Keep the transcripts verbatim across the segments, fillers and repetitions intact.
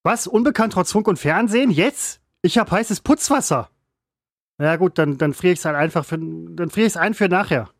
Was? Unbekannt trotz Funk und Fernsehen? Jetzt? Ich hab heißes Putzwasser. Ja gut, dann, dann friere ich es halt einfach für, dann friere ich es ein für nachher.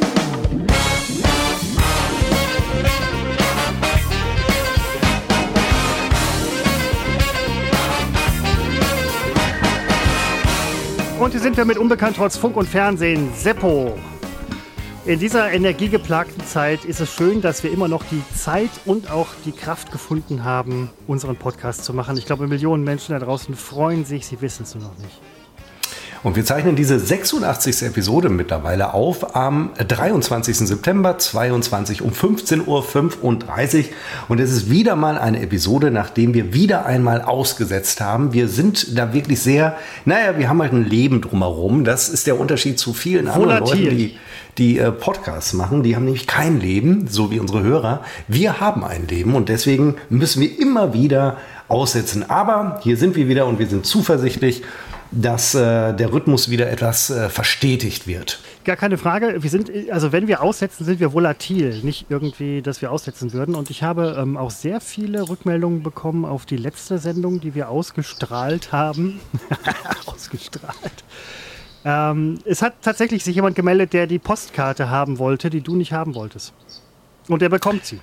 Und hier sind wir mit Unbekannt trotz Funk und Fernsehen. Seppo. In dieser energiegeplagten Zeit ist es schön, dass wir immer noch die Zeit und auch die Kraft gefunden haben, unseren Podcast zu machen. Ich glaube, Millionen Menschen da draußen freuen sich, sie wissen es nur noch nicht. Und wir zeichnen diese sechsundachtzigste Episode mittlerweile auf am dreiundzwanzigsten September zweiundzwanzig um fünfzehn Uhr fünfunddreißig. Und es ist wieder mal eine Episode, nachdem wir wieder einmal ausgesetzt haben. Wir sind da wirklich sehr, naja, wir haben halt ein Leben drumherum. Das ist der Unterschied zu vielen anderen Volatil. Leuten, die, die äh, Podcasts machen. Die haben nämlich kein Leben, so wie unsere Hörer. Wir haben ein Leben und deswegen müssen wir immer wieder aussetzen. Aber hier sind wir wieder und wir sind zuversichtlich, dass äh, der Rhythmus wieder etwas äh, verstetigt wird. Gar keine Frage. Wir sind, also wenn wir aussetzen, sind wir volatil. Nicht irgendwie, dass wir aussetzen würden. Und ich habe ähm, auch sehr viele Rückmeldungen bekommen auf die letzte Sendung, die wir ausgestrahlt haben. ausgestrahlt. Ähm, es hat tatsächlich sich jemand gemeldet, der die Postkarte haben wollte, die du nicht haben wolltest. Und der bekommt sie.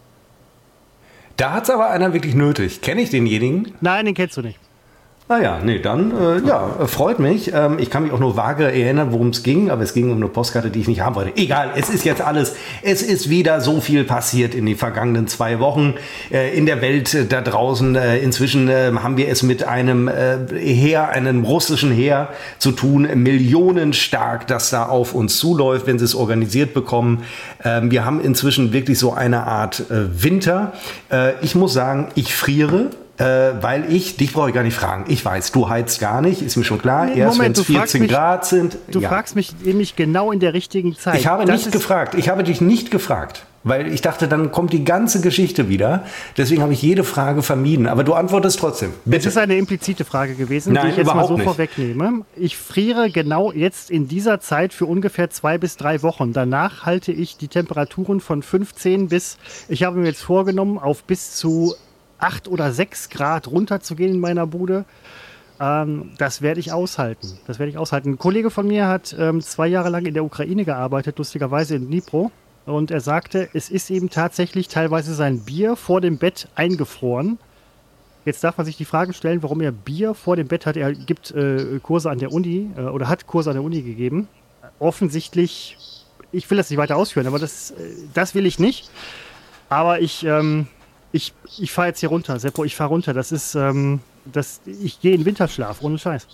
Da hat es aber einer wirklich nötig. Kenne ich denjenigen? Nein, den kennst du nicht. Ah ja, nee, dann, äh, ja, freut mich. Ähm, ich kann mich auch nur vage erinnern, worum es ging, aber es ging um eine Postkarte, die ich nicht haben wollte. Egal, es ist jetzt alles, es ist wieder so viel passiert in den vergangenen zwei Wochen äh, in der Welt äh, da draußen. Äh, inzwischen äh, haben wir es mit einem äh, Heer, einem russischen Heer zu tun, millionenstark, das da auf uns zuläuft, wenn sie es organisiert bekommen. Ähm, wir haben inzwischen wirklich so eine Art äh, Winter. Äh, ich muss sagen, ich friere. Äh, weil ich, dich brauche ich gar nicht fragen. Ich weiß, du heizt gar nicht, ist mir schon klar. Nee, Erst wenn Moment, es du fragst vierzehn mich- Grad sind. Du ja. fragst mich nämlich genau in der richtigen Zeit. Ich habe Das nicht ist- gefragt. Ich habe dich nicht gefragt. Weil ich dachte, dann kommt die ganze Geschichte wieder. Deswegen habe ich jede Frage vermieden. Aber du antwortest trotzdem. Das Bitte. ist eine implizite Frage gewesen, Nein, die ich jetzt mal überhaupt so nicht. vorwegnehme. Ich friere genau jetzt in dieser Zeit für ungefähr zwei bis drei Wochen. Danach halte ich die Temperaturen von fünfzehn bis, ich habe mir jetzt vorgenommen, auf bis zu acht oder sechs Grad runterzugehen in meiner Bude. Ähm, das werde ich aushalten. Das werde ich aushalten. Ein Kollege von mir hat ähm, zwei Jahre lang in der Ukraine gearbeitet, lustigerweise in Dnipro. Und er sagte, es ist eben tatsächlich teilweise sein Bier vor dem Bett eingefroren. Jetzt darf man sich die Frage stellen, warum er Bier vor dem Bett hat. Er gibt äh, Kurse an der Uni äh, oder hat Kurse an der Uni gegeben. Offensichtlich, ich will das nicht weiter ausführen, aber das, äh, das will ich nicht. Aber ich, ähm, ich, ich fahre jetzt hier runter, Seppo, ich fahre runter. Das ist, ähm, das, ich gehe in Winterschlaf, ohne Scheiß.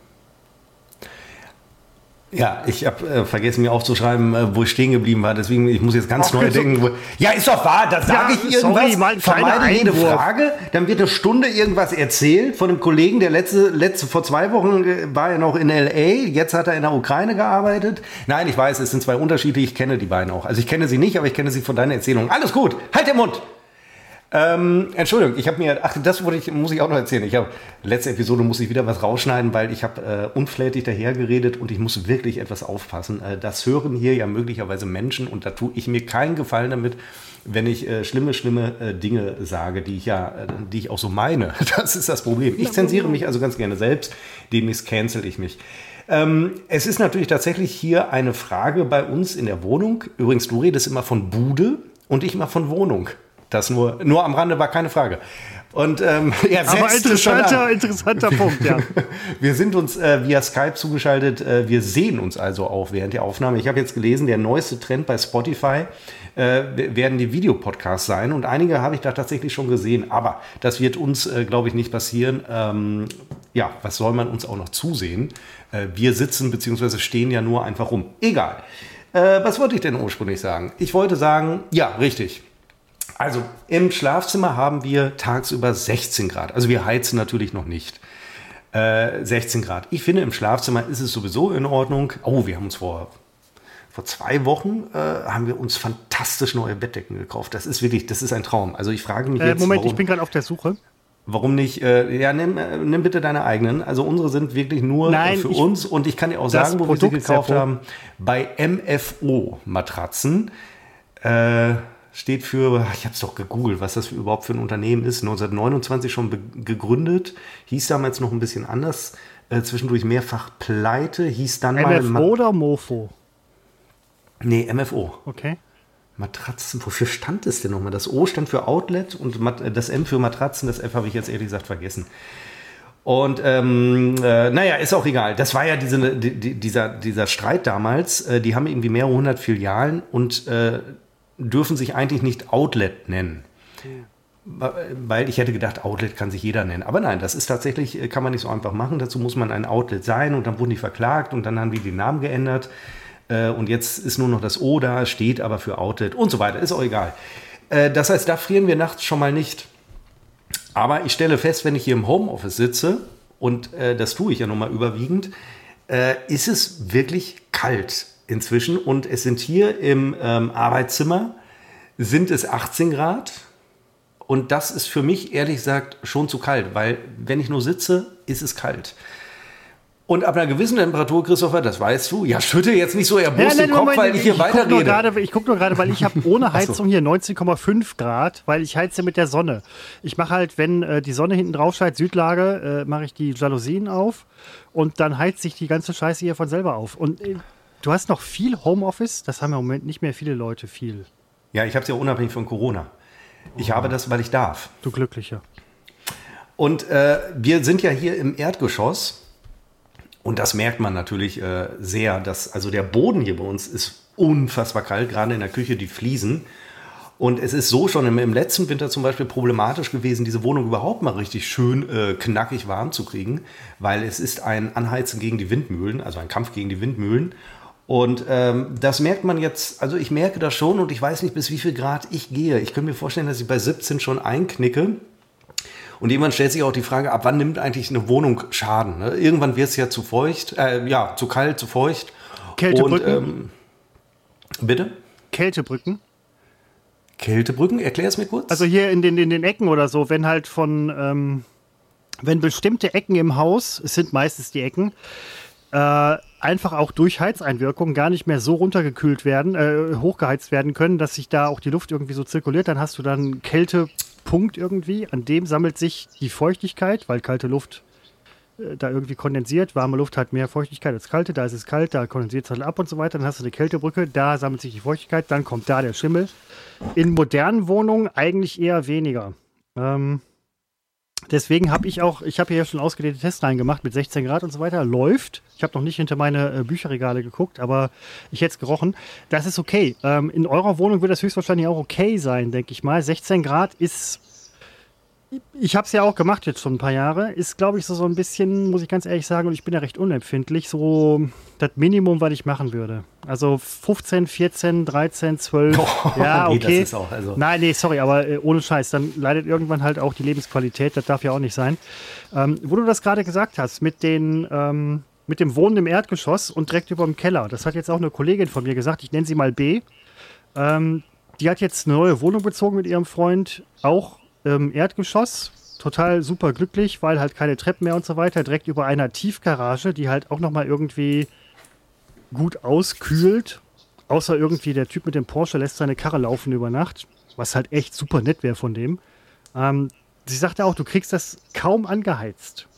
Ja, ich habe äh, vergessen, mir aufzuschreiben, äh, wo ich stehen geblieben war. Deswegen, ich muss jetzt ganz Ach, neu so- denken. Wo, ja, ist doch wahr, da sage Ja, ich irgendwas, sorry, mal ein kleiner vermeide jede Einwurf. Frage, dann wird eine Stunde irgendwas erzählt von einem Kollegen, der letzte, letzte vor zwei Wochen äh, war ja noch in L A, jetzt hat er in der Ukraine gearbeitet. Nein, ich weiß, es sind zwei unterschiedliche, ich kenne die beiden auch. Also ich kenne sie nicht, aber ich kenne sie von deiner Erzählung. Alles gut, halt den Mund! Ähm, Entschuldigung, ich habe mir, ach, das wollte ich, muss ich auch noch erzählen. Ich habe, letzte Episode muss ich wieder was rausschneiden, weil ich habe äh, unflätig dahergeredet und ich muss wirklich etwas aufpassen. Äh, das hören hier ja möglicherweise Menschen und da tue ich mir keinen Gefallen damit, wenn ich äh, schlimme, schlimme äh, Dinge sage, die ich ja, äh, die ich auch so meine. Das ist das Problem. Ich zensiere mich also ganz gerne selbst, demnächst cancel ich mich. Ähm, es ist natürlich tatsächlich hier eine Frage bei uns in der Wohnung. Übrigens, du redest immer von Bude und ich immer von Wohnung. Das nur, nur am Rande war keine Frage. Und ähm, ja, Aber setzt es schon interessanter, an. interessanter Punkt, ja. Wir sind uns äh, via Skype zugeschaltet. Äh, wir sehen uns also auch während der Aufnahme. Ich habe jetzt gelesen, der neueste Trend bei Spotify äh, werden die Videopodcasts sein. Und einige habe ich da tatsächlich schon gesehen. Aber das wird uns, äh, glaube ich, nicht passieren. Ähm, ja, was soll man uns auch noch zusehen? Äh, wir sitzen bzw. stehen ja nur einfach rum. Egal. Äh, was wollte ich denn ursprünglich sagen? Ich wollte sagen, ja, richtig. Also im Schlafzimmer haben wir tagsüber sechzehn Grad. Also wir heizen natürlich noch nicht. Äh, sechzehn Grad. Ich finde, im Schlafzimmer ist es sowieso in Ordnung. Oh, wir haben uns vor, vor zwei Wochen äh, haben wir uns fantastisch neue Bettdecken gekauft. Das ist wirklich, das ist ein Traum. Also ich frage mich Äh, jetzt, Moment, warum, ich bin gerade auf der Suche. warum nicht, äh, ja, nimm, äh, nimm bitte deine eigenen. Also unsere sind wirklich nur Nein, äh, für ich- uns. Und ich kann dir auch das sagen, wo wir sie Produkt, gekauft Seppo. haben. Bei M F O Matratzen. Äh, steht für, ich habe es doch gegoogelt, was das für, überhaupt für ein Unternehmen ist. neunzehnhundertneunundzwanzig schon be- gegründet, hieß damals noch ein bisschen anders, äh, zwischendurch mehrfach pleite, hieß dann M mal... F O Ma- oder Mofo? Nee, M F O. Okay. Matratzen, wofür stand es denn nochmal? Das O stand für Outlet und Mat- das M für Matratzen, das F habe ich jetzt ehrlich gesagt vergessen. Und ähm, äh, naja, ist auch egal. Das war ja diese, die, die, dieser, dieser Streit damals. Äh, die haben irgendwie mehrere hundert Filialen und äh, dürfen sich eigentlich nicht Outlet nennen. Ja. Weil ich hätte gedacht, Outlet kann sich jeder nennen. Aber nein, das ist tatsächlich, kann man nicht so einfach machen. Dazu muss man ein Outlet sein und dann wurden die verklagt und dann haben die den Namen geändert. Und jetzt ist nur noch das O da, steht aber für Outlet und so weiter. Ist auch egal. Das heißt, da frieren wir nachts schon mal nicht. Aber ich stelle fest, wenn ich hier im Homeoffice sitze, und äh, das tue ich ja nun mal überwiegend, äh, ist es wirklich kalt inzwischen. Und es sind hier im ähm, Arbeitszimmer, sind es achtzehn Grad. Und das ist für mich, ehrlich gesagt, schon zu kalt. Weil wenn ich nur sitze, ist es kalt. Und ab einer gewissen Temperatur, Christopher, das weißt du, ja, schütte jetzt nicht so erbost ja, den Kopf, Moment, weil ich hier ich weiterrede. Ich gucke nur gerade, weil ich habe ohne Heizung so. hier neunzehn Komma fünf Grad, weil ich heize mit der Sonne. Ich mache halt, wenn äh, die Sonne hinten drauf scheint, Südlage, äh, mache ich die Jalousien auf und dann heizt sich die ganze Scheiße hier von selber auf. Und äh, du hast noch viel Homeoffice, das haben im Moment nicht mehr viele Leute viel. Ja, ich habe es ja unabhängig von Corona. Ich oh. habe das, weil ich darf. Du Glücklicher. Und äh, wir sind ja hier im Erdgeschoss. Und das merkt man natürlich äh, sehr, dass also der Boden hier bei uns ist unfassbar kalt, gerade in der Küche die Fliesen. Und es ist so schon im, im letzten Winter zum Beispiel problematisch gewesen, diese Wohnung überhaupt mal richtig schön äh, knackig warm zu kriegen, weil es ist ein Anheizen gegen die Windmühlen, also ein Kampf gegen die Windmühlen. Und ähm, das merkt man jetzt, also ich merke das schon und ich weiß nicht, bis wie viel Grad ich gehe. Ich könnte mir vorstellen, dass ich bei siebzehn schon einknicke. Und irgendwann stellt sich auch die Frage, ab wann nimmt eigentlich eine Wohnung Schaden? Ne? Irgendwann wird es ja zu feucht, äh, ja, zu kalt, zu feucht. Kältebrücken? Und, ähm, bitte? Kältebrücken? Kältebrücken? Erklär es mir kurz. Also hier in den, in den Ecken oder so, wenn halt von, ähm, wenn bestimmte Ecken im Haus, es sind meistens die Ecken, äh, einfach auch durch Heizeinwirkung gar nicht mehr so runtergekühlt werden, äh, hochgeheizt werden können, dass sich da auch die Luft irgendwie so zirkuliert, dann hast du dann Kältepunkt irgendwie, an dem sammelt sich die Feuchtigkeit, weil kalte Luft äh, da irgendwie kondensiert, warme Luft hat mehr Feuchtigkeit als kalte, da ist es kalt, da kondensiert es halt ab und so weiter, dann hast du eine Kältebrücke, da sammelt sich die Feuchtigkeit, dann kommt da der Schimmel. In modernen Wohnungen eigentlich eher weniger. Ähm, Deswegen habe ich auch, ich habe hier schon ausgedehnte Testreihen gemacht mit sechzehn Grad und so weiter. Läuft. Ich habe noch nicht hinter meine äh, Bücherregale geguckt, aber ich hätte es gerochen. Das ist okay. Ähm, in eurer Wohnung wird das höchstwahrscheinlich auch okay sein, denke ich mal. sechzehn Grad ist, ich habe es ja auch gemacht jetzt schon ein paar Jahre, ist, glaube ich, so, so ein bisschen, muss ich ganz ehrlich sagen, und ich bin ja recht unempfindlich, so das Minimum, was ich machen würde. Also fünfzehn, vierzehn, dreizehn, zwölf. Oh, ja, okay. Nee, das ist auch, also Nein, nee, sorry, aber äh, ohne Scheiß, dann leidet irgendwann halt auch die Lebensqualität, das darf ja auch nicht sein. Ähm, wo du das gerade gesagt hast, mit den, ähm, mit dem Wohnen im Erdgeschoss und direkt über dem Keller, das hat jetzt auch eine Kollegin von mir gesagt, ich nenne sie mal B. Ähm, die hat jetzt eine neue Wohnung bezogen mit ihrem Freund, auch im Erdgeschoss, total super glücklich, weil halt keine Treppen mehr und so weiter, direkt über einer Tiefgarage, die halt auch nochmal irgendwie gut auskühlt, außer irgendwie der Typ mit dem Porsche lässt seine Karre laufen über Nacht, was halt echt super nett wäre von dem. Ähm, sie sagte auch, du kriegst das kaum angeheizt.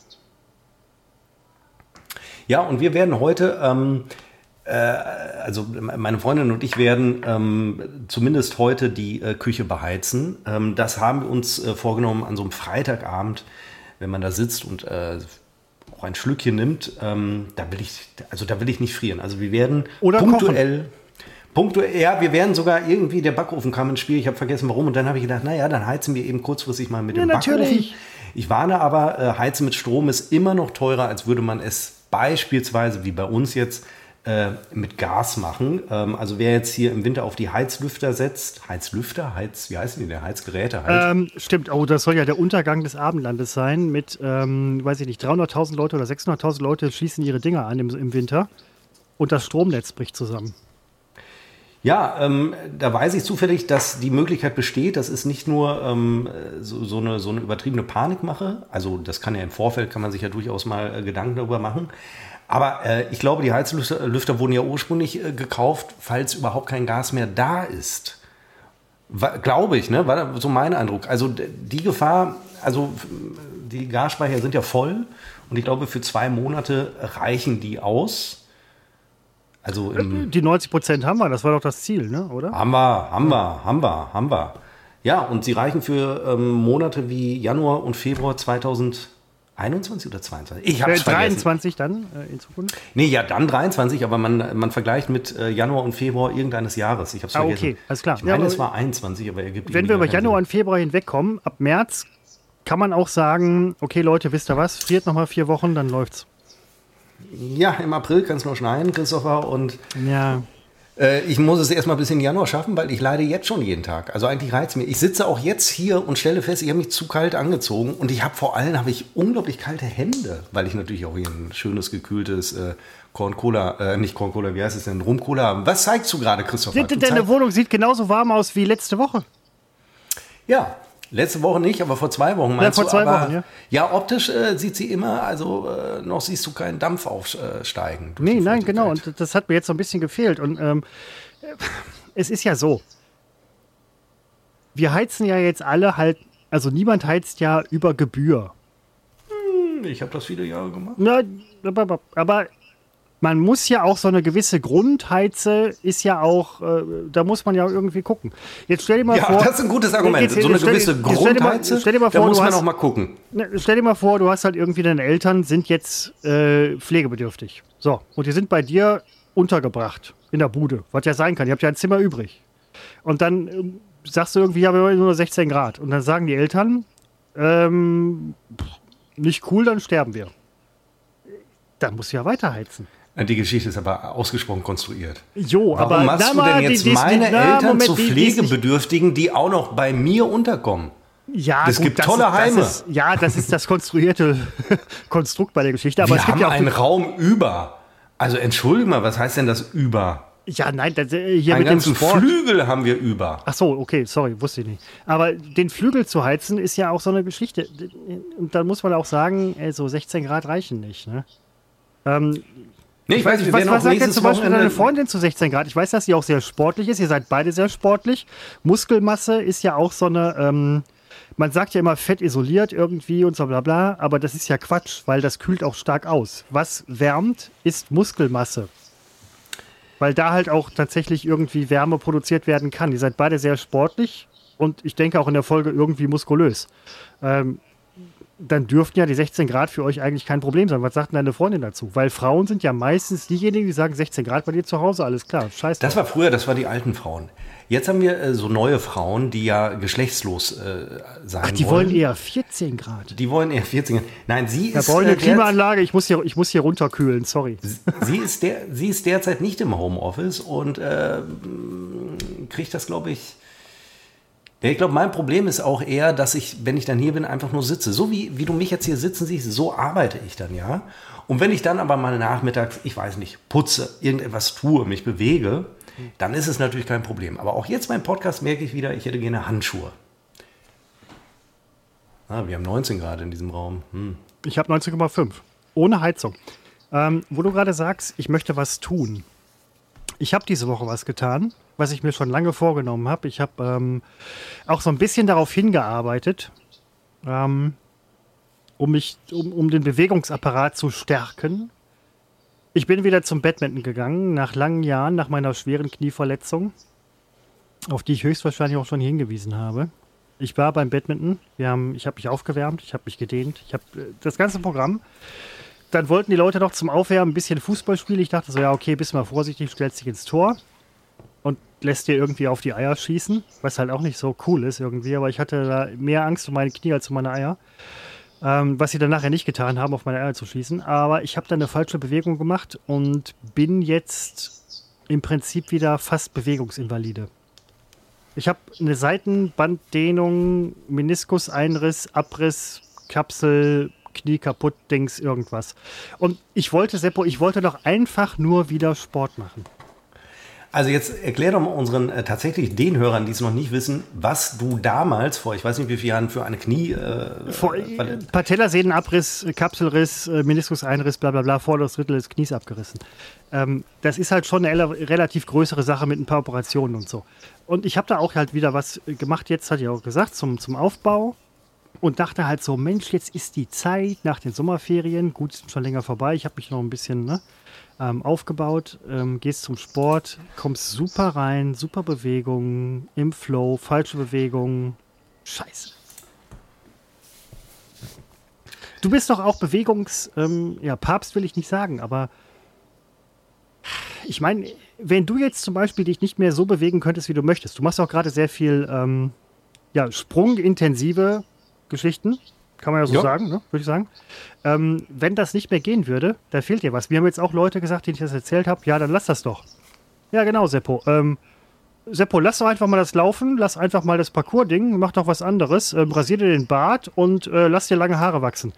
Ja, und wir werden heute, ähm, äh, also meine Freundin und ich werden ähm, zumindest heute die äh, Küche beheizen. Ähm, das haben wir uns äh, vorgenommen an so einem Freitagabend, wenn man da sitzt und äh, auch ein Schlückchen nimmt. Ähm, da will ich, also da will ich nicht frieren. Also wir werden Oder punktuell, punktuell, ja, wir werden sogar irgendwie, der Backofen kam ins Spiel. Ich habe vergessen, warum. Und dann habe ich gedacht, naja, dann heizen wir eben kurzfristig mal mit ja, dem natürlich. Backofen. Ich warne aber, äh, Heizen mit Strom ist immer noch teurer, als würde man es beispielsweise, wie bei uns jetzt, äh, mit Gas machen. Ähm, also wer jetzt hier im Winter auf die Heizlüfter setzt, Heizlüfter, Heiz, wie heißen die denn? Heizgeräte halt. Ähm, stimmt, oh, das soll ja der Untergang des Abendlandes sein mit, ähm, weiß ich nicht, dreihunderttausend Leute oder sechshunderttausend Leute schließen ihre Dinger an im, im Winter und das Stromnetz bricht zusammen. Ja, ähm, da weiß ich zufällig, dass die Möglichkeit besteht, das ist nicht nur ähm, so, so, eine, so eine übertriebene Panikmache, also das kann ja im Vorfeld, kann man sich ja durchaus mal äh, Gedanken darüber machen, aber äh, ich glaube, die Heizlüfter Lüfter wurden ja ursprünglich äh, gekauft, falls überhaupt kein Gas mehr da ist. Glaube ich, ne? War so mein Eindruck. Also die Gefahr, also die Gasspeicher sind ja voll und ich glaube, für zwei Monate reichen die aus. Also im die neunzig Prozent haben wir, das war doch das Ziel, ne? Oder? Haben wir, haben wir, haben wir, haben wir. Ja, und sie reichen für ähm, Monate wie Januar und Februar zweitausendeinundzwanzig oder zweiundzwanzig? Ich hab's äh, dreiundzwanzig dann äh, in Zukunft? Nee, ja, dann dreiundzwanzig, aber man, man vergleicht mit äh, Januar und Februar irgendeines Jahres. Ich hab's ah, vergessen. okay, alles klar. Ich meine, ja, es war einundzwanzig, aber er gibt wenn wir über Januar und Februar hinwegkommen, ab März kann man auch sagen, okay Leute, wisst ihr was, friert nochmal vier Wochen, dann läuft's. Ja, im April kann es nur schneien, Christopher, und ja. äh, ich muss es erstmal bis in Januar schaffen, weil ich leide jetzt schon jeden Tag. Also eigentlich reizt mir. Ich sitze auch jetzt hier und stelle fest, ich habe mich zu kalt angezogen und ich habe vor allem habe ich unglaublich kalte Hände, weil ich natürlich auch hier ein schönes, gekühltes äh, Corn-Cola, äh, nicht Corn-Cola, wie heißt es denn, Rum-Cola habe. Was zeigst du gerade, Christopher? Du Deine zeig- Wohnung sieht genauso warm aus wie letzte Woche. Ja, letzte Woche nicht, aber vor zwei Wochen meinst ja, vor du? zwei aber, Wochen, ja. Ja, optisch äh, sieht sie immer, also äh, noch siehst du keinen Dampf aufsteigen. durch Nee, die nein, genau. Feuchtigkeit. Und das hat mir jetzt so ein bisschen gefehlt. Und ähm, es ist ja so, wir heizen ja jetzt alle halt, also niemand heizt ja über Gebühr. Ich habe das viele Jahre gemacht. Na, aber, aber man muss ja auch so eine gewisse Grundheize, ist ja auch, äh, da muss man ja irgendwie gucken. Jetzt stell dir mal Ja, vor. das ist ein gutes Argument. Jetzt- so eine stell- gewisse jetzt stell dir mal- Grundheize, stell dir mal da vor, muss du man hast- auch mal gucken. Ne, Stell dir mal vor, du hast halt irgendwie, deine Eltern sind jetzt äh, pflegebedürftig. So, und die sind bei dir untergebracht in der Bude, was ja sein kann. Ihr habt ja ein Zimmer übrig. Und dann ähm, sagst du irgendwie, ja, wir haben nur sechzehn Grad. Und dann sagen die Eltern, ähm, pff, nicht cool, dann sterben wir. Dann musst du ja weiterheizen. Die Geschichte ist aber ausgesprochen konstruiert. Jo, Warum aber machst na, du mal, denn die- jetzt die- die- meine na, Eltern Moment, zu die- die ist nicht- Pflegebedürftigen, die auch noch bei mir unterkommen? Ja, Es gut, gibt das tolle ist, Heime. Das ist, ja, das ist das konstruierte Konstrukt bei der Geschichte. Aber Wir es gibt haben ja auch einen Raum über. Also entschuldige mal, was heißt denn das über? ja, nein, das, äh, hier Einen mit dem ganzen Sport. Flügel haben wir über. Ach so, okay, sorry, wusste ich nicht. Aber den Flügel zu heizen ist ja auch so eine Geschichte. Und dann muss man auch sagen, ey, so sechzehn Grad reichen nicht. Ne? Ähm, Nee, ich weiß, wir was werden was auch sagt denn nächstes zum Beispiel deine Wochenende... Freundin zu sechzehn Grad? Ich weiß, dass sie auch sehr sportlich ist. Ihr seid beide sehr sportlich. Muskelmasse ist ja auch so eine, ähm, man sagt ja immer Fett isoliert irgendwie und so bla bla, aber das ist ja Quatsch, weil das kühlt auch stark aus. Was wärmt, ist Muskelmasse. Weil da halt auch tatsächlich irgendwie Wärme produziert werden kann. Ihr seid beide sehr sportlich und ich denke auch in der Folge irgendwie muskulös. Ähm, dann dürften ja die sechzehn Grad für euch eigentlich kein Problem sein. Was sagt denn deine Freundin dazu? Weil Frauen sind ja meistens diejenigen, die sagen, sechzehn Grad bei dir zu Hause, alles klar, scheiß Das drauf. war früher, das war die alten Frauen. Jetzt haben wir äh, so neue Frauen, die ja geschlechtslos äh, sein Ach, die wollen eher vierzehn Grad. Die wollen eher vierzehn. Nein, sie Da ist, brauche ich äh, eine der, Klimaanlage, ich muss hier, ich muss hier runterkühlen, sorry. sie, ist der, sie ist derzeit nicht im Homeoffice und äh, kriegt das, glaube ich... Ja, ich glaube, mein Problem ist auch eher, dass ich, wenn ich dann hier bin, einfach nur sitze. So wie, wie du mich jetzt hier sitzen siehst, so arbeite ich dann, ja. Und wenn ich dann aber mal nachmittags, ich weiß nicht, putze, irgendetwas tue, mich bewege, dann ist es natürlich kein Problem. Aber auch jetzt beim Podcast merke ich wieder, ich hätte gerne Handschuhe. Ah, wir haben neunzehn Grad in diesem Raum. Hm. Ich habe neunzehn Komma fünf. Ohne Heizung. Ähm, wo du gerade sagst, ich möchte was tun. Ich habe diese Woche was getan, was ich mir schon lange vorgenommen habe. Ich habe ähm, auch so ein bisschen darauf hingearbeitet, ähm, um, mich, um, um den Bewegungsapparat zu stärken. Ich bin wieder zum Badminton gegangen, nach langen Jahren, nach meiner schweren Knieverletzung, auf die ich höchstwahrscheinlich auch schon hingewiesen habe. Ich war beim Badminton, wir haben, ich habe mich aufgewärmt, ich habe mich gedehnt, ich habe äh, das ganze Programm. Dann wollten die Leute noch zum Aufwärmen ein bisschen Fußball spielen. Ich dachte so, ja, okay, bist mal vorsichtig, stellst dich ins Tor und lässt dir irgendwie auf die Eier schießen, was halt auch nicht so cool ist irgendwie, aber ich hatte da mehr Angst um meine Knie als um meine Eier. Ähm, was sie dann nachher nicht getan haben, auf meine Eier zu schießen. Aber ich habe dann eine falsche Bewegung gemacht und bin jetzt im Prinzip wieder fast Bewegungsinvalide. Ich habe eine Seitenbanddehnung, Meniskuseinriss, Abriss, Kapsel, Knie kaputt, Dings, irgendwas. Und ich wollte, Seppo, ich wollte doch einfach nur wieder Sport machen. Also jetzt erklär doch mal unseren, äh, tatsächlich den Hörern, die es noch nicht wissen, was du damals vor, ich weiß nicht wie viele Jahren, für eine Knie... Äh, vor, äh, Patellasehnenabriss, Kapselriss, äh, Meniskuseinriss, bla bla bla, vorderes Drittel des Knies abgerissen. Ähm, das ist halt schon eine relativ größere Sache mit ein paar Operationen und so. Und ich habe da auch halt wieder was gemacht, jetzt hatte ich auch gesagt, zum, zum Aufbau. Und dachte halt so, Mensch, jetzt ist die Zeit nach den Sommerferien, gut, sind schon länger vorbei, ich habe mich noch ein bisschen... Ne, Ähm, aufgebaut, ähm, gehst zum Sport, kommst super rein, super Bewegungen, im Flow, falsche Bewegungen. Scheiße. Du bist doch auch Bewegungs... Ähm, ja, Papst will ich nicht sagen, aber ich meine, wenn du jetzt zum Beispiel dich nicht mehr so bewegen könntest, wie du möchtest, du machst auch gerade sehr viel ähm, ja, sprungintensive Geschichten, kann man ja so ja. sagen, ne? Würde ich sagen. Ähm, wenn das nicht mehr gehen würde, da fehlt dir was. Mir haben jetzt auch Leute gesagt, denen ich das erzählt habe, ja, dann lass das doch. Ja, genau, Seppo. Ähm, Seppo, lass doch einfach mal das laufen, lass einfach mal das Parcours-Ding, mach doch was anderes, ähm, rasier dir den Bart und äh, lass dir lange Haare wachsen.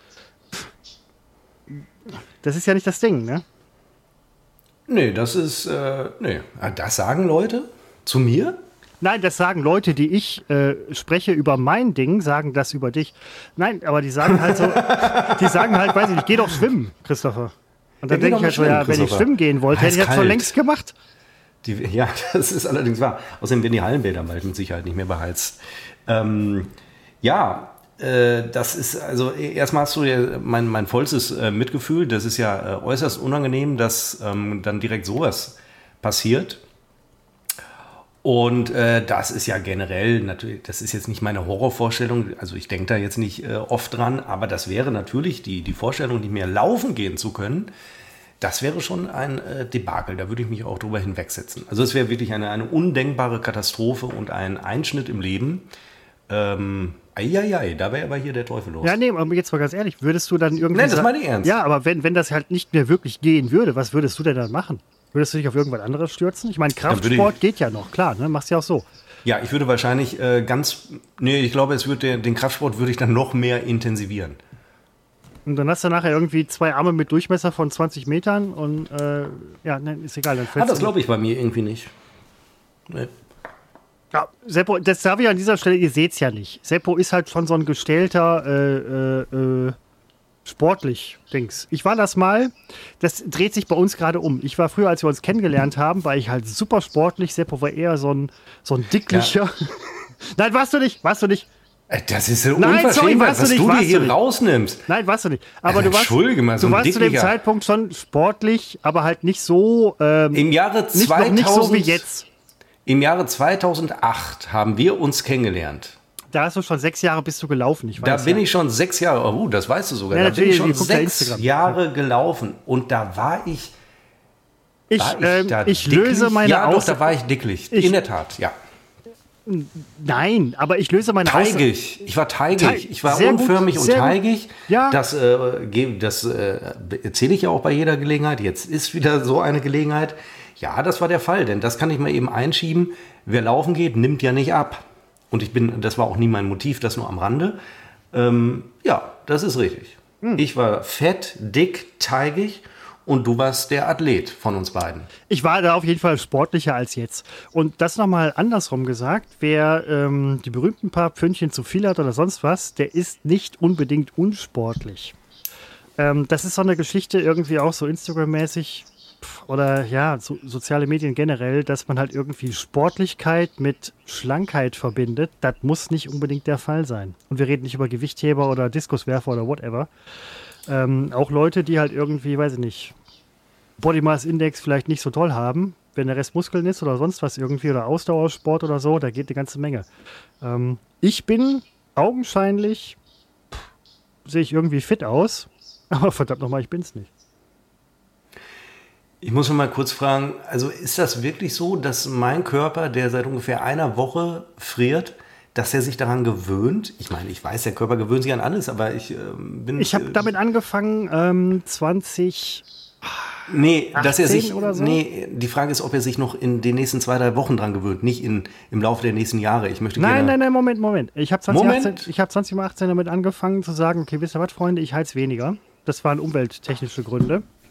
Das ist ja nicht das Ding, ne? Nee, das ist, äh, nee. Das sagen Leute zu mir? Nein, das sagen Leute, die ich äh, spreche über mein Ding, sagen das über dich. Nein, aber die sagen halt so, die sagen halt, weiß ich nicht, geh doch schwimmen, Christopher. Und dann Ja, denke ich halt so, ja, wenn ich schwimmen gehen wollte, hätte ich das schon längst gemacht. Die, ja, das ist allerdings wahr. Außerdem werden die Hallenbäder bald mit Sicherheit nicht mehr beheizt. Ähm, ja, äh, das ist, also erstmal hast du ja mein, mein vollstes äh, Mitgefühl. Das ist ja äh, äußerst unangenehm, dass ähm, dann direkt sowas passiert. Und äh, das ist ja generell, natürlich, das ist jetzt nicht meine Horrorvorstellung, also ich denke da jetzt nicht äh, oft dran, aber das wäre natürlich die, die Vorstellung, nicht mehr laufen gehen zu können, das wäre schon ein äh, Debakel, da würde ich mich auch drüber hinwegsetzen. Also es wäre wirklich eine, eine undenkbare Katastrophe und ein Einschnitt im Leben. Ähm, eieiei, da wäre aber hier der Teufel los. Ja, nee, aber jetzt mal ganz ehrlich, würdest du dann irgendwie... Nein, das meine ich ernst. Ja, aber wenn, wenn das halt nicht mehr wirklich gehen würde, was würdest du denn dann machen? Würdest du dich auf irgendwas anderes stürzen? Ich meine, Kraftsport ich, geht ja noch, klar, ne? Machst ja auch so. Ja, ich würde wahrscheinlich äh, ganz, nee, ich glaube, es würde den Kraftsport würde ich dann noch mehr intensivieren. Und dann hast du nachher irgendwie zwei Arme mit Durchmesser von zwanzig Metern und äh, ja, ne, ist egal. Dann ah, das glaube ich bei mir irgendwie nicht. Nee. Ja, Seppo, das darf ich an dieser Stelle, ihr seht es ja nicht. Seppo ist halt schon so ein gestellter, äh, äh, äh, sportlich, Dings. Ich war das mal, das dreht sich bei uns gerade um. Ich war früher, als wir uns kennengelernt haben, war ich halt super sportlich. Seppo war eher so ein, so ein dicklicher. Ja. Nein, warst du nicht, warst du nicht. Das ist so unverschämt, was du, nicht, du dir hier du rausnimmst. Nein, warst du nicht. Aber du warst, Entschuldige mal, so du warst zu dem Zeitpunkt schon sportlich, aber halt nicht so, ähm, Im Jahre zweitausend, nicht, nicht so wie jetzt. Im Jahre zweitausendacht haben wir uns kennengelernt. Da hast du schon sechs Jahre bist du gelaufen. Ich weiß, da bin ja. ich schon sechs Jahre, oh, das weißt du sogar. Ja, da bin ich schon sechs Jahre gelaufen. Und da war ich, ich, war ich ähm, da ich dicklich? löse meine Ja, Aus- doch, da war ich dicklich. Ich, In der Tat, ja. Nein, aber ich löse meine Teigig. Aussage. Ich war teigig. Ich war sehr unförmig gut, und teigig. Ja. Das, äh, das äh, erzähle ich ja auch bei jeder Gelegenheit. Jetzt ist wieder so eine Gelegenheit. Ja, das war der Fall, denn das kann ich mal eben einschieben. Wer laufen geht, nimmt ja nicht ab. Und ich bin, das war auch nie mein Motiv, das nur am Rande. Ähm, ja, das ist richtig. Hm. Ich war fett, dick, teigig. Und du warst der Athlet von uns beiden. Ich war da auf jeden Fall sportlicher als jetzt. Und das nochmal andersrum gesagt, wer ähm, die berühmten paar Pfönnchen zu viel hat oder sonst was, der ist nicht unbedingt unsportlich. Ähm, das ist so eine Geschichte irgendwie auch so Instagram-mäßig oder ja, so, soziale Medien generell, dass man halt irgendwie Sportlichkeit mit Schlankheit verbindet. Das muss nicht unbedingt der Fall sein. Und wir reden nicht über Gewichtheber oder Diskuswerfer oder whatever. Ähm, auch Leute, die halt irgendwie, weiß ich nicht, Body Mass Index vielleicht nicht so toll haben, wenn der Rest Muskeln ist oder sonst was irgendwie oder Ausdauersport oder so, da geht eine ganze Menge. Ähm, ich bin augenscheinlich, sehe ich irgendwie fit aus, aber verdammt nochmal, ich bin's nicht. Ich muss noch mal kurz fragen, also ist das wirklich so, dass mein Körper, der seit ungefähr einer Woche friert, dass er sich daran gewöhnt? Ich meine, ich weiß, der Körper gewöhnt sich an alles, aber ich ähm, bin... Ich habe äh, damit angefangen, ähm, zwanzig... Nee, dass er sich, oder so? Nee, die Frage ist, ob er sich noch in den nächsten zwei, drei Wochen dran gewöhnt, nicht in, im Laufe der nächsten Jahre. Ich möchte nein, gerne nein, nein, Moment, Moment. Ich habe zwanzig achtzehn, ich hab zwanzig achtzehn damit angefangen zu sagen, okay, wisst ihr was, Freunde, ich heiz weniger. Das waren umwelttechnische Gründe.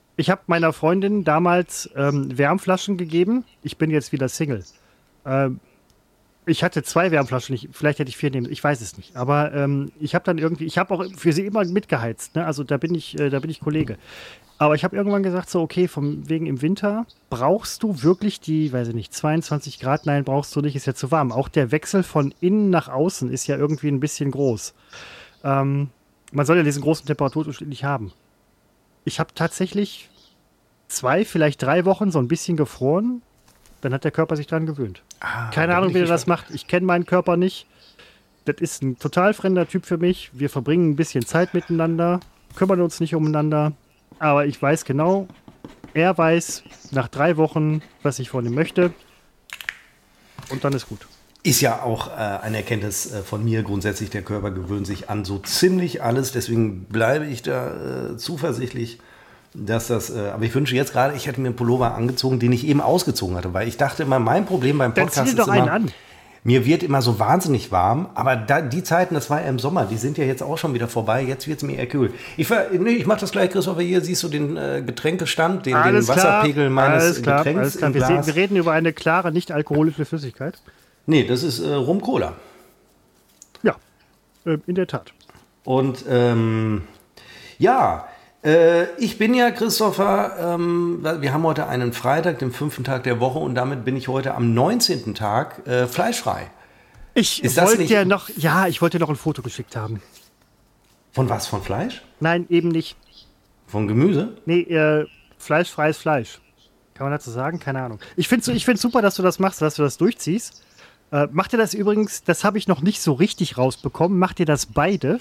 Ich habe meiner Freundin damals ähm, Wärmflaschen gegeben. Ich bin jetzt wieder Single. Ähm, ich hatte zwei Wärmflaschen. Ich, vielleicht hätte ich vier nehmen. Ich weiß es nicht. Aber ähm, ich habe dann irgendwie, ich habe auch für sie immer mitgeheizt. Ne? Also da bin ich, äh, da bin ich Kollege. Aber ich habe irgendwann gesagt, so okay, vom wegen im Winter brauchst du wirklich die, weiß ich nicht, zweiundzwanzig Grad? Nein, brauchst du nicht, ist ja zu warm. Auch der Wechsel von innen nach außen ist ja irgendwie ein bisschen groß. Ähm, man soll ja diesen großen Temperaturunterschied nicht haben. Ich habe tatsächlich zwei, vielleicht drei Wochen so ein bisschen gefroren. Dann hat der Körper sich dran gewöhnt. Ah, Keine Ahnung, wie der das macht. Ich kenne meinen Körper nicht. Das ist ein total fremder Typ für mich. Wir verbringen ein bisschen Zeit miteinander, kümmern uns nicht umeinander. Aber ich weiß genau, er weiß nach drei Wochen, was ich von ihm möchte. Und dann ist gut. Ist ja auch äh, eine Erkenntnis äh, von mir. Grundsätzlich, der Körper gewöhnt sich an so ziemlich alles. Deswegen bleibe ich da äh, zuversichtlich, dass das, äh, aber ich wünsche jetzt gerade, ich hätte mir einen Pullover angezogen, den ich eben ausgezogen hatte. Weil ich dachte immer, mein Problem beim Podcast dann zieh dir doch ist immer, einen an. Mir wird immer so wahnsinnig warm, aber da, die Zeiten, das war ja im Sommer, die sind ja jetzt auch schon wieder vorbei. Jetzt wird es mir eher kühl. Ich, nee, ich mache das gleich, Christopher. Hier siehst du den äh, Getränkestand, den, den Wasserpegel klar, meines alles klar, Getränks alles klar. im Wir, Glas. wir reden über eine klare, nicht alkoholische Flüssigkeit. Nee, das ist äh, Rum-Cola. Ja, äh, in der Tat. Und ähm, ja, äh, ich bin ja, Christopher, ähm, wir haben heute einen Freitag, den fünften Tag der Woche, und damit bin ich heute am neunzehnten Tag äh, fleischfrei. Ich wollte ja noch, ja, ich wollte noch ein Foto geschickt haben. Von was? Von Fleisch? Nein, eben nicht. Von Gemüse? Nee, äh, fleischfreies Fleisch. Kann man dazu sagen? Keine Ahnung. Ich finde es ich find's super, dass du das machst, dass du das durchziehst. Äh, macht ihr das übrigens, das habe ich noch nicht so richtig rausbekommen, macht ihr das beide?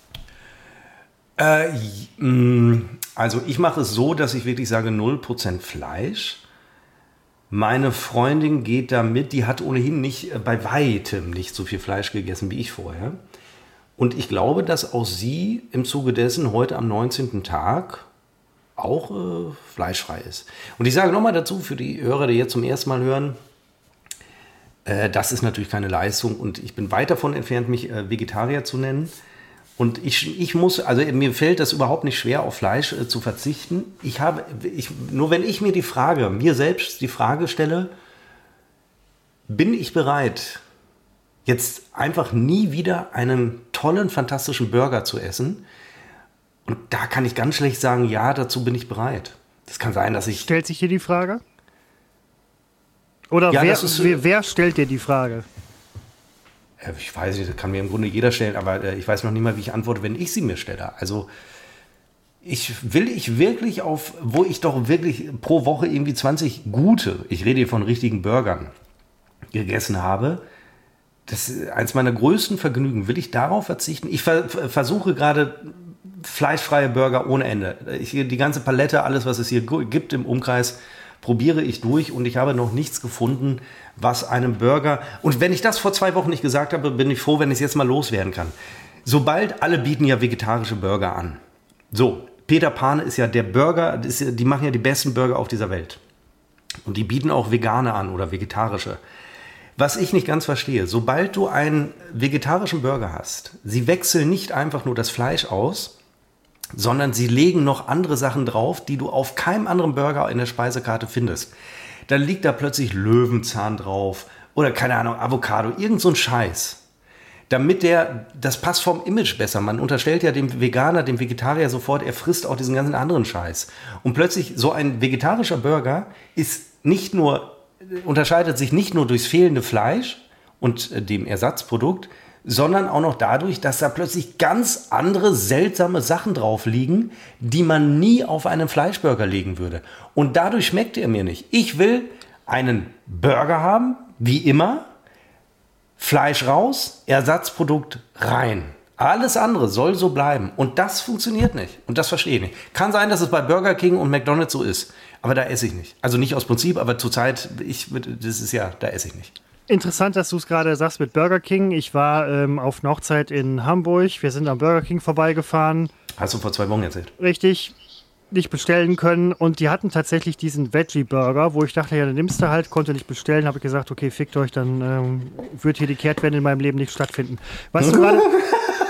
Äh, also ich mache es so, dass ich wirklich sage null Prozent Fleisch. Meine Freundin geht da mit, die hat ohnehin nicht, bei weitem nicht so viel Fleisch gegessen wie ich vorher. Und ich glaube, dass auch sie im Zuge dessen heute am neunzehnten Tag auch äh, fleischfrei ist. Und ich sage nochmal dazu, für die Hörer, die jetzt zum ersten Mal hören, äh, das ist natürlich keine Leistung und ich bin weit davon entfernt, mich äh, Vegetarier zu nennen. Und ich, ich muss, also mir fällt das überhaupt nicht schwer, auf Fleisch äh, zu verzichten. Ich habe, ich, nur wenn ich mir die Frage, mir selbst die Frage stelle, bin ich bereit, jetzt einfach nie wieder einen tollen, fantastischen Burger zu essen? Und da kann ich ganz schlecht sagen, ja, dazu bin ich bereit. Das kann sein, dass ich... Stellt sich dir die Frage? Oder ja, wer, ist, wer, wer stellt dir die Frage? Ich weiß nicht, das kann mir im Grunde jeder stellen, aber äh, ich weiß noch nicht mal, wie ich antworte, wenn ich sie mir stelle. Also ich will ich wirklich auf, wo ich doch wirklich pro Woche irgendwie zwanzig gute, ich rede hier von richtigen Burgern, gegessen habe, das ist eins meiner größten Vergnügen. Will ich darauf verzichten? Ich ver- versuche gerade fleischfreie Burger ohne Ende. Ich, die ganze Palette, alles, was es hier gibt im Umkreis, probiere ich durch und ich habe noch nichts gefunden, was einem Burger... Und wenn ich das vor zwei Wochen nicht gesagt habe, bin ich froh, wenn ich es jetzt mal loswerden kann. Sobald, alle bieten ja vegetarische Burger an. So, Peter Pan ist ja der Burger, ist, die machen ja die besten Burger auf dieser Welt. Und die bieten auch vegane an oder vegetarische. Was ich nicht ganz verstehe, sobald du einen vegetarischen Burger hast, sie wechseln nicht einfach nur das Fleisch aus, sondern sie legen noch andere Sachen drauf, die du auf keinem anderen Burger in der Speisekarte findest. Dann liegt da plötzlich Löwenzahn drauf oder, keine Ahnung, Avocado, irgend so ein Scheiß. Damit der, das passt vom Image besser. Man unterstellt ja dem Veganer, dem Vegetarier sofort, er frisst auch diesen ganzen anderen Scheiß. Und plötzlich, so ein vegetarischer Burger ist nicht nur, unterscheidet sich nicht nur durchs fehlende Fleisch und dem Ersatzprodukt, sondern auch noch dadurch, dass da plötzlich ganz andere, seltsame Sachen drauf liegen, die man nie auf einen Fleischburger legen würde. Und dadurch schmeckt er mir nicht. Ich will einen Burger haben, wie immer, Fleisch raus, Ersatzprodukt rein. Alles andere soll so bleiben. Und das funktioniert nicht. Und das verstehe ich nicht. Kann sein, dass es bei Burger King und McDonald's so ist. Aber da esse ich nicht. Also nicht aus Prinzip, aber zurzeit, ich, das ist ja, da esse ich nicht. Interessant, dass du es gerade sagst mit Burger King. Ich war ähm, auf einer Hochzeit in Hamburg. Wir sind am Burger King vorbeigefahren. Hast du vor zwei Wochen erzählt? Richtig, nicht bestellen können. Und die hatten tatsächlich diesen Veggie-Burger, wo ich dachte, ja, dann nimmst du halt, konnte nicht bestellen. Habe ich gesagt, okay, fickt euch, dann ähm, wird hier die Kehrtwende in meinem Leben nicht stattfinden. Was du gerade...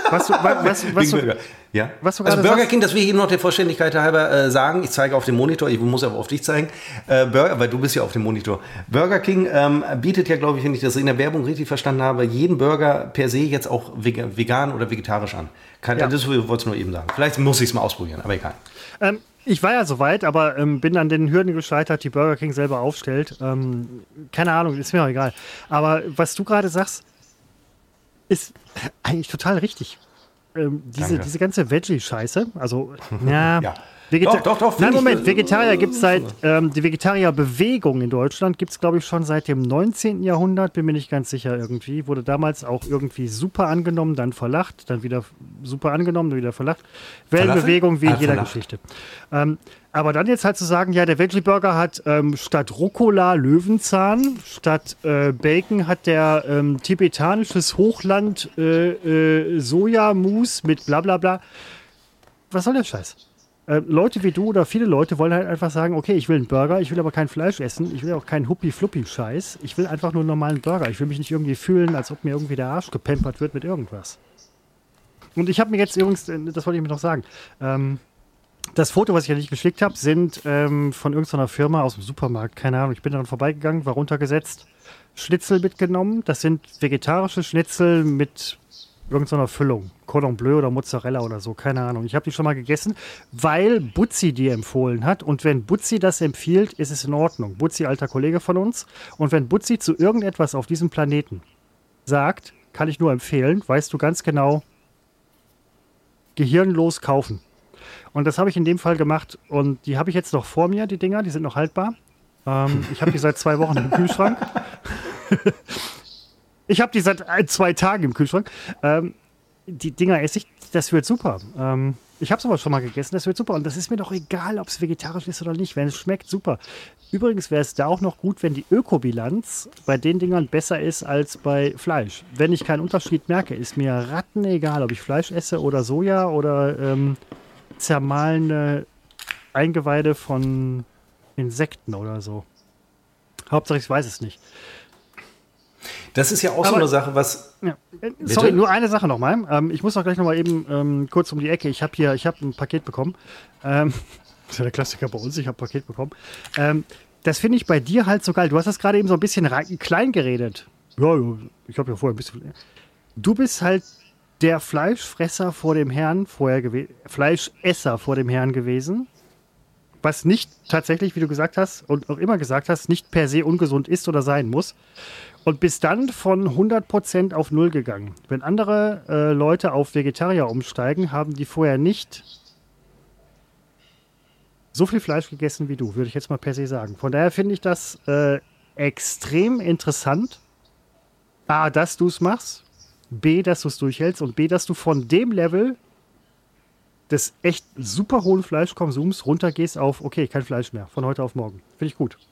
Was du, was, was, Wegen Burger. Ja. Was du also Burger sagst? King, das will ich eben noch der Vollständigkeit halber äh, sagen. Ich zeige auf dem Monitor, ich muss aber auf dich zeigen. Äh, Burger, weil du bist ja auf dem Monitor. Burger King ähm, bietet ja, glaube ich, wenn ich das in der Werbung richtig verstanden habe, jeden Burger per se jetzt auch vegan oder vegetarisch an. Kann, ja. Das wollte ich nur eben sagen. Vielleicht muss ich es mal ausprobieren, aber egal. Ähm, ich war ja soweit, aber ähm, bin an den Hürden gescheitert, die Burger King selber aufstellt. Ähm, keine Ahnung, ist mir auch egal. Aber was du gerade sagst, ist eigentlich total richtig. Ähm, diese, diese ganze Veggie-Scheiße, also, ja, ja. Vegeta- doch, doch, doch. Nein, Moment, ich, Vegetarier gibt es seit, ähm, die Vegetarierbewegung in Deutschland gibt es, glaube ich, schon seit dem neunzehnten Jahrhundert, bin mir nicht ganz sicher irgendwie. Wurde damals auch irgendwie super angenommen, dann verlacht, dann wieder super angenommen, dann wieder verlacht. Wellenbewegung wie in jeder verlacht. Geschichte. Ähm, aber dann jetzt halt zu sagen, ja, der Veggie-Burger hat ähm, statt Rucola Löwenzahn, statt äh, Bacon hat der ähm, tibetanisches Hochland äh, äh, Sojamus mit bla bla bla. Was soll der Scheiß? Äh, Leute wie du oder viele Leute wollen halt einfach sagen, okay, ich will einen Burger, ich will aber kein Fleisch essen, ich will auch keinen Huppi-Fluppi-Scheiß, ich will einfach nur einen normalen Burger. Ich will mich nicht irgendwie fühlen, als ob mir irgendwie der Arsch gepempert wird mit irgendwas. Und ich habe mir jetzt übrigens, das wollte ich mir noch sagen, ähm, das Foto, was ich ja nicht geschickt habe, sind ähm, von irgendeiner Firma aus dem Supermarkt, keine Ahnung, ich bin daran vorbeigegangen, war runtergesetzt, Schnitzel mitgenommen, das sind vegetarische Schnitzel mit irgendeiner Füllung, Cordon Bleu oder Mozzarella oder so, keine Ahnung. Ich habe die schon mal gegessen, weil Butzi die empfohlen hat. Und wenn Butzi das empfiehlt, ist es in Ordnung. Butzi, alter Kollege von uns. Und wenn Butzi zu irgendetwas auf diesem Planeten sagt, kann ich nur empfehlen, weißt du ganz genau, gehirnlos kaufen. Und das habe ich in dem Fall gemacht. Und die habe ich jetzt noch vor mir, die Dinger, die sind noch haltbar. Ähm, ich habe die seit zwei Wochen im Kühlschrank. Ich habe die seit ein, zwei Tagen im Kühlschrank. Ähm, die Dinger esse ich, das wird super. Ähm, ich habe es aber schon mal gegessen, das wird super. Und das ist mir doch egal, ob es vegetarisch ist oder nicht. Wenn es schmeckt, super. Übrigens wäre es da auch noch gut, wenn die Ökobilanz bei den Dingern besser ist als bei Fleisch. Wenn ich keinen Unterschied merke, ist mir rattenegal, ob ich Fleisch esse oder Soja oder ähm, zermahlene Eingeweide von Insekten oder so. Hauptsache ich weiß es nicht. Das ist ja auch aber, so eine Sache, was... Ja. Sorry, nur eine Sache nochmal. Ähm, ich muss doch gleich nochmal eben ähm, kurz um die Ecke. Ich habe hier ich hab ein Paket bekommen. Ähm, das ist ja der Klassiker bei uns. Ich habe ein Paket bekommen. Ähm, das finde ich bei dir halt so geil. Du hast das gerade eben so ein bisschen rein, klein geredet. Ja, ich habe ja vorher ein bisschen... Du bist halt der Fleischfresser vor dem Herrn vorher gewesen. Fleischesser vor dem Herrn gewesen. Was nicht tatsächlich, wie du gesagt hast und auch immer gesagt hast, nicht per se ungesund ist oder sein muss. Und bist dann von hundert Prozent auf null gegangen. Wenn andere äh, Leute auf Vegetarier umsteigen, haben die vorher nicht so viel Fleisch gegessen wie du, würde ich jetzt mal per se sagen. Von daher finde ich das äh, extrem interessant. A, dass du es machst. B, dass du es durchhältst. Und B, dass du von dem Level des echt super hohen Fleischkonsums runtergehst auf, okay, kein Fleisch mehr, von heute auf morgen. Finde ich gut.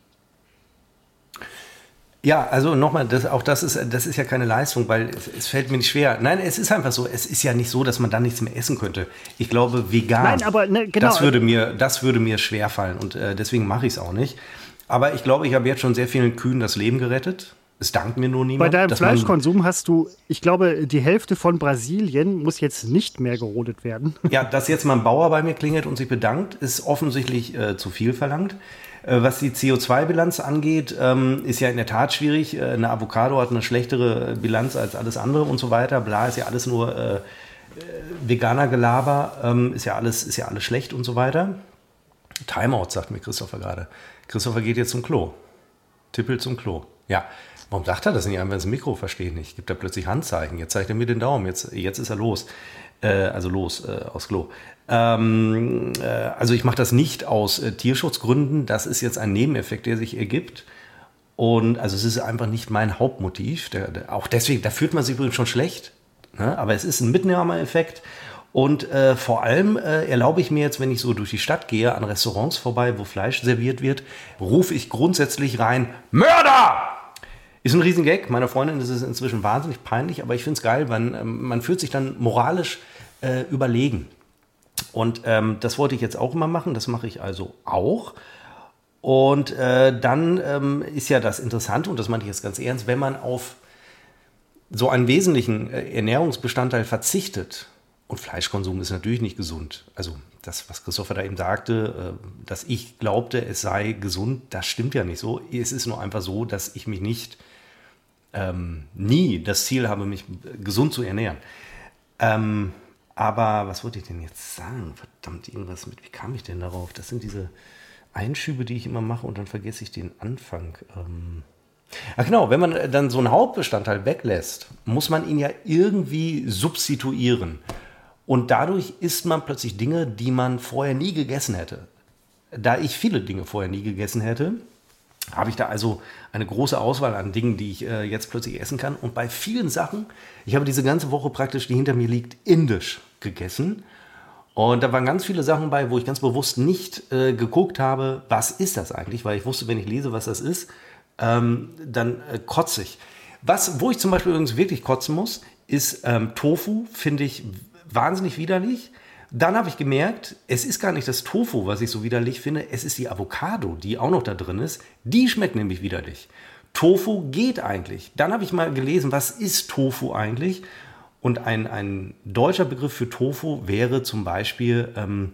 Ja, also nochmal, das, auch das ist, das ist ja keine Leistung, weil es, es fällt mir nicht schwer. Nein, es ist einfach so, es ist ja nicht so, dass man dann nichts mehr essen könnte. Ich glaube, vegan, Nein, aber, ne, genau. das, würde mir, das würde mir schwerfallen und äh, deswegen mache ich es auch nicht. Aber ich glaube, ich habe jetzt schon sehr vielen Kühen das Leben gerettet. Es dankt mir nur niemand. Bei deinem Fleischkonsum hast du, ich glaube, die Hälfte von Brasilien muss jetzt nicht mehr gerodet werden. Ja, dass jetzt mal ein Bauer bei mir klingelt und sich bedankt, ist offensichtlich äh, zu viel verlangt. Was die C O zwei Bilanz angeht, ähm, ist ja in der Tat schwierig. Eine Avocado hat eine schlechtere Bilanz als alles andere und so weiter. Bla, ist ja alles nur äh, veganer Gelaber, ähm, ist ja alles, ist ja alles schlecht und so weiter. Timeout, sagt mir Christopher gerade. Christopher geht jetzt zum Klo. Tippelt zum Klo. Ja. Warum sagt er das nicht einfach ins Mikro? Verstehe ich nicht. Gibt er plötzlich Handzeichen. Jetzt zeigt er mir den Daumen. Jetzt, jetzt ist er los. Äh, also los, äh, aus Klo. Ähm, äh, also ich mache das nicht aus äh, Tierschutzgründen. Das ist jetzt ein Nebeneffekt, der sich ergibt. Und also es ist einfach nicht mein Hauptmotiv. Der, der, auch deswegen, da fühlt man sich übrigens schon schlecht. Ne? Aber es ist ein Mitnahmeeffekt. Und äh, vor allem äh, erlaube ich mir jetzt, wenn ich so durch die Stadt gehe, an Restaurants vorbei, wo Fleisch serviert wird, rufe ich grundsätzlich rein, Mörder! Ist ein Riesengag. Meiner Freundin ist es inzwischen wahnsinnig peinlich, aber ich finde es geil, weil ähm, man fühlt sich dann moralisch äh, überlegen. Und ähm, das wollte ich jetzt auch immer machen, das mache ich also auch. Und äh, dann ähm, ist ja das Interessante, und das meine ich jetzt ganz ernst, wenn man auf so einen wesentlichen Ernährungsbestandteil verzichtet, und Fleischkonsum ist natürlich nicht gesund, also das, was Christopher da eben sagte, dass ich glaubte, es sei gesund, das stimmt ja nicht so. Es ist nur einfach so, dass ich mich nicht, ähm, nie das Ziel habe, mich gesund zu ernähren. Ähm, aber was wollte ich denn jetzt sagen? Verdammt, irgendwas mit, wie kam ich denn darauf? Das sind diese Einschübe, die ich immer mache und dann vergesse ich den Anfang. Ähm Ach genau, wenn man dann so einen Hauptbestandteil weglässt, muss man ihn ja irgendwie substituieren. Und dadurch isst man plötzlich Dinge, die man vorher nie gegessen hätte. Da ich viele Dinge vorher nie gegessen hätte, habe ich da also eine große Auswahl an Dingen, die ich äh, jetzt plötzlich essen kann. Und bei vielen Sachen, ich habe diese ganze Woche praktisch, die hinter mir liegt, indisch gegessen. Und da waren ganz viele Sachen bei, wo ich ganz bewusst nicht äh, geguckt habe, was ist das eigentlich? Weil ich wusste, wenn ich lese, was das ist, ähm, dann äh, kotze ich. Was, wo ich zum Beispiel übrigens wirklich kotzen muss, ist ähm, Tofu, finde ich wahnsinnig widerlich. Dann habe ich gemerkt, es ist gar nicht das Tofu, was ich so widerlich finde, es ist die Avocado, die auch noch da drin ist. Die schmeckt nämlich widerlich. Tofu geht eigentlich. Dann habe ich mal gelesen, was ist Tofu eigentlich? Und ein, ein deutscher Begriff für Tofu wäre zum Beispiel ähm,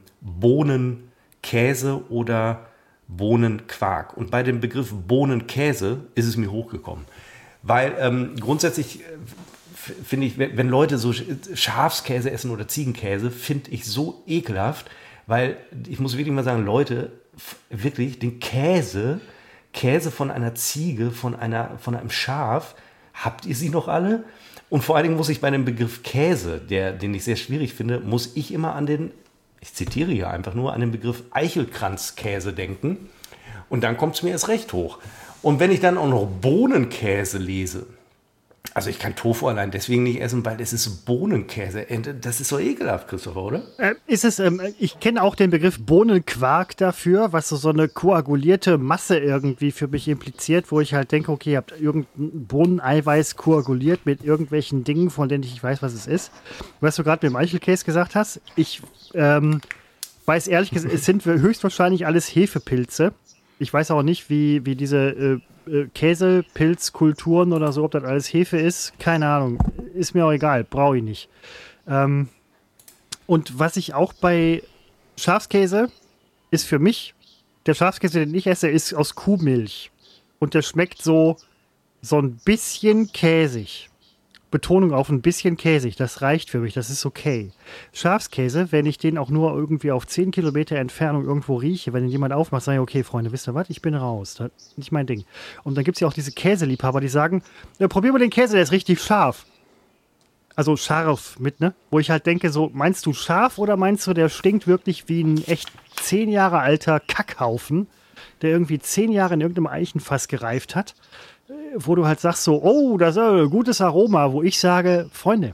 Bohnenkäse oder Bohnenquark. Und bei dem Begriff Bohnenkäse ist es mir hochgekommen. Weil ähm, grundsätzlich finde ich, wenn Leute so Schafskäse essen oder Ziegenkäse, finde ich so ekelhaft, weil ich muss wirklich mal sagen, Leute, wirklich den Käse, Käse von einer Ziege, von, einer, von einem Schaf, habt ihr sie noch alle? Und vor allen Dingen muss ich bei dem Begriff Käse, der, den ich sehr schwierig finde, muss ich immer an den, ich zitiere hier einfach nur, an den Begriff Eichelkranzkäse denken. Und dann kommt es mir erst recht hoch. Und wenn ich dann auch noch Bohnenkäse lese, also ich kann Tofu allein deswegen nicht essen, weil es ist Bohnenkäse. Das ist so ekelhaft, Christopher, oder? Äh, ist es, ähm, ich kenne auch den Begriff Bohnenquark dafür, was so, so eine koagulierte Masse irgendwie für mich impliziert, wo ich halt denke, okay, ihr habt irgendein Bohneneiweiß koaguliert mit irgendwelchen Dingen, von denen ich nicht weiß, was es ist. Was du gerade mit dem Eichelkäse gesagt hast, ich ähm, weiß ehrlich gesagt, es sind höchstwahrscheinlich alles Hefepilze. Ich weiß auch nicht, wie, wie diese äh, äh, Käsepilzkulturen oder so, ob das alles Hefe ist. Keine Ahnung. Ist mir auch egal. Brauche ich nicht. Ähm, und was ich auch bei Schafskäse ist für mich, der Schafskäse, den ich esse, ist aus Kuhmilch. Und der schmeckt so, so ein bisschen käsig. Betonung auf ein bisschen käsig, das reicht für mich, das ist okay. Schafskäse, wenn ich den auch nur irgendwie auf zehn Kilometer Entfernung irgendwo rieche, wenn den jemand aufmacht, sage ich, okay, Freunde, wisst ihr was, ich bin raus, das ist nicht mein Ding. Und dann gibt es ja auch diese Käseliebhaber, die sagen, ja, probier mal den Käse, der ist richtig scharf. Also scharf mit, ne? Wo ich halt denke, so, meinst du scharf oder meinst du, der stinkt wirklich wie ein echt zehn Jahre alter Kackhaufen, der irgendwie zehn Jahre in irgendeinem Eichenfass gereift hat? Wo du halt sagst so, oh, das ist ein gutes Aroma, wo ich sage, Freunde,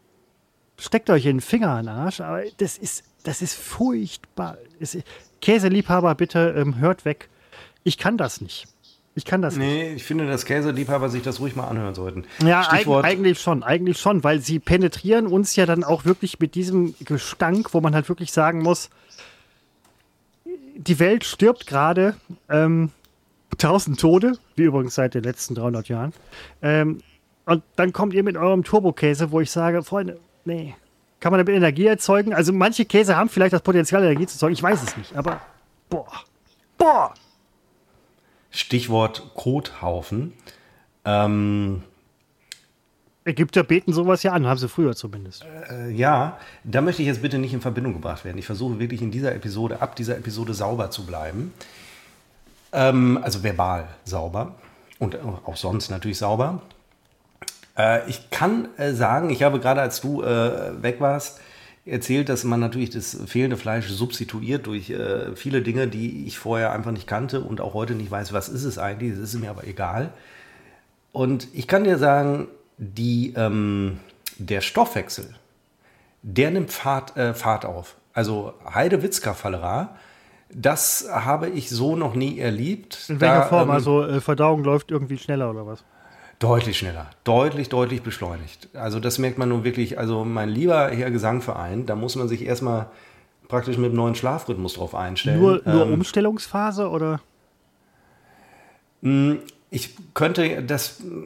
steckt euch in den Finger an den Arsch, aber das ist, das ist furchtbar. Es, Käseliebhaber, bitte ähm, hört weg. Ich kann das nicht. Ich kann das nee, nicht. Ich finde, dass Käseliebhaber sich das ruhig mal anhören sollten. Ja, Stichwort. Eigentlich schon, eigentlich schon, weil sie penetrieren uns ja dann auch wirklich mit diesem Gestank, wo man halt wirklich sagen muss, die Welt stirbt gerade, ähm, tausend Tode, wie übrigens seit den letzten dreihundert Jahren. Ähm, und dann kommt ihr mit eurem Turbokäse, wo ich sage, Freunde, nee, kann man damit Energie erzeugen? Also manche Käse haben vielleicht das Potenzial, Energie zu erzeugen, ich weiß es nicht, aber boah, boah. Stichwort Kothaufen. Ähm, Ägypter beten sowas ja an, haben sie früher zumindest. Äh, ja, da möchte ich jetzt bitte nicht in Verbindung gebracht werden. Ich versuche wirklich in dieser Episode, ab dieser Episode sauber zu bleiben. Ähm, also verbal sauber und auch sonst natürlich sauber. Äh, ich kann äh, sagen, ich habe gerade, als du äh, weg warst, erzählt, dass man natürlich das fehlende Fleisch substituiert durch äh, viele Dinge, die ich vorher einfach nicht kannte und auch heute nicht weiß, was ist es eigentlich. Das ist mir aber egal. Und ich kann dir sagen, die, ähm, der Stoffwechsel, der nimmt Fahrt, äh, Fahrt auf. Also Heidewitzka-Fallera, das habe ich so noch nie erlebt. In welcher da, Form? Ähm, also äh, Verdauung läuft irgendwie schneller oder was? Deutlich schneller, deutlich, deutlich beschleunigt. Also das merkt man nun wirklich, also mein lieber Herr Gesangverein, da muss man sich erstmal praktisch mit einem neuen Schlafrhythmus drauf einstellen. Nur, nur ähm, Umstellungsphase oder? Ich könnte das,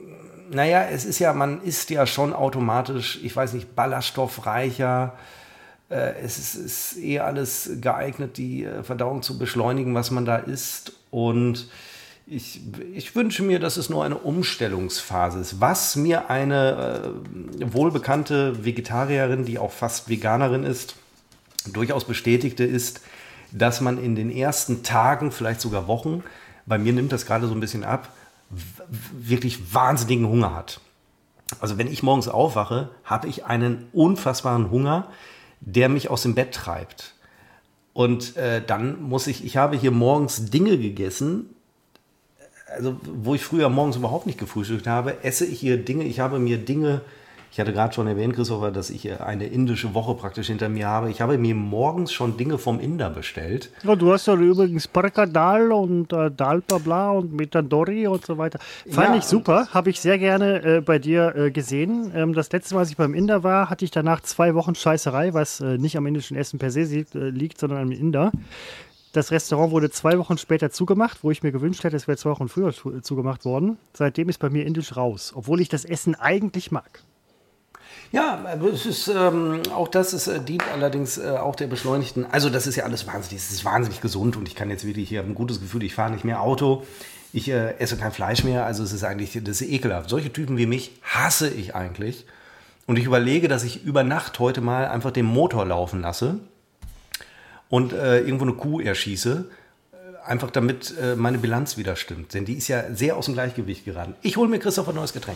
naja, es ist ja, man isst ja schon automatisch, ich weiß nicht, ballaststoffreicher. Äh, es ist, ist eh alles geeignet, die äh, Verdauung zu beschleunigen, was man da isst. Und ich, ich wünsche mir, dass es nur eine Umstellungsphase ist. Was mir eine äh, wohlbekannte Vegetarierin, die auch fast Veganerin ist, durchaus bestätigte, ist, dass man in den ersten Tagen, vielleicht sogar Wochen, bei mir nimmt das gerade so ein bisschen ab, wirklich wahnsinnigen Hunger hat. Also wenn ich morgens aufwache, habe ich einen unfassbaren Hunger, der mich aus dem Bett treibt. Und äh, dann muss ich, ich habe hier morgens Dinge gegessen, also wo ich früher morgens überhaupt nicht gefrühstückt habe, esse ich hier Dinge, ich habe mir Dinge, ich hatte gerade schon erwähnt, Christopher, dass ich eine indische Woche praktisch hinter mir habe. Ich habe mir morgens schon Dinge vom Inder bestellt. Ja, du hast ja übrigens Parka Dal und äh, Dal Babla und Mitadori und so weiter. Fand ja, ich super, habe ich sehr gerne äh, bei dir äh, gesehen. Ähm, das letzte Mal, als ich beim Inder war, hatte ich danach zwei Wochen Scheißerei, was äh, nicht am indischen Essen per se liegt, äh, liegt sondern am Inder. Das Restaurant wurde zwei Wochen später zugemacht, wo ich mir gewünscht hätte, es wäre zwei Wochen früher zugemacht worden. Seitdem ist bei mir indisch raus, obwohl ich das Essen eigentlich mag. Ja, es ist, ähm, auch das ist, äh, dient allerdings äh, auch der beschleunigten, also das ist ja alles wahnsinnig, es ist wahnsinnig gesund und ich kann jetzt wirklich, ich habe ein gutes Gefühl, ich fahre nicht mehr Auto, ich äh, esse kein Fleisch mehr, also es ist eigentlich, das ist ekelhaft. Solche Typen wie mich hasse ich eigentlich und ich überlege, dass ich über Nacht heute mal einfach den Motor laufen lasse und äh, irgendwo eine Kuh erschieße, einfach damit äh, meine Bilanz wieder stimmt, denn die ist ja sehr aus dem Gleichgewicht geraten. Ich hole mir Christopher ein neues Getränk.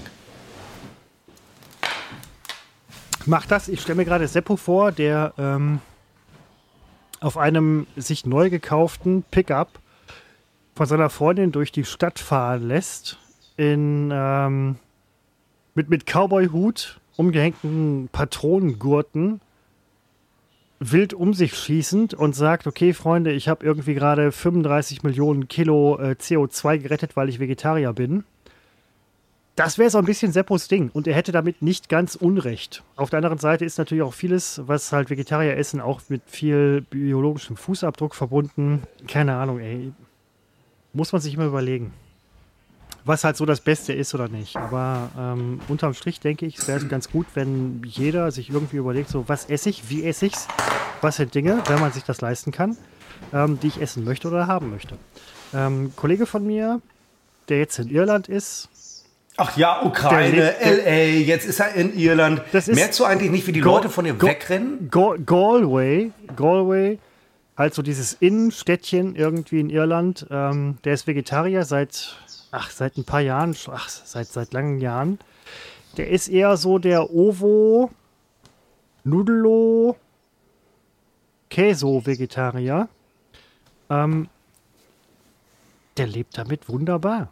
Mach das. Ich stelle mir gerade Seppo vor, der ähm, auf einem sich neu gekauften Pickup von seiner Freundin durch die Stadt fahren lässt, in, ähm, mit, mit Cowboy-Hut, umgehängten Patronengurten, wild um sich schießend und sagt, okay, Freunde, ich habe irgendwie gerade fünfunddreißig Millionen Kilo äh, C O zwei gerettet, weil ich Vegetarier bin. Das wäre so ein bisschen Seppos Ding und er hätte damit nicht ganz Unrecht. Auf der anderen Seite ist natürlich auch vieles, was halt Vegetarier essen, auch mit viel biologischem Fußabdruck verbunden. Keine Ahnung, ey. Muss man sich immer überlegen, was halt so das Beste ist oder nicht. Aber ähm, unterm Strich denke ich, es wäre ganz gut, wenn jeder sich irgendwie überlegt, so was esse ich, wie esse ich's, was sind Dinge, wenn man sich das leisten kann, ähm, die ich essen möchte oder haben möchte. Ähm, ein Kollege von mir, der jetzt in Irland ist, ach ja, Ukraine, L A, jetzt ist er in Irland. Merkst du eigentlich nicht, wie die Go- Leute von dir Go- wegrennen? Go- Galway, Galway, halt so dieses Innenstädtchen irgendwie in Irland. Ähm, der ist Vegetarier seit, ach, seit ein paar Jahren, ach, seit, seit langen Jahren. Der ist eher so der Ovo, Nudelo, Queso-Vegetarier. Ähm, der lebt damit wunderbar.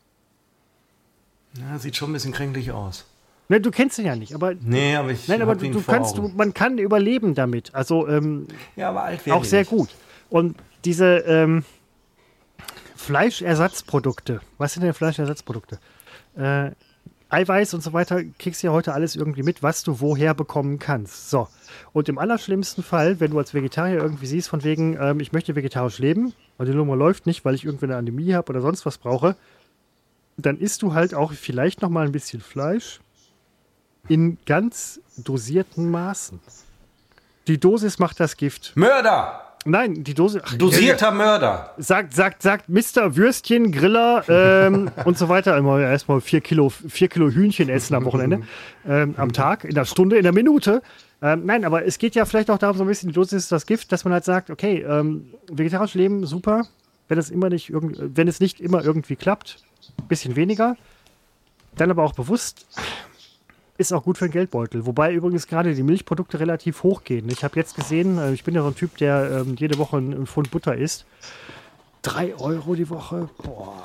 Ja, sieht schon ein bisschen kränklich aus. Ne, du kennst ihn ja nicht, aber. Nee, aber ich. Nein, aber du, du kannst, du, man kann überleben damit. Also, ähm, ja, aber alt auch sehr nicht. Gut. Und diese ähm, Fleischersatzprodukte, was sind denn Fleischersatzprodukte? Äh, Eiweiß und so weiter, kriegst du ja heute alles irgendwie mit, was du woher bekommen kannst. So. Und im allerschlimmsten Fall, wenn du als Vegetarier irgendwie siehst, von wegen, ähm, ich möchte vegetarisch leben, weil die Nummer läuft nicht, weil ich irgendwie eine Anämie habe oder sonst was brauche, dann isst du halt auch vielleicht noch mal ein bisschen Fleisch in ganz dosierten Maßen. Die Dosis macht das Gift. Mörder! Nein, die Dosis... Ach, Dosierter Mörder! Sagt, sagt, sagt Mister Würstchen, Griller ähm, und so weiter. Immer erstmal vier Kilo, vier Kilo Hühnchen essen am Wochenende, ähm, am Tag, in der Stunde, in der Minute. Ähm, nein, aber es geht ja vielleicht auch darum, so ein bisschen, die Dosis ist das Gift, dass man halt sagt, okay, ähm, vegetarisch leben, super. Wenn es immer nicht, irgend, wenn es nicht immer irgendwie klappt, bisschen weniger, dann aber auch bewusst, ist auch gut für den Geldbeutel. Wobei übrigens gerade die Milchprodukte relativ hoch gehen. Ich habe jetzt gesehen, ich bin ja so ein Typ, der ähm, jede Woche einen Pfund Butter isst. Drei Euro die Woche, boah.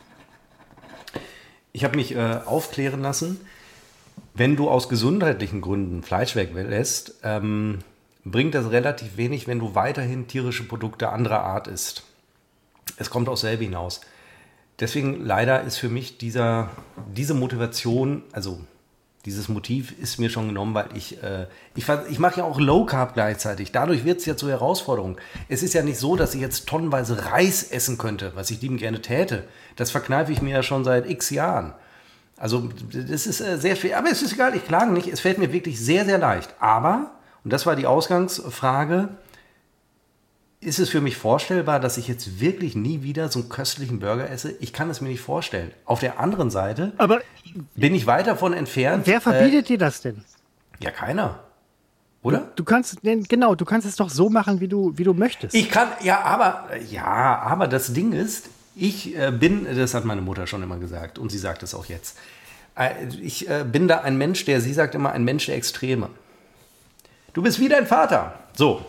Ich habe mich äh, aufklären lassen, wenn du aus gesundheitlichen Gründen Fleisch weglässt, ähm, bringt das relativ wenig, wenn du weiterhin tierische Produkte anderer Art isst. Es kommt aufs selbe hinaus. Deswegen leider ist für mich dieser, diese Motivation, also dieses Motiv ist mir schon genommen, weil ich, äh, ich, ich mache ja auch Low Carb gleichzeitig. Dadurch wird es ja zur Herausforderung. Es ist ja nicht so, dass ich jetzt tonnenweise Reis essen könnte, was ich liebend gerne täte. Das verkneife ich mir ja schon seit x Jahren. Also das ist äh, sehr schwer, aber es ist egal, ich klage nicht, es fällt mir wirklich sehr, sehr leicht. Aber, und das war die Ausgangsfrage, ist es für mich vorstellbar, dass ich jetzt wirklich nie wieder so einen köstlichen Burger esse? Ich kann es mir nicht vorstellen. Auf der anderen Seite Aber bin ich weit davon entfernt. wer verbietet äh, dir das denn? Ja, keiner. Oder? Du, du kannst, genau, du kannst es doch so machen, wie du, wie du möchtest. Ich kann, ja, aber, ja, aber das Ding ist, ich äh, bin, das hat meine Mutter schon immer gesagt und sie sagt es auch jetzt, äh, ich äh, bin da ein Mensch, der, sie sagt immer, ein Mensch der Extreme. Du bist wie dein Vater. So.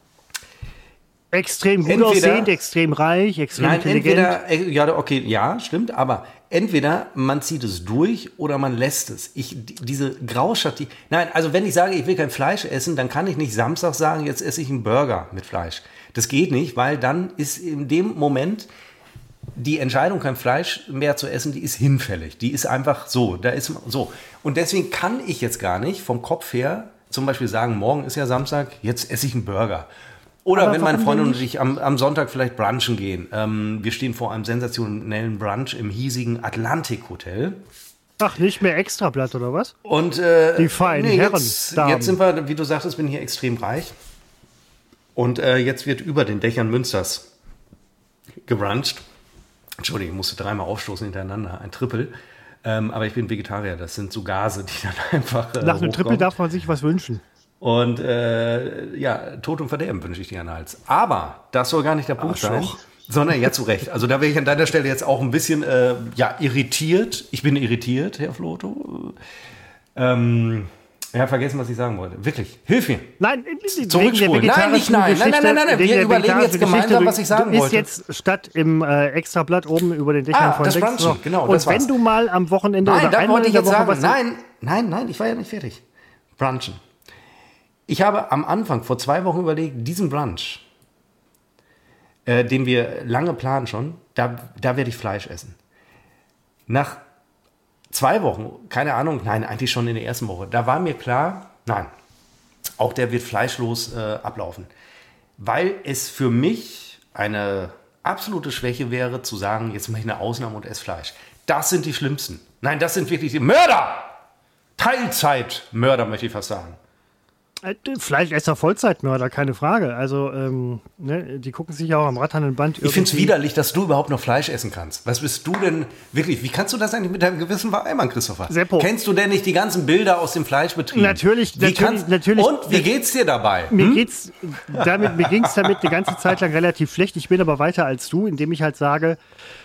Extrem gut Entweder- aussehend, extrem reich, extrem Nein, intelligent. entweder, äh, ja, okay, ja, stimmt, aber entweder man zieht es durch oder man lässt es. Ich, die- diese Grauschatti, nein, also wenn ich sage, ich will kein Fleisch essen, dann kann ich nicht Samstag sagen, jetzt esse ich einen Burger mit Fleisch. Das geht nicht, weil dann ist in dem Moment die Entscheidung, kein Fleisch mehr zu essen, die ist hinfällig. Die ist einfach so, da ist so. Und deswegen kann ich jetzt gar nicht vom Kopf her zum Beispiel sagen, morgen ist ja Samstag, jetzt esse ich einen Burger. Oder Aber wenn meine warum Freundin denn und ich am, am Sonntag vielleicht brunchen gehen. Ähm, wir stehen vor einem sensationellen Brunch im hiesigen Atlantik Hotel. Ach, nicht mehr Extrablatt oder was? Und äh, Die feinen Herren, jetzt, Damen. jetzt sind wir, wie du sagtest, bin hier extrem reich. Und äh, jetzt wird über den Dächern Münsters gebruncht. Entschuldigung, ich musste dreimal aufstoßen hintereinander, ein Triple. Ähm, aber ich bin Vegetarier, das sind so Gase, die dann einfach äh, Nach einem Triple hochkommen. darf man sich was wünschen. Und äh, ja, Tod und Verderben wünsche ich dir an den Hals. Aber das soll gar nicht der Punkt sein. Arschloch. Sondern ja, zu Recht. Also da wäre ich an deiner Stelle jetzt auch ein bisschen äh, ja, irritiert. Ich bin irritiert, Herr Floto. Ähm, ich habe vergessen, was ich sagen wollte. Wirklich, hilf mir. Nein, Zurückspulen. Nein, nicht nein. Nein, nein, nein, nein. Wir überlegen jetzt gemeinsam, was ich sagen du wollte. ist jetzt statt im äh, Extrablatt oben über den Dächern Ah, von das Dex- Brunchen, so. genau, Und das wenn war's. du mal am Wochenende Nein, oder das einmal wollte in ich der jetzt Woche sagen. was Nein, nein, nein, ich war ja nicht fertig. Brunchen. Ich habe am Anfang vor zwei Wochen überlegt, diesen Brunch, äh, den wir lange planen schon, da, da werde ich Fleisch essen. Nach zwei Wochen, keine Ahnung, nein, eigentlich schon in der ersten Woche, da war mir klar, nein, auch der wird fleischlos äh, ablaufen. Weil es für mich eine absolute Schwäche wäre, zu sagen, jetzt mache ich eine Ausnahme und esse Fleisch. Das sind die Schlimmsten. Nein, das sind wirklich die Mörder! Teilzeitmörder, möchte ich fast sagen. Äh, Fleischesser Vollzeitmörder, keine Frage. Also, ähm, ne, die gucken sich ja auch am ratternden Band Ich finde es irgendwie- widerlich, dass du überhaupt noch Fleisch essen kannst. Was bist du denn wirklich? Wie kannst du das eigentlich mit deinem Gewissen vereinbaren, Christopher? Seppo. Kennst du denn nicht die ganzen Bilder aus dem Fleischbetrieb? Natürlich, wie natürlich, kannst, natürlich. Und wie geht's dir dabei? Mir geht's damit, mir ging es damit eine ganze Zeit lang relativ schlecht. Ich bin aber weiter als du, indem ich halt sage,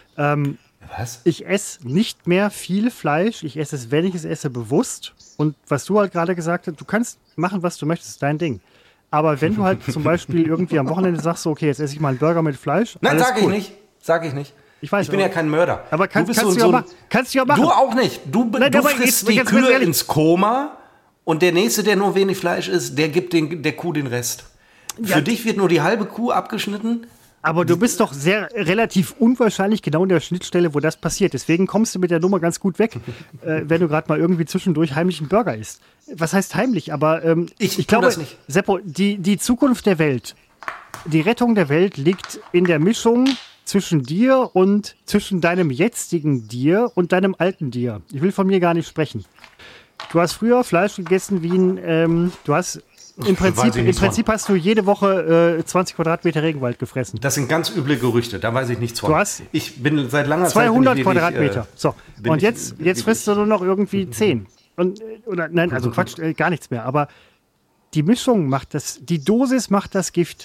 Was? ich esse nicht mehr viel Fleisch. Ich esse es, wenn ich es esse, bewusst. Und was du halt gerade gesagt hast, du kannst machen, was du möchtest, dein Ding. Aber wenn du halt zum Beispiel irgendwie am Wochenende sagst, so, okay, jetzt esse ich mal einen Burger mit Fleisch. Nein, alles sag cool. ich nicht. Sag ich nicht. Ich weiß, ich bin ja aber- kein Mörder. Aber kann, du bist kannst, so, du ja so, machen. kannst du ja machen. Du auch nicht. Du, Nein, du aber frisst jetzt- die jetzt ganz Kühe ehrlich. ins Koma und der Nächste, der nur wenig Fleisch isst, der gibt den, der Kuh den Rest. Ja. Für dich wird nur die halbe Kuh abgeschnitten. Aber du bist doch sehr relativ unwahrscheinlich genau in der Schnittstelle, wo das passiert. Deswegen kommst du mit der Nummer ganz gut weg, äh, wenn du gerade mal irgendwie zwischendurch heimlich einen Burger isst. Was heißt heimlich? Aber ähm, Ich tu glaube, das nicht. Seppo, die, die Zukunft der Welt, die Rettung der Welt liegt in der Mischung zwischen dir und zwischen deinem jetzigen Dir und deinem alten Dir. Ich will von mir gar nicht sprechen. Du hast früher Fleisch gegessen wie ein, ähm, du hast im Weiß Prinzip, ich im nichts Prinzip hast du jede Woche äh, zwanzig Quadratmeter Regenwald gefressen. Das sind ganz üble Gerüchte, da weiß ich nichts von. Du hast ich bin seit langer zweihundert Zeit. bin ich wirklich, Quadratmeter. Äh, so, bin und ich jetzt, jetzt frisst du nur noch irgendwie zehn. Und, äh, oder nein, also Quatsch, äh, gar nichts mehr. Aber die Mischung macht das, die Dosis macht das Gift.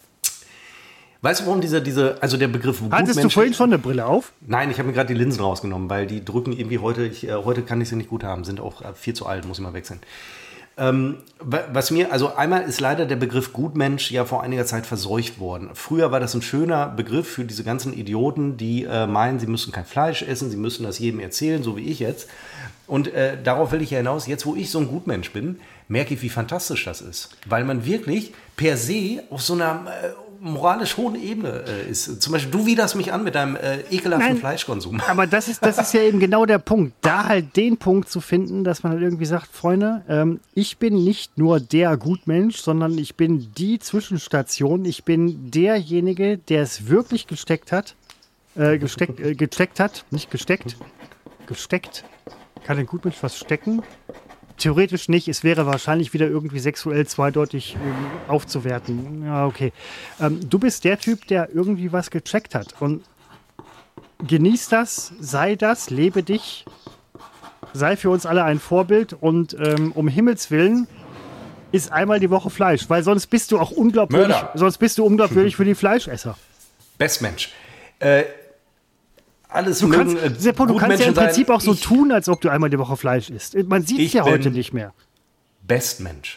Weißt du, warum dieser, diese, also der Begriff Hattest du Gutmensch- vorhin schon eine Brille auf? Nein, ich habe mir gerade die Linsen rausgenommen, weil die drücken irgendwie heute, ich, äh, heute kann ich sie nicht gut haben, sind auch äh, viel zu alt, muss ich mal wechseln. Ähm, wa- was mir, also einmal ist leider der Begriff Gutmensch ja vor einiger Zeit verseucht worden. Früher war das ein schöner Begriff für diese ganzen Idioten, die äh, meinen, sie müssen kein Fleisch essen, sie müssen das jedem erzählen, so wie ich jetzt. Und äh, darauf will ich ja hinaus, jetzt wo ich so ein Gutmensch bin, merke ich, wie fantastisch das ist. Weil man wirklich per se auf so einer äh, moralisch hohen Ebene äh, ist. Zum Beispiel, du widerst mich an mit deinem äh, ekelhaften Nein. Fleischkonsum. Aber das ist, das ist ja eben genau der Punkt. Da halt den Punkt zu finden, dass man halt irgendwie sagt, Freunde, ähm, ich bin nicht nur der Gutmensch, sondern ich bin die Zwischenstation. Ich bin derjenige, der es wirklich gesteckt hat, äh, gesteckt, äh, gesteckt hat, nicht gesteckt, gesteckt, Kann ein Gutmensch was stecken? Theoretisch nicht. Es wäre wahrscheinlich wieder irgendwie sexuell zweideutig ähm, aufzuwerten. Ja, okay. Ähm, du bist der Typ, der irgendwie was gecheckt hat. Und genieß das, sei das, lebe dich, sei für uns alle ein Vorbild. Und ähm, um Himmels Willen, isst einmal die Woche Fleisch. Weil sonst bist du auch unglaubwürdig, Mörder. sonst bist du unglaubwürdig für die Fleischesser. Bestmensch. Äh, alles Du mögen, kannst, äh, Seppo, du kannst ja im Gutmenschen Prinzip sein. auch so Ich- tun, als ob du einmal die Woche Fleisch isst. Man sieht es Ich ja heute bin- nicht mehr. Bestmensch.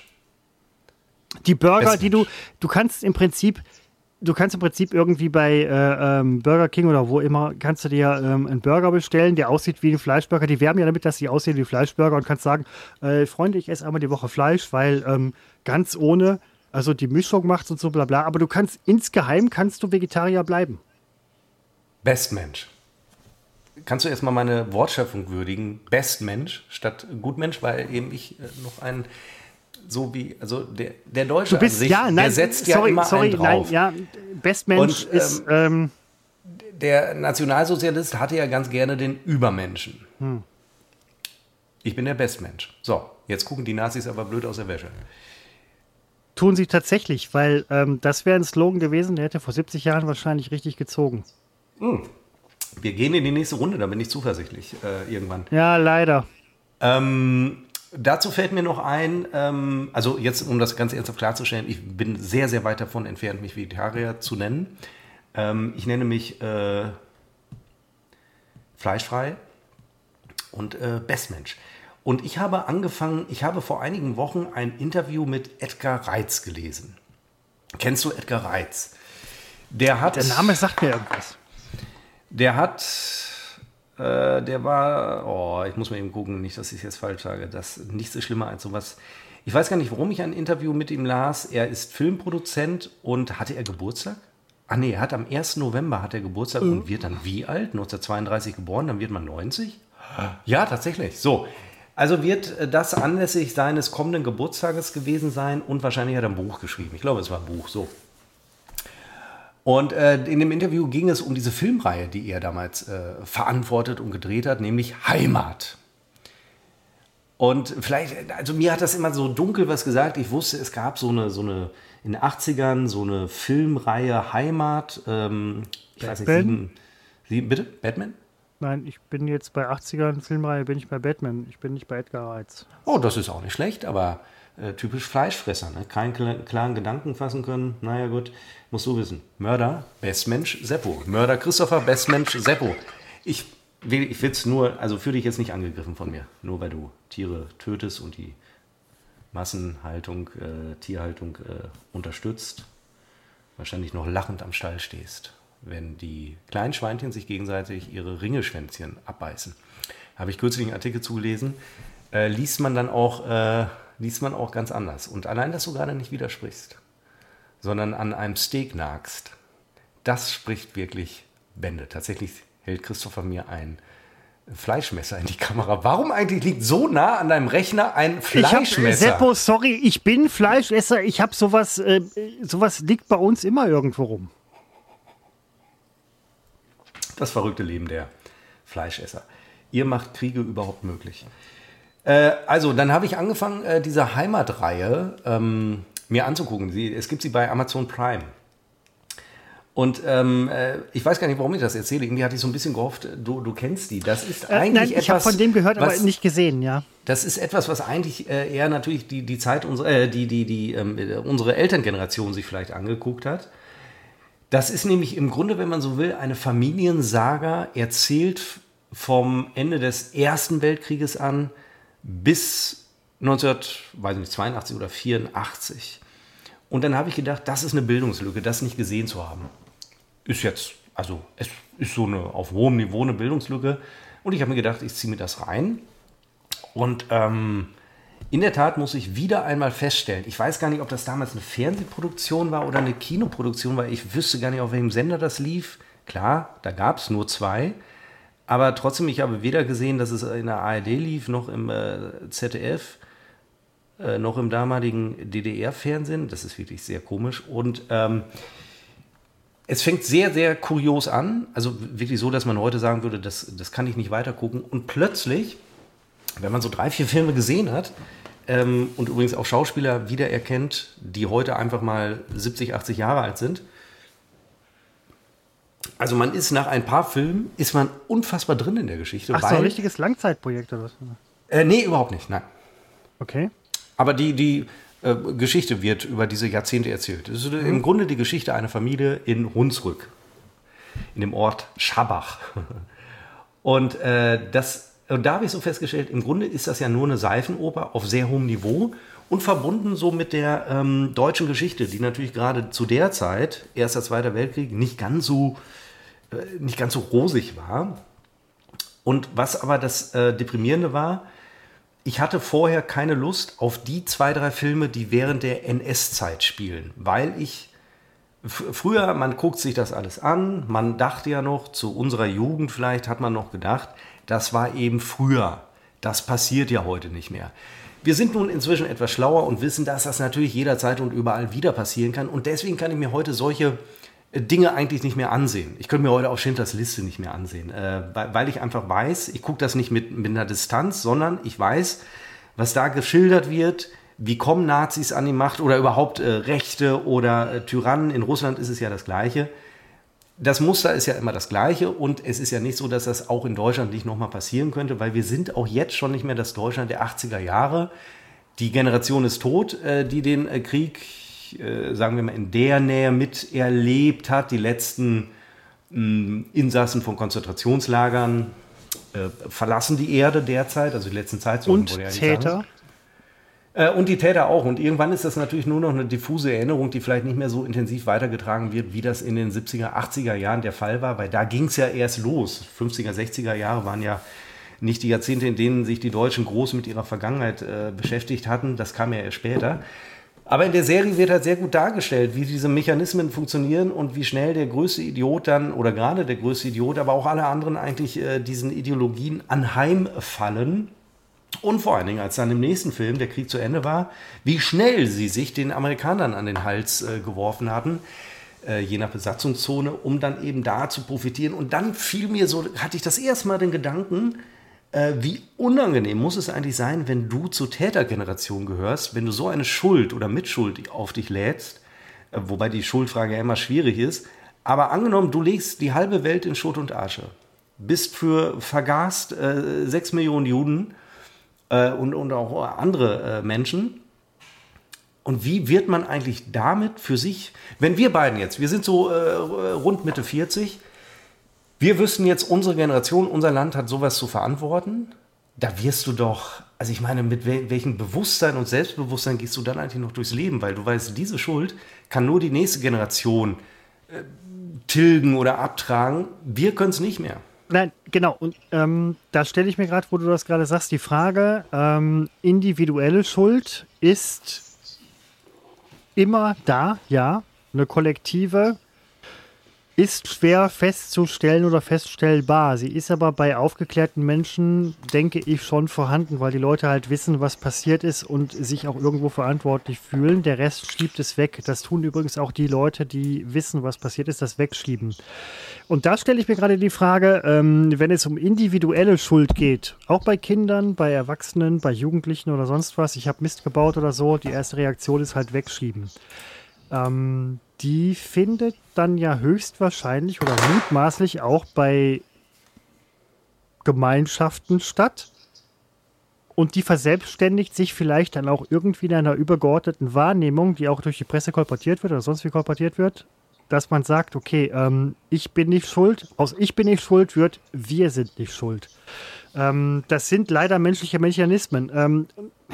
Die Burger, Bestmensch. die du, du kannst im Prinzip, du kannst im Prinzip irgendwie bei äh, ähm, Burger King oder wo immer, kannst du dir ähm, einen Burger bestellen, der aussieht wie ein Fleischburger. Die werben ja damit, dass sie aussehen wie Fleischburger und kannst sagen, äh, Freunde, ich esse einmal die Woche Fleisch, weil ähm, ganz ohne, also die Mischung macht's und so bla bla. Aber du kannst insgeheim kannst du Vegetarier bleiben. Bestmensch. Kannst du erstmal meine Wortschöpfung würdigen? Bestmensch statt Gutmensch, weil eben ich äh, noch einen, so wie, also der, der Deutsche Du bist an sich, ja, nein, der setzt ja sorry, immer sorry, einen drauf. nein, ja, Bestmensch Und, ist, ähm, Der Nationalsozialist hatte ja ganz gerne den Übermenschen. Hm. Ich bin der Bestmensch. So, jetzt gucken die Nazis aber blöd aus der Wäsche. tun sie tatsächlich, weil ähm, das wäre ein Slogan gewesen, der hätte vor siebzig Jahren wahrscheinlich richtig gezogen. Wir gehen in die nächste Runde, da bin ich zuversichtlich äh, irgendwann. Ja, leider. Ähm, dazu fällt mir noch ein, ähm, also jetzt, um das ganz ernsthaft klarzustellen, ich bin sehr, sehr weit davon entfernt, mich Vegetarier zu nennen. Ähm, ich nenne mich äh, fleischfrei und äh, Bestmensch. Und ich habe angefangen, ich habe vor einigen Wochen ein Interview mit Edgar Reitz gelesen. Kennst du Edgar Reitz? Der hat... Der Name sagt mir irgendwas. Der hat, äh, der war, oh, ich muss mal eben gucken, nicht, dass ich es jetzt falsch sage, das nichts ist schlimmer als sowas. Ich weiß gar nicht, warum ich ein Interview mit ihm las. Er ist Filmproduzent und hatte er Geburtstag? Ah nee, er hat am ersten November hat er Geburtstag mhm. und wird dann wie alt? neunzehnhundertzweiunddreißig geboren, dann wird man neunzig? Ja, tatsächlich. So, also wird das anlässlich seines kommenden Geburtstages gewesen sein und wahrscheinlich hat er ein Buch geschrieben. Ich glaube, es war ein Buch, so. Und äh, in dem Interview ging es um diese Filmreihe, die er damals äh, verantwortet und gedreht hat, nämlich Heimat. Und vielleicht, also mir hat das immer so dunkel was gesagt. Ich wusste, es gab so eine, so eine in den achtzigern so eine Filmreihe Heimat. Ähm, ich weiß nicht, sieben, sieben, bitte? Batman? Nein, ich bin jetzt bei achtzigern Filmreihe, bin ich bei Batman. Ich bin nicht bei Edgar Reitz. Oh, das ist auch nicht schlecht, aber äh, typisch Fleischfresser, ne? Keinen kl- klaren Gedanken fassen können. Naja gut, musst du wissen. Mörder, Bestmensch, Seppo. Mörder Christopher, Bestmensch, Seppo. Ich will ich will's nur, also fühle dich jetzt nicht angegriffen von mir, nur weil du Tiere tötest und die Massenhaltung, äh, Tierhaltung äh, unterstützt. Wahrscheinlich noch lachend am Stall stehst, wenn die kleinen Schweinchen sich gegenseitig ihre Ringelschwänzchen abbeißen. Habe ich kürzlich einen Artikel zugelesen. Äh, liest man dann auch, äh, liest man auch ganz anders. Und allein, dass du gerade nicht widersprichst, sondern an einem Steak nagst, das spricht wirklich Bände. Tatsächlich hält Christopher mir ein Fleischmesser in die Kamera. Warum eigentlich liegt so nah an deinem Rechner ein Fleischmesser? Ich hab, Seppo, sorry, ich bin Fleischesser. Ich habe sowas, äh, sowas liegt bei uns immer irgendwo rum. Das verrückte Leben der Fleischesser. Ihr macht Kriege überhaupt möglich. Äh, also, dann habe ich angefangen, äh, diese Heimatreihe ähm, mir anzugucken. Sie, es gibt sie bei Amazon Prime. Und ähm, äh, ich weiß gar nicht, warum ich das erzähle. Irgendwie hatte ich so ein bisschen gehofft, du, du kennst die. Das ist Äh, eigentlich nein, etwas, ich habe von dem gehört, was, aber nicht gesehen, ja. Das ist etwas, was eigentlich äh, eher natürlich die, die Zeit, unserer, äh, die, die, die, ähm, unsere Elterngeneration sich vielleicht angeguckt hat. Das ist nämlich im Grunde, wenn man so will, eine Familiensaga, erzählt vom Ende des Ersten Weltkrieges an bis neunzehnhundertzweiundachtzig oder vierundachtzig. Und dann habe ich gedacht, das ist eine Bildungslücke, das nicht gesehen zu haben. Ist jetzt, also es ist so eine auf hohem Niveau eine Bildungslücke. Und ich habe mir gedacht, ich ziehe mir das rein. Und ähm, in der Tat muss ich wieder einmal feststellen, ich weiß gar nicht, ob das damals eine Fernsehproduktion war oder eine Kinoproduktion, weil ich wüsste gar nicht, auf welchem Sender das lief. Klar, da gab es nur zwei. Aber trotzdem, ich habe weder gesehen, dass es in der A R D lief, noch im äh, Z D F, äh, noch im damaligen D D R-Fernsehen. Das ist wirklich sehr komisch. Und ähm, es fängt sehr, sehr kurios an. Also wirklich so, dass man heute sagen würde, das, das kann ich nicht weiter gucken. Und plötzlich wenn man so drei, vier Filme gesehen hat ähm, und übrigens auch Schauspieler wiedererkennt, die heute einfach mal siebzig, achtzig Jahre alt sind. Also man ist nach ein paar Filmen, ist man unfassbar drin in der Geschichte. Ach, weil, so ein richtiges Langzeitprojekt oder was? Äh, nee, überhaupt nicht, nein. Okay. Aber die, die äh, Geschichte wird über diese Jahrzehnte erzählt. Das ist mhm. im Grunde die Geschichte einer Familie in Hunsrück, in dem Ort Schabach. Und, äh, das, und da habe ich so festgestellt, im Grunde ist das ja nur eine Seifenoper auf sehr hohem Niveau und verbunden so mit der ähm, deutschen Geschichte, die natürlich gerade zu der Zeit, Erster, Zweiter Weltkrieg, nicht ganz so, äh, nicht ganz so rosig war. Und was aber das äh, Deprimierende war, ich hatte vorher keine Lust auf die zwei, drei Filme, die während der N S-Zeit spielen, weil ich f- früher, man guckt sich das alles an, man dachte ja noch, zu unserer Jugend vielleicht hat man noch gedacht, das war eben früher, das passiert ja heute nicht mehr. Wir sind nun inzwischen etwas schlauer und wissen, dass das natürlich jederzeit und überall wieder passieren kann und deswegen kann ich mir heute solche Dinge eigentlich nicht mehr ansehen. Ich könnte mir heute auch Schindlers Liste nicht mehr ansehen, äh, weil ich einfach weiß, ich gucke das nicht mit, mit einer Distanz, sondern ich weiß, was da geschildert wird, wie kommen Nazis an die Macht oder überhaupt äh, Rechte oder äh, Tyrannen. In Russland ist es ja das Gleiche. Das Muster ist ja immer das Gleiche und es ist ja nicht so, dass das auch in Deutschland nicht nochmal passieren könnte, weil wir sind auch jetzt schon nicht mehr das Deutschland der achtziger Jahre. Die Generation ist tot, äh, die den äh, Krieg Äh, sagen wir mal, in der Nähe miterlebt hat, die letzten mh, Insassen von Konzentrationslagern äh, verlassen die Erde derzeit, also die letzten Zeitzonen. Und ja Täter? Äh, und die Täter auch. Und irgendwann ist das natürlich nur noch eine diffuse Erinnerung, die vielleicht nicht mehr so intensiv weitergetragen wird, wie das in den siebziger, achtziger Jahren der Fall war, weil da ging es ja erst los. fünfziger, sechziger Jahre waren ja nicht die Jahrzehnte, in denen sich die Deutschen groß mit ihrer Vergangenheit äh, beschäftigt hatten. Das kam ja erst später. Aber in der Serie wird halt sehr gut dargestellt, wie diese Mechanismen funktionieren und wie schnell der größte Idiot dann, oder gerade der größte Idiot, aber auch alle anderen eigentlich äh, diesen Ideologien anheimfallen. Und vor allen Dingen, als dann im nächsten Film der Krieg zu Ende war, wie schnell sie sich den Amerikanern an den Hals äh, geworfen hatten, äh, je nach Besatzungszone, um dann eben da zu profitieren. Und dann fiel mir so, hatte ich das erste Mal den Gedanken, wie unangenehm muss es eigentlich sein, wenn du zur Tätergeneration gehörst, wenn du so eine Schuld oder Mitschuld auf dich lädst, wobei die Schuldfrage ja immer schwierig ist, aber angenommen, du legst die halbe Welt in Schutt und Asche, bist für vergast äh, sechs Millionen Juden äh, und, und auch andere äh, Menschen. Und wie wird man eigentlich damit für sich, wenn wir beiden jetzt, wir sind so äh, rund Mitte vierzig, wir wüssten jetzt, unsere Generation, unser Land hat sowas zu verantworten. Da wirst du doch, also ich meine, mit wel- welchem Bewusstsein und Selbstbewusstsein gehst du dann eigentlich noch durchs Leben? Weil du weißt, diese Schuld kann nur die nächste Generation äh, tilgen oder abtragen. Wir können es nicht mehr. Nein, genau. Und ähm, da stelle ich mir gerade, wo du das gerade sagst, die Frage, ähm, individuelle Schuld ist immer da, ja. Eine kollektive ist schwer festzustellen oder feststellbar. Sie ist aber bei aufgeklärten Menschen, denke ich, schon vorhanden, weil die Leute halt wissen, was passiert ist und sich auch irgendwo verantwortlich fühlen. Der Rest schiebt es weg. Das tun übrigens auch die Leute, die wissen, was passiert ist, das wegschieben. Und da stelle ich mir gerade die Frage, ähm, wenn es um individuelle Schuld geht, auch bei Kindern, bei Erwachsenen, bei Jugendlichen oder sonst was, ich habe Mist gebaut oder so, die erste Reaktion ist halt wegschieben. Ähm, die findet dann ja höchstwahrscheinlich oder mutmaßlich auch bei Gemeinschaften statt. Und die verselbstständigt sich vielleicht dann auch irgendwie in einer übergeordneten Wahrnehmung, die auch durch die Presse kolportiert wird oder sonst wie kolportiert wird, dass man sagt, okay, ähm, ich bin nicht schuld, aus ich bin nicht schuld wird, wir sind nicht schuld. Ähm, das sind leider menschliche Mechanismen. Ähm,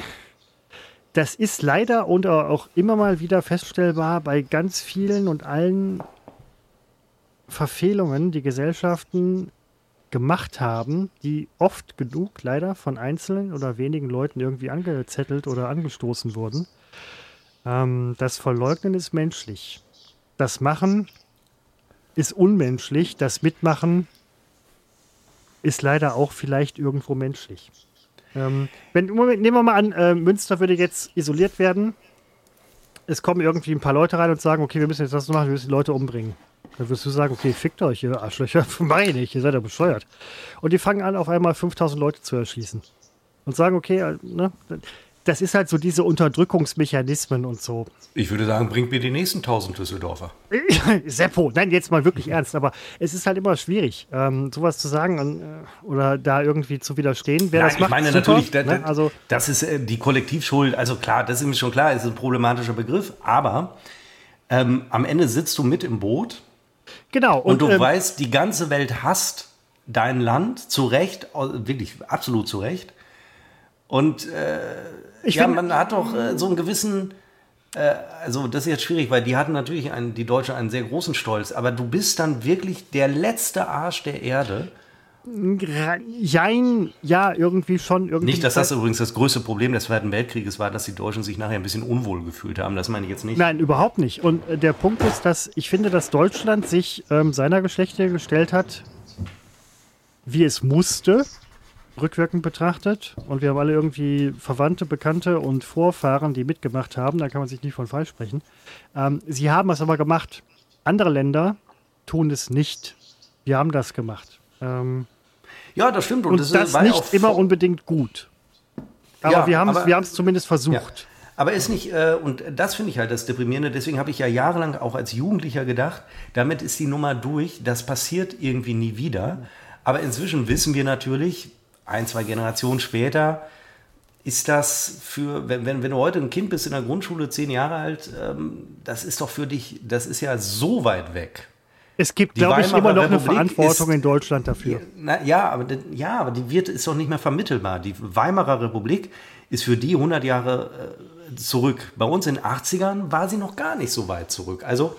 Das ist leider und auch immer mal wieder feststellbar bei ganz vielen und allen Verfehlungen, die Gesellschaften gemacht haben, die oft genug leider von einzelnen oder wenigen Leuten irgendwie angezettelt oder angestoßen wurden. Ähm, das Verleugnen ist menschlich. Das Machen ist unmenschlich. Das Mitmachen ist leider auch vielleicht irgendwo menschlich. Ähm, wenn, nehmen wir mal an, äh, Münster würde jetzt isoliert werden. Es kommen irgendwie ein paar Leute rein und sagen, okay, wir müssen jetzt das machen, wir müssen die Leute umbringen. Dann wirst du sagen, okay, fickt euch, ihr Arschlöcher, mach ich nicht, ihr seid ja bescheuert. Und die fangen an, auf einmal fünftausend Leute zu erschießen. und sagen, okay, ne, das ist halt so diese Unterdrückungsmechanismen und so. Ich würde sagen, bringt mir die nächsten tausend Düsseldorfer. Seppo, nein, jetzt mal wirklich ernst, aber es ist halt immer schwierig, ähm, sowas zu sagen und, äh, oder da irgendwie zu widerstehen. Wer Nein, das macht, ich meine super, natürlich, da, ne? da, Also, das ist äh, die Kollektivschuld, also klar, das ist mir schon klar, es ist ein problematischer Begriff, aber ähm, am Ende sitzt du mit im Boot genau. und, Und, du ähm, weißt, die ganze Welt hasst dein Land, zu Recht, wirklich absolut zu Recht. Und äh, ich ja, find, man hat doch äh, so einen gewissen, äh, also das ist jetzt schwierig, weil die hatten natürlich, einen, die Deutschen, einen sehr großen Stolz, aber du bist dann wirklich der letzte Arsch der Erde. Jein, ja, irgendwie schon. Irgendwie Nicht, dass das übrigens das größte Problem des Zweiten Weltkrieges war, dass die Deutschen sich nachher ein bisschen unwohl gefühlt haben. Das meine ich jetzt nicht. Nein, überhaupt nicht. Und äh, der Punkt ist, dass ich finde, dass Deutschland sich ähm, seiner Geschlechter gestellt hat, wie es musste, rückwirkend betrachtet. Und wir haben alle irgendwie Verwandte, Bekannte und Vorfahren, die mitgemacht haben. Da kann man sich nicht von falsch sprechen. Ähm, sie haben es aber gemacht. Andere Länder tun es nicht. Wir haben das gemacht. Ähm, ja, das stimmt. und, und das, das war nicht auch immer unbedingt gut. Aber ja, wir haben aber, wir es zumindest versucht. Ja. Aber ist nicht, äh, und das finde ich halt das Deprimierende, deswegen habe ich ja jahrelang auch als Jugendlicher gedacht, damit ist die Nummer durch, das passiert irgendwie nie wieder. Aber inzwischen wissen wir natürlich, ein, zwei Generationen später, ist das für, wenn, wenn, wenn du heute ein Kind bist in der Grundschule, zehn Jahre alt, ähm, das ist doch für dich, das ist ja so weit weg. Es gibt, glaube ich, immer noch eine Verantwortung ist, in Deutschland dafür. Na, ja, aber, ja, aber die wird, ist doch nicht mehr vermittelbar. Die Weimarer Republik ist für die hundert Jahre äh, zurück. Bei uns in den achtzigern war sie noch gar nicht so weit zurück. Also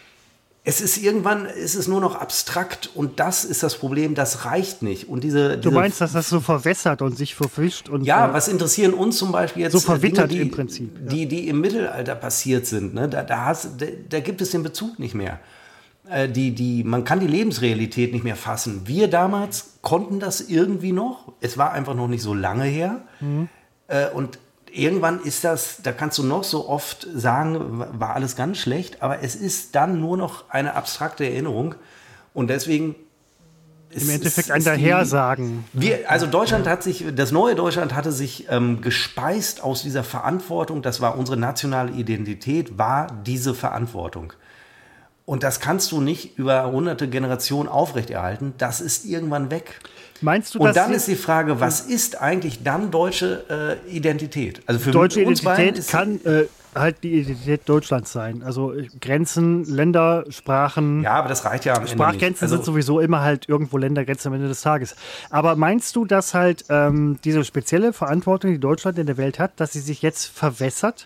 es ist irgendwann, ist es nur noch abstrakt und das ist das Problem, das reicht nicht. Und diese, du diese, meinst, dass das so verwässert und sich verfischt? Und, ja, äh, was interessieren uns zum Beispiel jetzt so verwittert Dinge, die, im Prinzip. Ja. Die, die im Mittelalter passiert sind. Ne? Da, da, hast, da, da gibt es den Bezug nicht mehr. Die, die, man kann die Lebensrealität nicht mehr fassen. Wir damals konnten das irgendwie noch. Es war einfach noch nicht so lange her. Mhm. Und irgendwann ist das, da kannst du noch so oft sagen, war alles ganz schlecht, aber es ist dann nur noch eine abstrakte Erinnerung. Und deswegen ist im Endeffekt ist, ein Dahersagen. Wir, also Deutschland hat sich, das neue Deutschland hatte sich ähm, gespeist aus dieser Verantwortung. Das war unsere nationale Identität, war diese Verantwortung. Und das kannst du nicht über hunderte Generationen aufrechterhalten. Das ist irgendwann weg. Meinst du, und dass dann ist die Frage, was ist eigentlich dann deutsche äh, Identität? Also für deutsche uns Identität kann äh, halt die Identität Deutschlands sein. Also Grenzen, Länder, Sprachen. Ja, aber das reicht ja am Ende nicht. Sprachgrenzen also, sind sowieso immer halt irgendwo Ländergrenzen am Ende des Tages. Aber meinst du, dass halt ähm, diese spezielle Verantwortung, die Deutschland in der Welt hat, dass sie sich jetzt verwässert?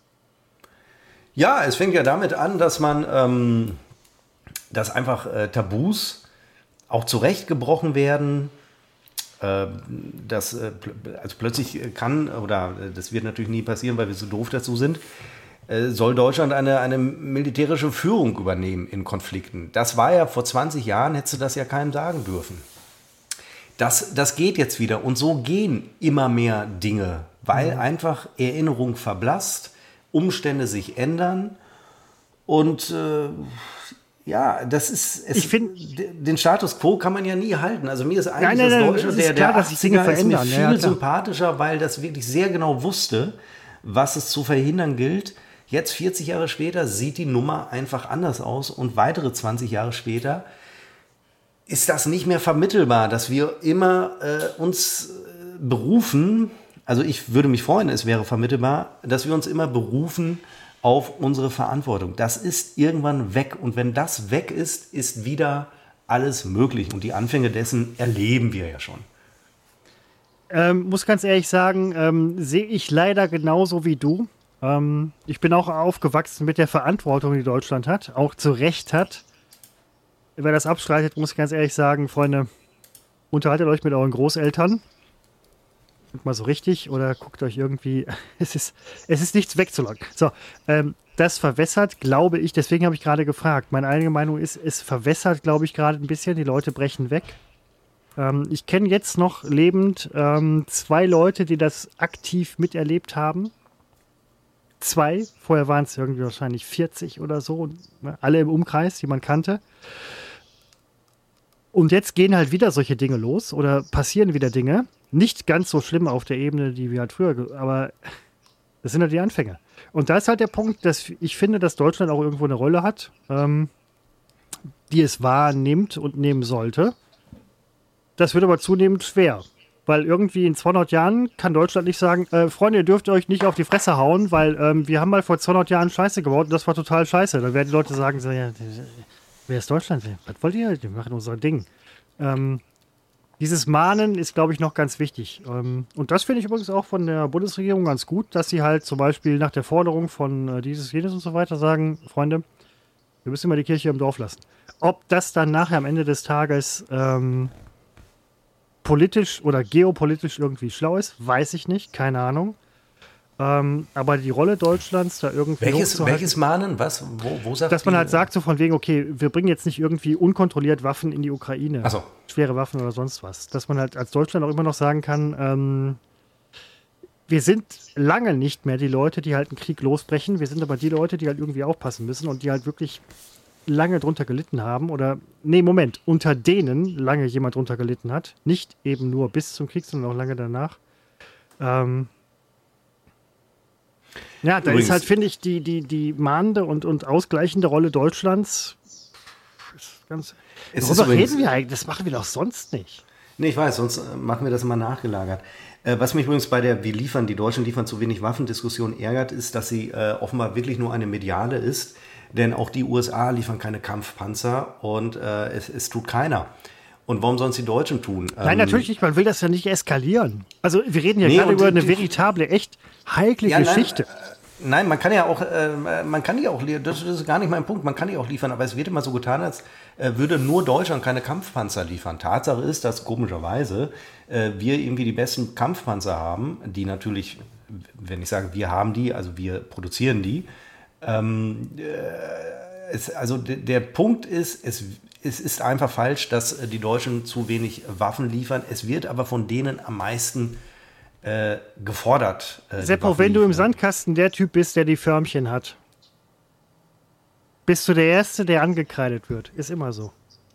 Ja, es fängt ja damit an, dass man, ähm, dass einfach äh, Tabus auch zurechtgebrochen werden. Äh, dass äh, pl- also plötzlich kann, oder äh, das wird natürlich nie passieren, weil wir so doof dazu sind, äh, soll Deutschland eine, eine militärische Führung übernehmen in Konflikten. Das war ja vor zwanzig Jahren, hättest du das ja keinem sagen dürfen. Das, das geht jetzt wieder. Und so gehen immer mehr Dinge, weil mhm. einfach Erinnerung verblasst, Umstände sich ändern und äh, ja, das ist es, ich find, den Status quo kann man ja nie halten. Also mir ist eigentlich nein, nein, das nein, Deutsche, ist der, klar, der dass sich Dinge achtziger ist mir verändern. viel Ja, ja, sympathischer, weil das wirklich sehr genau wusste, was es zu verhindern gilt. Jetzt vierzig Jahre später sieht die Nummer einfach anders aus und weitere zwanzig Jahre später ist das nicht mehr vermittelbar, dass wir immer äh, uns äh, berufen. Also ich würde mich freuen, es wäre vermittelbar, dass wir uns immer berufen auf unsere Verantwortung. Das ist irgendwann weg. Und wenn das weg ist, ist wieder alles möglich. Und die Anfänge dessen erleben wir ja schon. Ähm, muss ganz ehrlich sagen, ähm, sehe ich leider genauso wie du. Ähm, ich bin auch aufgewachsen mit der Verantwortung, die Deutschland hat, auch zu Recht hat. Wer das abstreitet, muss ich ganz ehrlich sagen, Freunde, unterhaltet euch mit euren Großeltern. Mal so richtig oder guckt euch irgendwie, es ist, es ist nichts wegzulocken. So, ähm, das verwässert, glaube ich, deswegen habe ich gerade gefragt. Meine eigene Meinung ist, es verwässert, glaube ich, gerade ein bisschen. Die Leute brechen weg. Ähm, ich kenne jetzt noch lebend ähm, zwei Leute, die das aktiv miterlebt haben. Zwei, vorher waren es irgendwie wahrscheinlich vierzig oder so, ne? Alle im Umkreis, die man kannte. Und jetzt gehen halt wieder solche Dinge los oder passieren wieder Dinge. Nicht ganz so schlimm auf der Ebene, die wir halt früher, ge- aber das sind halt die Anfänge. Und da ist halt der Punkt, dass ich finde, dass Deutschland auch irgendwo eine Rolle hat, ähm, die es wahrnimmt und nehmen sollte. Das wird aber zunehmend schwer. Weil irgendwie in zweihundert Jahren kann Deutschland nicht sagen, äh, Freunde, ihr dürft euch nicht auf die Fresse hauen, weil ähm, wir haben mal vor zweihundert Jahren Scheiße gebaut und das war total scheiße. Dann werden die Leute sagen, so, ja, wer ist Deutschland? Was wollt ihr? Wir machen unser Ding. Ähm, dieses Mahnen ist, glaube ich, noch ganz wichtig. Ähm, und das finde ich übrigens auch von der Bundesregierung ganz gut, dass sie halt zum Beispiel nach der Forderung von äh, dieses, jenes und so weiter sagen, Freunde, wir müssen immer die Kirche im Dorf lassen. Ob das dann nachher am Ende des Tages ähm, politisch oder geopolitisch irgendwie schlau ist, weiß ich nicht, keine Ahnung. Ähm, aber die Rolle Deutschlands da irgendwie Welches, hochzuhalten, welches Mahnen? Was? Wo, wo sagt dass man die- halt sagt so von wegen, okay, wir bringen jetzt nicht irgendwie unkontrolliert Waffen in die Ukraine, Ach so. schwere Waffen oder sonst was. Dass man halt als Deutschland auch immer noch sagen kann, ähm, wir sind lange nicht mehr die Leute, die halt einen Krieg losbrechen. Wir sind aber die Leute, die halt irgendwie aufpassen müssen und die halt wirklich lange drunter gelitten haben oder, nee, Moment, unter denen lange jemand drunter gelitten hat. Nicht eben nur bis zum Krieg, sondern auch lange danach. Ähm, ja, da Übrigens- ist halt, finde ich, die, die, die mahnende und, und ausgleichende Rolle Deutschlands ist ganz. Es ist Worüber übrigens- reden wir eigentlich? Das machen wir doch sonst nicht. Nee, ich weiß, sonst äh, machen wir das immer nachgelagert. Äh, was mich übrigens bei der Wir liefern, die Deutschen liefern zu wenig Waffendiskussion ärgert, ist, dass sie äh, offenbar wirklich nur eine mediale ist. Denn auch die U S A liefern keine Kampfpanzer und äh, es, es tut keiner. Und warum sollen es die Deutschen tun? Nein, Ähm, natürlich nicht. Man will das ja nicht eskalieren. Also, wir reden ja Nee, gerade und über die- eine die- veritable, echt heikle Ja, nein, Geschichte. Nein, man kann ja auch, äh, man kann die auch, lie- das ist gar nicht mein Punkt, man kann die auch liefern, aber es wird immer so getan, als äh, würde nur Deutschland keine Kampfpanzer liefern. Tatsache ist, dass komischerweise äh, wir irgendwie die besten Kampfpanzer haben, die natürlich, wenn ich sage, wir haben die, also wir produzieren die. Ähm, äh, es, also d- der Punkt ist, es, es ist einfach falsch, dass äh, die Deutschen zu wenig Waffen liefern. Es wird aber von denen am meisten äh, gefordert. Äh, die Seppo, Waffen wenn du im liefern. Sandkasten der Typ bist, der die Förmchen hat, bist du der Erste, der angekreidet wird. Ist immer so.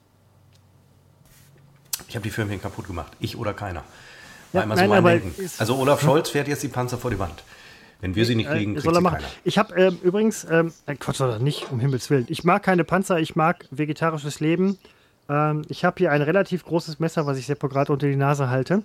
Ich habe die Firmen kaputt gemacht. Ich oder keiner. War Ja, immer nein, so mein aber Denken. ist- Also Olaf Scholz fährt jetzt die Panzer vor die Wand. Wenn wir sie nicht kriegen, Äh, kriegt soll er sie machen. keiner. Ich habe ähm, übrigens, ähm, äh, Quatsch, soll er nicht, um Himmels Willen. Ich mag keine Panzer, ich mag vegetarisches Leben. Ähm, ich habe hier ein relativ großes Messer, was ich Seppo gerade unter die Nase halte.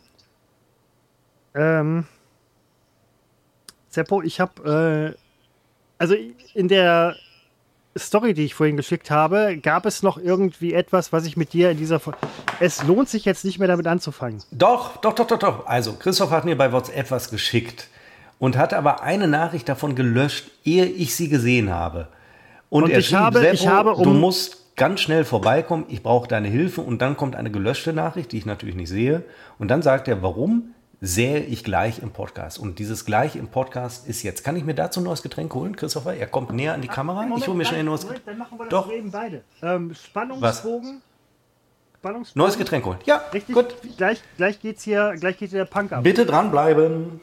Ähm, Seppo, ich habe, äh, also in der Story, die ich vorhin geschickt habe, gab es noch irgendwie etwas, was ich mit dir in dieser... Fo- Es lohnt sich jetzt nicht mehr damit anzufangen. Doch, doch, doch, doch, doch. Also, Christoph hat mir bei WhatsApp was geschickt und hat aber eine Nachricht davon gelöscht, ehe ich sie gesehen habe. Und, Und er ich schrieb, habe- Seppo, ich habe du um- musst ganz schnell vorbeikommen, ich brauche deine Hilfe. Und dann kommt eine gelöschte Nachricht, die ich natürlich nicht sehe. Und dann sagt er, warum sähe ich gleich im Podcast? Und dieses gleich im Podcast ist jetzt. Kann ich mir dazu ein neues Getränk holen, Christopher? Er kommt näher an die Kamera. ich hole mir schnell ein neues Getränk. Dann machen wir das Doch. eben beide. Ähm, Spannungsbogen. Spannungsbogen. Neues Getränk holen. Ja, Richtig. gut. Gleich, gleich geht's hier, gleich geht hier der Punk ab. Bitte dranbleiben.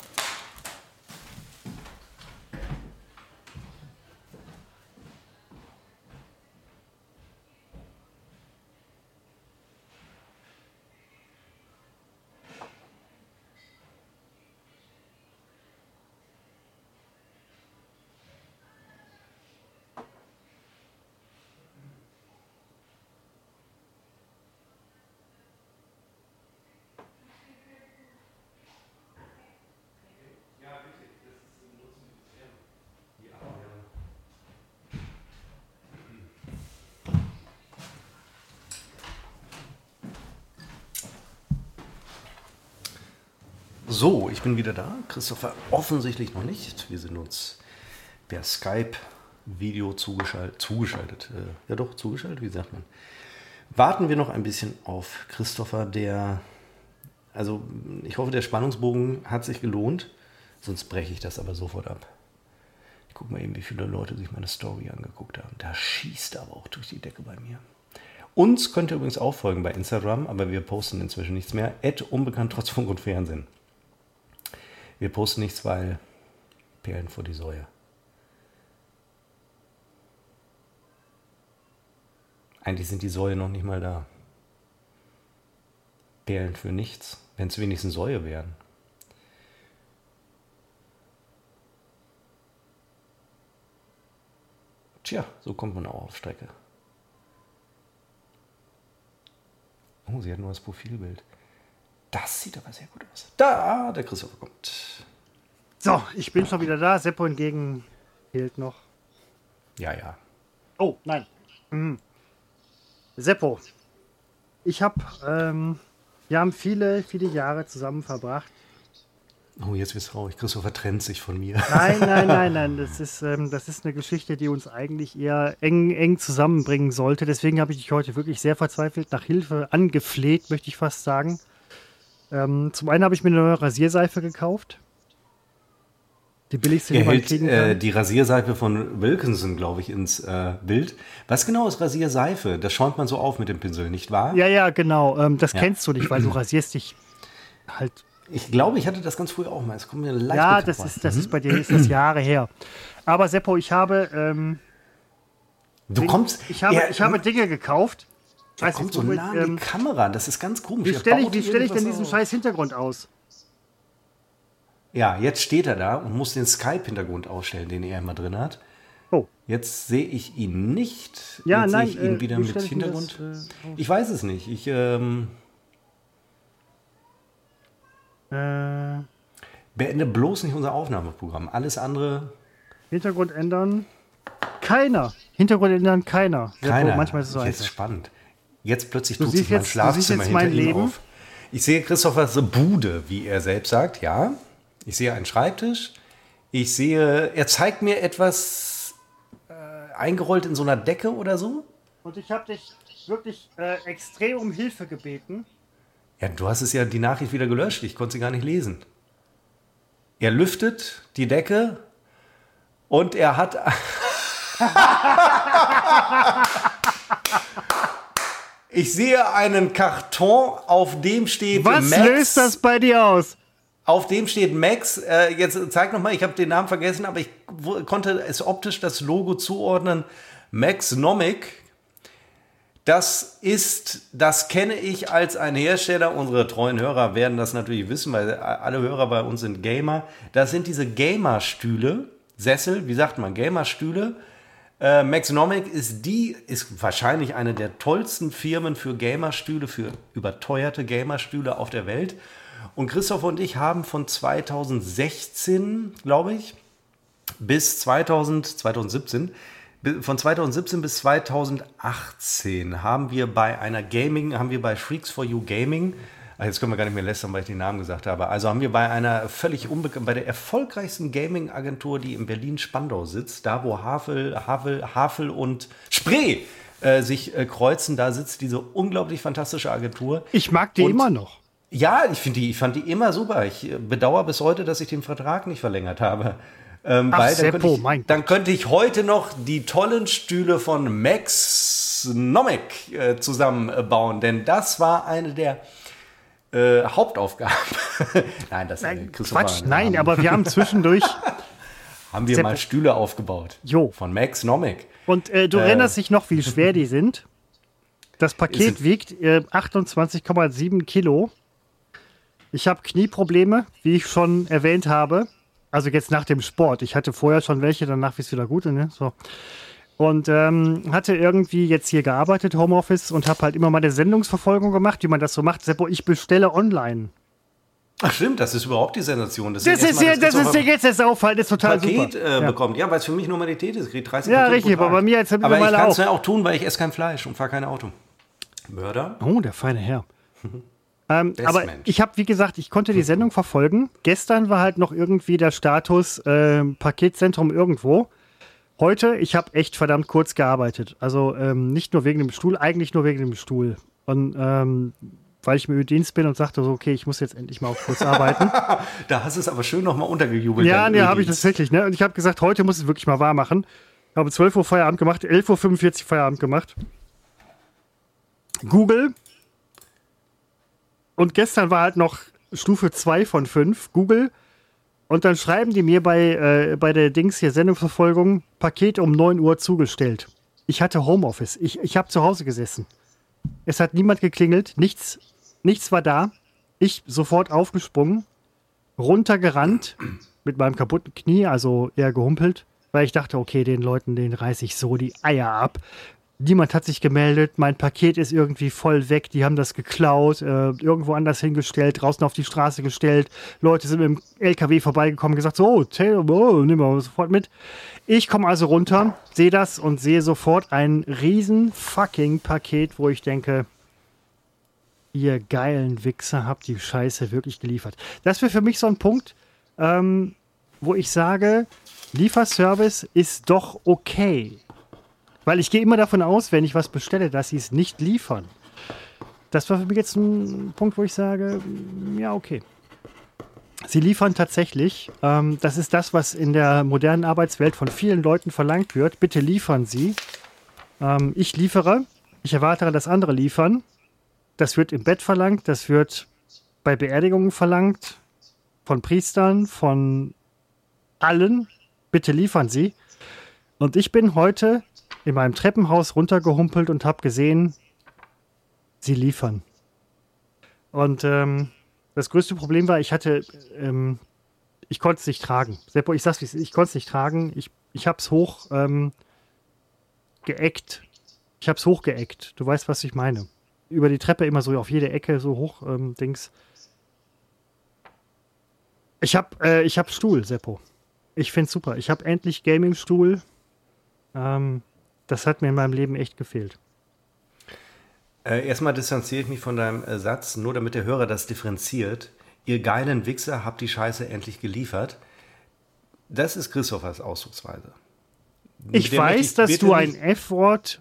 So, ich bin wieder da. Christopher offensichtlich noch nicht. Wir sind uns per Skype-Video zugeschaltet. Zugeschaltet. Äh, ja doch, zugeschaltet, wie sagt man. Warten wir noch ein bisschen auf Christopher, der... Also, ich hoffe, der Spannungsbogen hat sich gelohnt. Sonst breche ich das aber sofort ab. Ich gucke mal eben, wie viele Leute sich meine Story angeguckt haben. Da schießt er aber auch durch die Decke bei mir. Uns könnt ihr übrigens auch folgen bei Instagram, aber wir posten inzwischen nichts mehr. At unbekannt trotz Funk und Fernsehen. Wir posten nichts, weil Perlen vor die Säue. Eigentlich sind die Säue noch nicht mal da. Perlen für nichts, wenn es wenigstens Säue wären. Tja, so kommt man auch auf Strecke. Oh, sie hat nur das Profilbild. Das sieht aber sehr gut aus. Da, der Christopher kommt. So, ich bin schon wieder da. Seppo hingegen fehlt noch. Ja, ja. Oh, nein. Mhm. Seppo, ich habe, ähm, wir haben viele, viele Jahre zusammen verbracht. Oh, jetzt wird's traurig. Christopher trennt sich von mir. Nein, nein, nein, nein. Das ist, ähm, das ist eine Geschichte, die uns eigentlich eher eng, eng zusammenbringen sollte. Deswegen habe ich dich heute wirklich sehr verzweifelt nach Hilfe angefleht, möchte ich fast sagen. Ähm, zum einen habe ich mir eine neue Rasierseife gekauft. Die billigste, die Er man hält kriegen kann. äh, die Rasierseife von Wilkinson, glaube ich, ins äh, Bild. Was genau ist Rasierseife? Das schäumt man so auf mit dem Pinsel, nicht wahr? Ja, ja, genau. Ähm, das Ja. kennst du nicht, weil du rasierst dich halt. Ich glaube, ich hatte das ganz früh auch mal. Es kommt mir leicht Ja, bekannt das vor. ist, das ist bei dir ist das Jahre her. Aber Seppo, ich habe, ähm, Du kommst. ich habe, er, ich habe Dinge gekauft. er Weiß kommt nicht, so wo- nah an ähm, die Kamera. Das ist ganz komisch. Wie Er stelle ich, baut wie stell ich denn irgendwas diesen auf. scheiß Hintergrund aus? Ja, jetzt steht er da und muss den Skype-Hintergrund ausstellen, den er immer drin hat. Oh. Jetzt sehe ich ihn nicht. Ja, jetzt nein, sehe ich ihn äh, wieder wie mit stell ich denn das, Hintergrund. äh, aus? Ich weiß es nicht. Ich, ähm, Äh, beende bloß nicht unser Aufnahmeprogramm. Alles andere. Hintergrund ändern. Keiner. Hintergrund ändern, keiner. Seppo, Keiner. manchmal ist es so Jetzt einfach. spannend. Jetzt plötzlich Du tut siehst sich mein jetzt- du siehst Schlafzimmer jetzt hinter mein ihm Leben. auf. Ich sehe Christophers Bude, wie er selbst sagt, ja. Ich sehe einen Schreibtisch. Ich sehe, er zeigt mir etwas äh, eingerollt in so einer Decke oder so. Und ich habe dich wirklich äh, extrem um Hilfe gebeten. Ja, du hast es ja die Nachricht wieder gelöscht. Ich konnte sie gar nicht lesen. Er lüftet die Decke und er hat. Ich sehe einen Karton, auf dem steht Was Max. löst das bei dir aus? Auf dem steht Max. Äh, jetzt zeig noch mal, ich habe den Namen vergessen, aber ich wo, konnte es optisch das Logo zuordnen. Maxnomic. Das ist, das kenne ich als ein Hersteller. Unsere treuen Hörer werden das natürlich wissen, weil alle Hörer bei uns sind Gamer. Das sind diese Gamer-Stühle, Sessel, wie sagt man, Gamer-Stühle. Äh, Maxnomic ist die, ist wahrscheinlich eine der tollsten Firmen für Gamer-Stühle, für überteuerte Gamer-Stühle auf der Welt. Und Christoph und ich haben von zweitausendsechzehn, glaube ich, bis zweitausend, zweitausendsiebzehn, von zweitausendsiebzehn bis zweitausendachtzehn haben wir bei einer Gaming, haben wir bei Freaks for You Gaming, also jetzt können wir gar nicht mehr lästern, weil ich den Namen gesagt habe, also haben wir bei einer völlig unbekannten, bei der erfolgreichsten Gaming-Agentur, die in Berlin-Spandau sitzt, da wo Havel, Havel, Havel und Spree äh, sich äh, kreuzen, da sitzt diese unglaublich fantastische Agentur. Ich mag die Und- immer noch. Ja, ich finde die, ich fand die immer super. Ich äh, bedauere bis heute, dass ich den Vertrag nicht verlängert habe. Ähm, Ach, weil dann, Seppo, könnte ich, mein dann könnte ich heute noch die tollen Stühle von Maxnomic äh, zusammenbauen, denn das war eine der äh, Hauptaufgaben. Nein, das Nein, Christopher, Quatsch, nein, haben, aber wir haben zwischendurch. haben wir Seppo. mal Stühle aufgebaut. Jo. Von Maxnomic. Und äh, du Äh. erinnerst dich noch, wie schwer die sind? Das Paket Ist- wiegt äh, achtundzwanzig Komma sieben Kilo. Ich habe Knieprobleme, wie ich schon erwähnt habe. Also jetzt nach dem Sport. Ich hatte vorher schon welche, danach ist es wieder gut. Ne? So. Und ähm, hatte irgendwie jetzt hier gearbeitet, Homeoffice, und habe halt immer meine Sendungsverfolgung gemacht, wie man das so macht. Seppo, ich bestelle online. Ach stimmt, das ist überhaupt die Sensation. Das ist, hier, das ist dir jetzt das Auffallen, das ist total Paket super. äh, Ja. bekommt. Ja, weil es für mich Normalität ist. Ich kriege dreißig Ja, Pakete richtig, pro aber Tag. bei mir jetzt Aber ich mittlerweile kann es auch. ja auch tun, weil ich esse kein Fleisch und fahre kein Auto. Mörder? Oh, der feine Herr. ähm, Best aber Mensch. ich habe, wie gesagt, ich konnte die Sendung verfolgen. Gestern war halt noch irgendwie der Status äh, Paketzentrum irgendwo. Heute, ich habe echt verdammt kurz gearbeitet. Also ähm, nicht nur wegen dem Stuhl, eigentlich nur wegen dem Stuhl. Und ähm, weil ich mir über Dienst bin und sagte so, okay, ich muss jetzt endlich mal auf kurz arbeiten. Da hast du es aber schön nochmal untergejubelt. Ja, dein nee, habe ich Öldienst. tatsächlich. Ne? Und ich habe gesagt, heute muss es wirklich mal wahr machen. Ich habe zwölf Uhr Feierabend gemacht, elf Uhr fünfundvierzig Feierabend gemacht. Google. Und gestern war halt noch Stufe zwei von fünf, Google. Und dann schreiben die mir bei, äh, bei der Dings hier, Sendungsverfolgung, Paket um neun Uhr zugestellt. Ich hatte Homeoffice. Ich, ich habe zu Hause gesessen. Es hat niemand geklingelt, nichts. nichts war da. Ich sofort aufgesprungen, runtergerannt mit meinem kaputten Knie, also eher gehumpelt, weil ich dachte, okay, den Leuten, denen reiße ich so die Eier ab. Niemand hat sich gemeldet, mein Paket ist irgendwie voll weg, die haben das geklaut, äh, irgendwo anders hingestellt, draußen auf die Straße gestellt. Leute sind mit dem L K W vorbeigekommen und gesagt, so, oh, Taylor, oh, nehmen wir sofort mit. Ich komme also runter, sehe das und sehe sofort ein riesen fucking Paket, wo ich denke, ihr geilen Wichser habt die Scheiße wirklich geliefert. Das wäre für mich so ein Punkt, ähm, wo ich sage, Lieferservice ist doch okay. Weil ich gehe immer davon aus, wenn ich was bestelle, dass sie es nicht liefern. Das war für mich jetzt ein Punkt, wo ich sage, ja, okay. Sie liefern tatsächlich. Ähm, das ist das, was in der modernen Arbeitswelt von vielen Leuten verlangt wird. Bitte liefern Sie. Ähm, ich liefere. Ich erwarte, dass andere liefern. Das wird im Bett verlangt. Das wird bei Beerdigungen verlangt. Von Priestern, von allen. Bitte liefern Sie. Und ich bin heute in meinem Treppenhaus runtergehumpelt und habe gesehen, sie liefern. Und ähm, das größte Problem war, ich hatte, ähm, ich konnte es nicht tragen. Seppo, ich sag's, ich konnte es nicht tragen. Ich, ich habe es hoch ähm, geeckt. Ich habe es hoch geeckt. Du weißt, was ich meine. Über die Treppe immer so auf jede Ecke so hoch ähm, Dings. Ich habe äh, ich hab Stuhl, Seppo. Ich find's super. Ich habe endlich Gaming-Stuhl. Ähm, Das hat mir in meinem Leben echt gefehlt. Äh, erstmal distanziere ich mich von deinem äh, Satz, nur damit der Hörer das differenziert. Ihr geilen Wichser habt die Scheiße endlich geliefert. Das ist Christophers Ausdrucksweise. Ich der weiß, ich, dass du ein F-Wort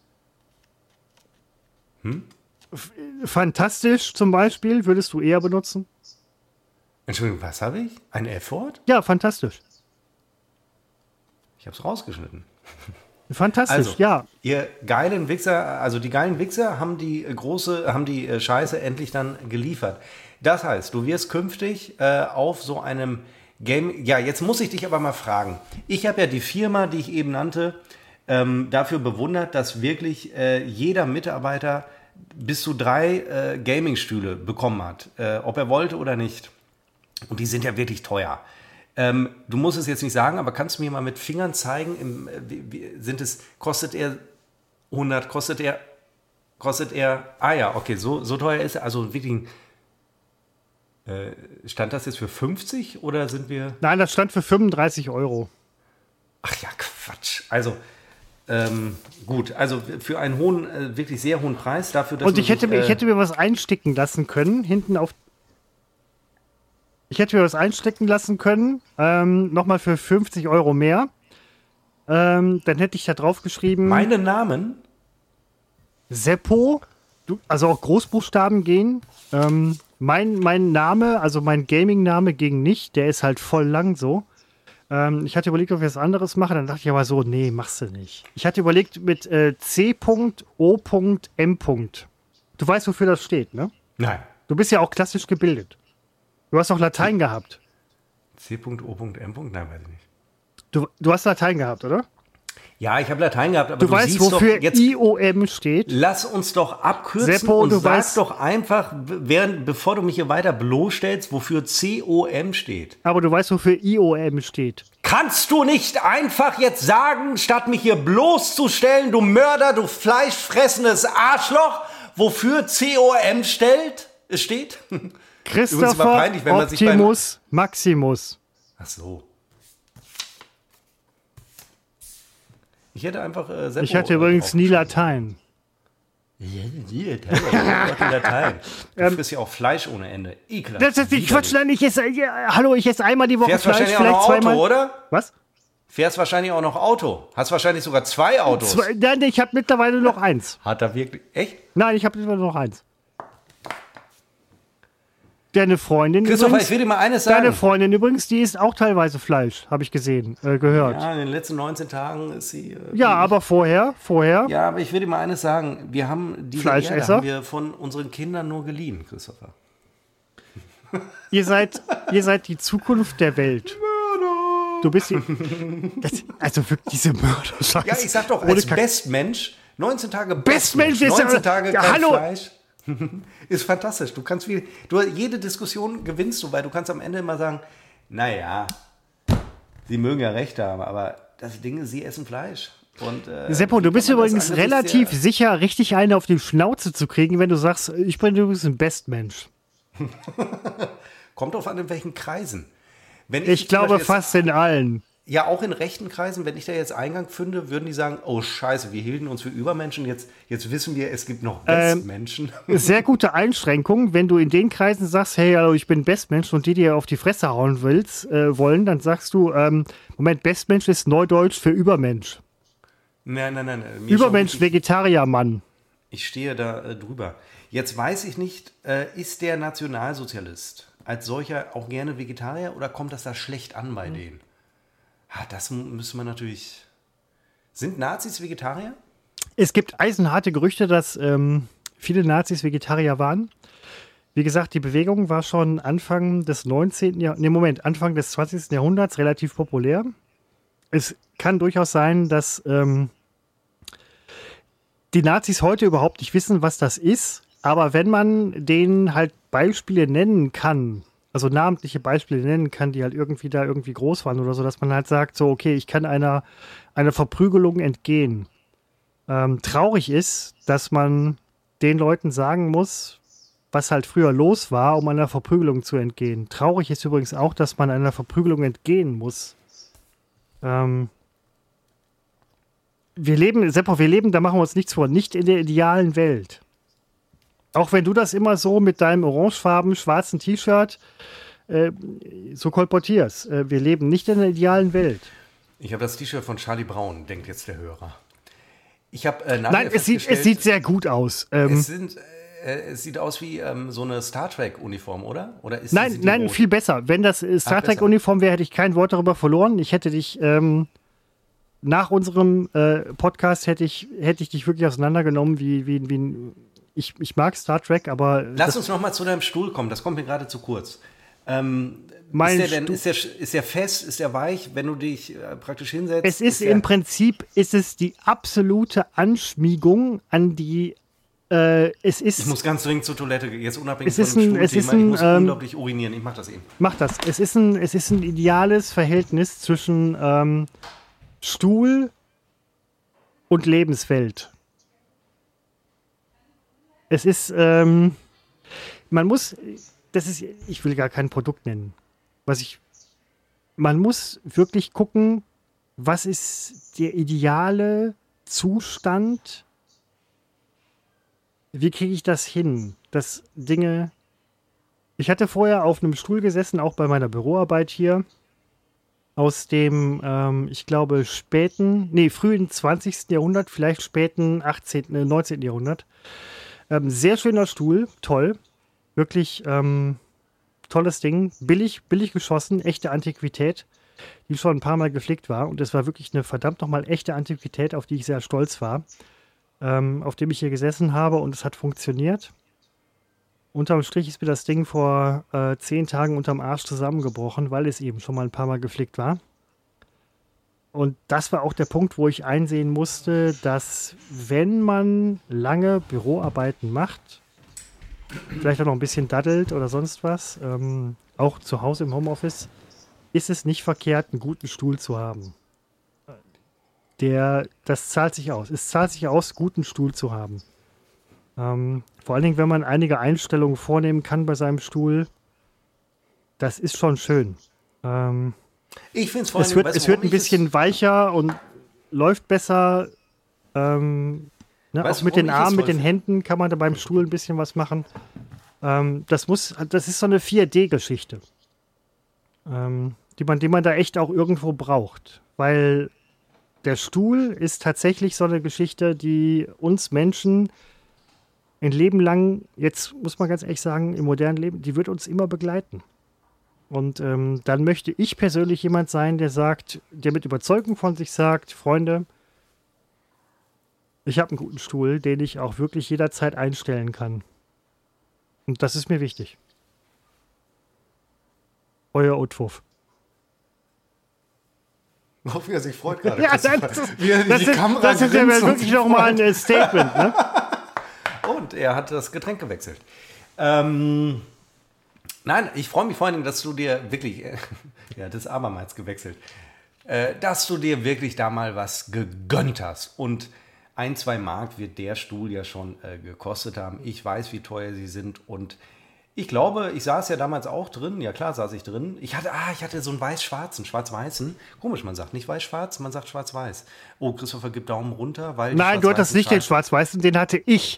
hm? f- fantastisch zum Beispiel würdest du eher benutzen. Entschuldigung, was habe ich? Ein F-Wort? Ja, fantastisch. Ich habe es rausgeschnitten. Fantastisch, also, ja. Ihr geilen Wichser, also die geilen Wichser haben die große, haben die Scheiße endlich dann geliefert. Das heißt, du wirst künftig äh, auf so einem Game, ja, jetzt muss ich dich aber mal fragen. Ich habe ja die Firma, die ich eben nannte, ähm, dafür bewundert, dass wirklich äh, jeder Mitarbeiter bis zu drei äh, Gaming-Stühle bekommen hat, äh, ob er wollte oder nicht. Und die sind ja wirklich teuer. Ähm, du musst es jetzt nicht sagen, aber kannst du mir mal mit Fingern zeigen, im, wie, wie, sind es, kostet er hundert, kostet er, kostet er, ah ja, okay, so, so teuer ist er, also wirklich, äh, stand das jetzt für fünfzig oder sind wir? Nein, das stand für fünfunddreißig Euro. Ach ja, Quatsch, also, ähm, gut, also für einen hohen, äh, wirklich sehr hohen Preis, dafür, dass Und ich hätte, sich, äh, ich hätte mir was einsticken lassen können, hinten auf Ich hätte mir was einstecken lassen können, ähm, nochmal für fünfzig Euro mehr. Ähm, dann hätte ich da drauf geschrieben. Meine Namen? Seppo, du, also auch Großbuchstaben gehen. Ähm, mein, mein Name, also mein Gaming-Name ging nicht, der ist halt voll lang so. Ähm, ich hatte überlegt, ob ich was anderes mache, dann dachte ich aber so, nee, machst du nicht. Ich hatte überlegt mit äh, C O M. Du weißt, wofür das steht, ne? Nein. Du bist ja auch klassisch gebildet. Du hast auch Latein gehabt. C O M? Nein, weiß ich nicht. Du, du hast Latein gehabt, oder? Ja, ich habe Latein gehabt, aber du, du weißt, siehst wofür doch jetzt, I O M steht. Lass uns doch abkürzen Seppo, und du sag weißt, doch einfach, während, bevor du mich hier weiter bloßstellst, wofür C O M steht. Aber du weißt, wofür I O M steht. Kannst du nicht einfach jetzt sagen, statt mich hier bloßzustellen, du Mörder, du fleischfressendes Arschloch, wofür C O M stellt, es steht? Christopher peinlich, wenn man Optimus sich Maximus. Ach so. Ich hätte einfach äh, Seppo, Ich hatte übrigens nie Latein. Ja, nie Latein. Du frisst ja auch Fleisch ohne Ende. Ekelhaft. Das ist nicht Quatsch, nein, ich esse, ja, hallo, ich esse einmal die Woche Fährst Fleisch, wahrscheinlich vielleicht auch noch Auto, zweimal. Oder? Was? Fährst wahrscheinlich auch noch Auto. Hast wahrscheinlich sogar zwei Autos. Zwei, nein, ich habe mittlerweile noch eins. Hat er wirklich, echt? Nein, ich habe mittlerweile noch eins. Deine Freundin Christopher, übrigens, ich will dir mal eines sagen. Deine Freundin übrigens, die isst auch teilweise Fleisch, habe ich gesehen, äh, gehört. Ja, in den letzten neunzehn Tagen ist sie... Äh, ja, aber vorher, vorher... Ja, aber ich will dir mal eines sagen. Wir haben diese Fleischesser Erde haben wir von unseren Kindern nur geliehen, Christopher. Ihr seid, ihr seid die Zukunft der Welt. Mörder! Du bist die, das, also wirklich diese Mörder-Scheiße. Ja, ich sag doch, als Bestmensch, neunzehn Tage Bestmensch ist neunzehn Tage ja, kein hallo. Fleisch. Ist fantastisch. Du kannst viel, du, jede Diskussion gewinnst du, weil du kannst am Ende immer sagen, naja, sie mögen ja recht haben, aber das Ding ist, sie essen Fleisch. Und, äh, Seppo, du bist übrigens relativ sicher, richtig eine auf die Schnauze zu kriegen, wenn du sagst, ich bin übrigens ein Bestmensch. Kommt drauf an, in welchen Kreisen. Wenn ich ich glaube fast in allen. Ja, auch in rechten Kreisen, wenn ich da jetzt Eingang finde, würden die sagen, oh scheiße, wir hielten uns für Übermenschen, jetzt, jetzt wissen wir, es gibt noch Bestmenschen. Ähm, sehr gute Einschränkung, wenn du in den Kreisen sagst, hey, hallo, ich bin Bestmensch und die dir auf die Fresse hauen willst, äh, wollen, dann sagst du, ähm, Moment, Bestmensch ist Neudeutsch für Übermensch. Nein, nein, nein. nein. Übermensch, Vegetarier, Mann. Ich stehe da äh, drüber. Jetzt weiß ich nicht, äh, ist der Nationalsozialist als solcher auch gerne Vegetarier oder kommt das da schlecht an bei mhm. denen? Ah, das müssen wir natürlich... Sind Nazis Vegetarier? Es gibt eisenharte Gerüchte, dass ähm, viele Nazis Vegetarier waren. Wie gesagt, die Bewegung war schon Anfang des neunzehnten. Jahrhunderts, nee, Moment, Anfang des zwanzigsten. Jahrhunderts relativ populär. Es kann durchaus sein, dass ähm, die Nazis heute überhaupt nicht wissen, was das ist. Aber wenn man denen halt Beispiele nennen kann, also namentliche Beispiele nennen kann, die halt irgendwie da irgendwie groß waren oder so, dass man halt sagt, so, okay, ich kann einer, einer Verprügelung entgehen. Ähm, traurig ist, dass man den Leuten sagen muss, was halt früher los war, um einer Verprügelung zu entgehen. Traurig ist übrigens auch, dass man einer Verprügelung entgehen muss. Ähm, wir leben, Seppo, wir leben, da machen wir uns nichts vor, nicht in der idealen Welt. Auch wenn du das immer so mit deinem orangefarben, schwarzen T-Shirt äh, so kolportierst. Äh, wir leben nicht in der idealen Welt. Ich habe das T-Shirt von Charlie Brown, denkt jetzt der Hörer. Ich habe äh, Nein, es sieht, es sieht sehr gut aus. Ähm, es, sind, äh, es sieht aus wie ähm, so eine Star Trek-Uniform, oder? Oder ist nein, nein, rot? Viel besser. Wenn das äh, Star Trek-Uniform wäre, hätte ich kein Wort darüber verloren. Ich hätte dich... Ähm, nach unserem äh, Podcast hätte ich, hätte ich dich wirklich auseinandergenommen, wie, wie, wie ein... Ich, ich mag Star Trek, aber... Lass uns noch mal zu deinem Stuhl kommen, das kommt mir gerade zu kurz. Ähm, ist, der denn, ist, der, ist der fest, ist der weich, wenn du dich äh, praktisch hinsetzt? Es ist, ist im Prinzip, ist es die absolute Anschmiegung an die... Äh, es ist, ich muss ganz dringend zur Toilette, jetzt unabhängig von dem Stuhlthema, ein, ich muss ähm, unglaublich urinieren, ich mach das eben. Mach das. Es ist ein, es ist ein ideales Verhältnis zwischen ähm, Stuhl und Lebenswelt. Es ist, ähm, man muss, das ist, ich will gar kein Produkt nennen. Was ich, man muss wirklich gucken, was ist der ideale Zustand? Wie kriege ich das hin, dass Dinge, ich hatte vorher auf einem Stuhl gesessen, auch bei meiner Büroarbeit hier, aus dem, ähm, ich glaube, späten, nee, frühen zwanzigsten. Jahrhundert, vielleicht späten achtzehnten., neunzehnten. Jahrhundert. Ähm, sehr schöner Stuhl, toll. Wirklich ähm, tolles Ding. Billig, billig geschossen, echte Antiquität, die schon ein paar Mal geflickt war. Und es war wirklich eine verdammt nochmal echte Antiquität, auf die ich sehr stolz war. Ähm, auf dem ich hier gesessen habe und es hat funktioniert. Unterm Strich ist mir das Ding vor äh, zehn Tagen unterm Arsch zusammengebrochen, weil es eben schon mal ein paar Mal geflickt war. Und das war auch der Punkt, wo ich einsehen musste, dass wenn man lange Büroarbeiten macht, vielleicht auch noch ein bisschen daddelt oder sonst was, ähm, auch zu Hause im Homeoffice, ist es nicht verkehrt, einen guten Stuhl zu haben. Der, das zahlt sich aus. Es zahlt sich aus, einen guten Stuhl zu haben. Ähm, vor allen Dingen, wenn man einige Einstellungen vornehmen kann bei seinem Stuhl, das ist schon schön. Ähm, Ich finde es vor allem, es wird, es wird ein bisschen weicher und läuft besser. Ähm, ne, auch mit den Armen, mit den Händen kann man da beim Stuhl ein bisschen was machen. Ähm, das muss, das ist so eine vier D-Geschichte, ähm, die man, die man da echt auch irgendwo braucht, weil der Stuhl ist tatsächlich so eine Geschichte, die uns Menschen ein Leben lang, jetzt muss man ganz ehrlich sagen, im modernen Leben, die wird uns immer begleiten. Und ähm, dann möchte ich persönlich jemand sein, der sagt, der mit Überzeugung von sich sagt, Freunde, ich habe einen guten Stuhl, den ich auch wirklich jederzeit einstellen kann. Und das ist mir wichtig. Euer Utwurf. Auf wie er sich freut gerade. Ja, das, das, das, ist, das ist ja wirklich nochmal ein Statement, ne? Und er hat das Getränk gewechselt. Ähm, nein, ich freue mich vor allen Dingen, dass du dir wirklich, äh, ja, das abermals gewechselt, äh, dass du dir wirklich da mal was gegönnt hast. Und ein, zwei Mark wird der Stuhl ja schon äh, gekostet haben. Ich weiß, wie teuer sie sind und ich glaube, ich saß ja damals auch drin. Ja klar saß ich drin. Ich hatte, ah, ich hatte so einen weiß-schwarzen, schwarz-weißen. Komisch, man sagt nicht weiß-schwarz, man sagt schwarz-weiß. Oh, Christopher gibt Daumen runter, weil... Nein, du hattest nicht den schwarz-weißen, den hatte ich.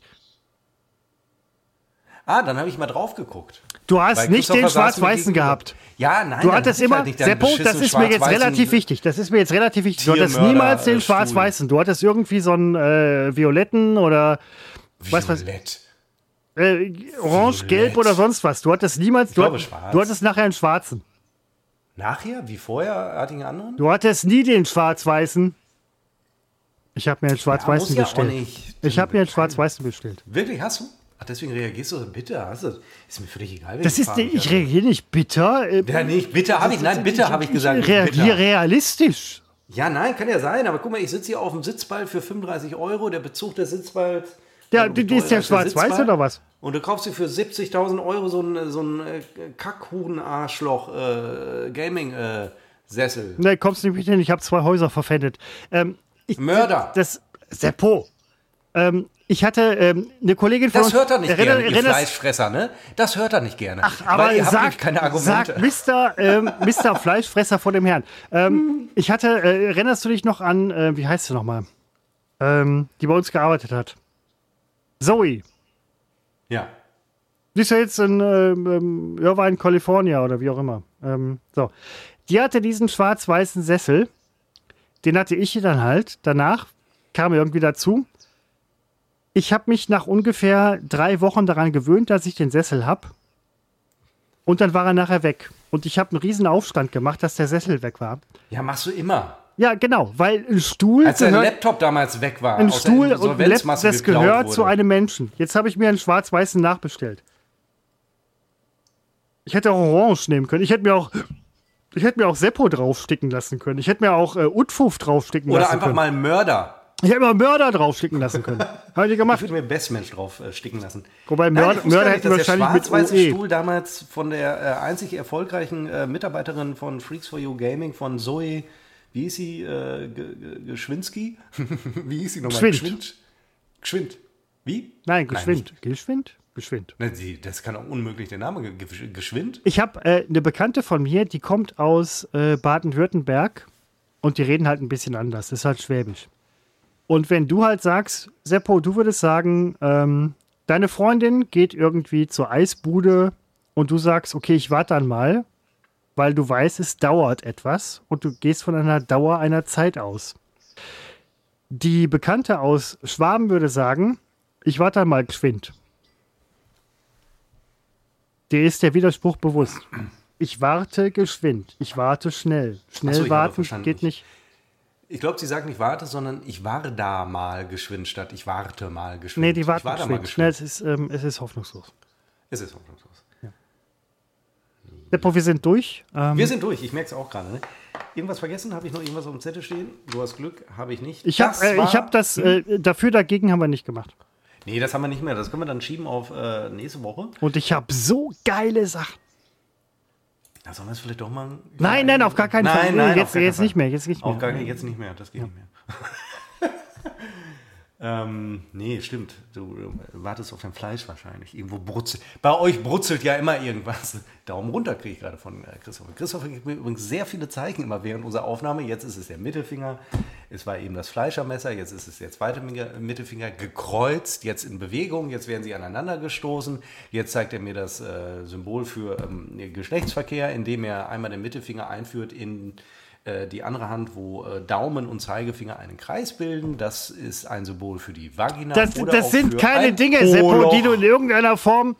Ah, dann habe ich mal drauf geguckt. Du hast nicht den schwarz-weißen gehabt. Ja, nein. Du hattest immer, halt Seppo, das ist mir jetzt relativ wichtig. Das ist mir jetzt relativ wichtig. Du hattest niemals den schwarz-weißen. Du hattest irgendwie so einen äh, violetten oder... Was Violett. Äh, orange, Violett. Gelb oder sonst was. Du hattest niemals... Du, glaube, hat, du hattest nachher einen schwarzen. Nachher? Wie vorher? Hatte ich einen anderen? Du hattest nie den schwarz-weißen. Ich habe mir einen schwarz-weißen ja, bestellt. Ja ich habe mir einen schwarz-weißen bestellt. Wirklich, hast du? Ach, deswegen reagierst du so bitter. Hast du? Ist mir völlig egal. Das ist, ich ich reagiere nicht bitter. Ja, nicht bitter habe ich. Nein, bitter habe ich gesagt. Ich reagiere realistisch. Ja, nein, kann ja sein. Aber guck mal, ich sitze hier auf dem Sitzball für fünfunddreißig Euro. Der Bezug des Sitzballs... Ja, die, die ist ja schwarz-weiß oder was? Und du kaufst dir für siebzigtausend Euro so einen so ein Kackhuhn-Arschloch äh, Gaming-Sessel. Äh, ne, kommst du nicht hin. Ich habe zwei Häuser verpfändet. Ähm, ich, Mörder. Das, Seppo. Ähm, ich hatte ähm, eine Kollegin von Das hört er nicht äh, gerne, ihr Fleischfresser, ne? Das hört er nicht gerne. Ach, aber weil ihr sag, habt keine Argumente. Sag Mister Ähm, Mister Fleischfresser vor dem Herrn. Ähm, ich hatte, äh, erinnerst du dich noch an, äh, wie heißt sie nochmal? Ähm, die bei uns gearbeitet hat. Zoe. Ja. Die ist ja jetzt in ähm, Irvine, California oder wie auch immer. Ähm, so. Die hatte diesen schwarz-weißen Sessel. Den hatte ich dann halt. Danach kam er irgendwie dazu. Ich habe mich nach ungefähr drei Wochen daran gewöhnt, dass ich den Sessel habe. Und dann war er nachher weg. Und ich habe einen riesen Aufstand gemacht, dass der Sessel weg war. Ja, machst du immer. Ja, genau, weil ein Stuhl... Als dein Laptop damals weg war. Ein Stuhl und ein Laptop, das gehört wurde. Zu einem Menschen. Jetzt habe ich mir einen schwarz-weißen nachbestellt. Ich hätte auch Orange nehmen können. Ich hätte mir auch... Ich hätte mir auch Seppo draufsticken lassen können. Ich hätte mir auch äh, Utfuf draufsticken Oder lassen können. Oder einfach mal Mörder. Ich hätte mir Mörder draufsticken lassen können. Habe ich gemacht. Ich würde mir Bestmensch draufsticken äh, lassen. Wobei Mörder, Nein, Mörder hätten wahrscheinlich mit O E. Stuhl damals von der äh, einzig erfolgreichen äh, Mitarbeiterin von Freaks for You Gaming, von Zoe, wie hieß sie? Äh, Geschwindski? Wie hieß sie nochmal? Geschwind. Geschwind. Geschwind. Wie? Nein, Geschwind. Nein, Geschwind? Geschwind. Ne, die, das kann auch unmöglich der Name. Geschwind? Ich habe äh, eine Bekannte von mir, die kommt aus äh, Baden-Württemberg und die reden halt ein bisschen anders. Das ist halt Schwäbisch. Und wenn du halt sagst, Seppo, du würdest sagen, ähm, deine Freundin geht irgendwie zur Eisbude und du sagst, okay, ich warte dann mal, weil du weißt, es dauert etwas und du gehst von einer Dauer einer Zeit aus. Die Bekannte aus Schwaben würde sagen, ich warte dann mal geschwind. Dir ist der Widerspruch bewusst. Ich warte geschwind. Ich warte schnell. Schnell so, warten geht nicht. Ich glaube, sie sagt nicht warte, sondern ich war da mal geschwind statt ich warte mal geschwind. Nee, die warten geschwind. Schnell, es ist, ähm, es ist hoffnungslos. Es ist hoffnungslos. Ja. Seppo, wir sind durch. Ähm, wir sind durch, ich merke es auch gerade. Ne? Irgendwas vergessen? Habe ich noch irgendwas auf dem Zettel stehen? Du hast Glück, habe ich nicht. Ich habe äh, hab das, hm? äh, dafür, dagegen haben wir nicht gemacht. Nee, das haben wir nicht mehr. Das können wir dann schieben auf äh, nächste Woche. Und ich habe so geile Sachen. Da sollen wir es vielleicht doch mal... Nein, nein, auf gar keinen nein, Fall. Nein, jetzt jetzt nicht mehr. Jetzt nicht mehr. Auf gar, jetzt nicht mehr, das geht ja. nicht mehr. ähm, nee, stimmt. Du, du wartest auf dein Fleisch wahrscheinlich. Irgendwo brutzelt. Bei euch brutzelt ja immer irgendwas. Daumen runter kriege ich gerade von äh, Christopher. Christopher gibt mir übrigens sehr viele Zeichen immer während unserer Aufnahme. Jetzt ist es der Mittelfinger. Es war eben das Fleischermesser. Jetzt ist es der zweite Mittelfinger gekreuzt. Jetzt in Bewegung. Jetzt werden sie aneinander gestoßen. Jetzt zeigt er mir das äh, Symbol für ähm, Geschlechtsverkehr, indem er einmal den Mittelfinger einführt in die andere Hand, wo äh, Daumen und Zeigefinger einen Kreis bilden. Das ist ein Symbol für die Vagina. Das, oder das auch sind für keine Dinge, Seppo, die du in irgendeiner Form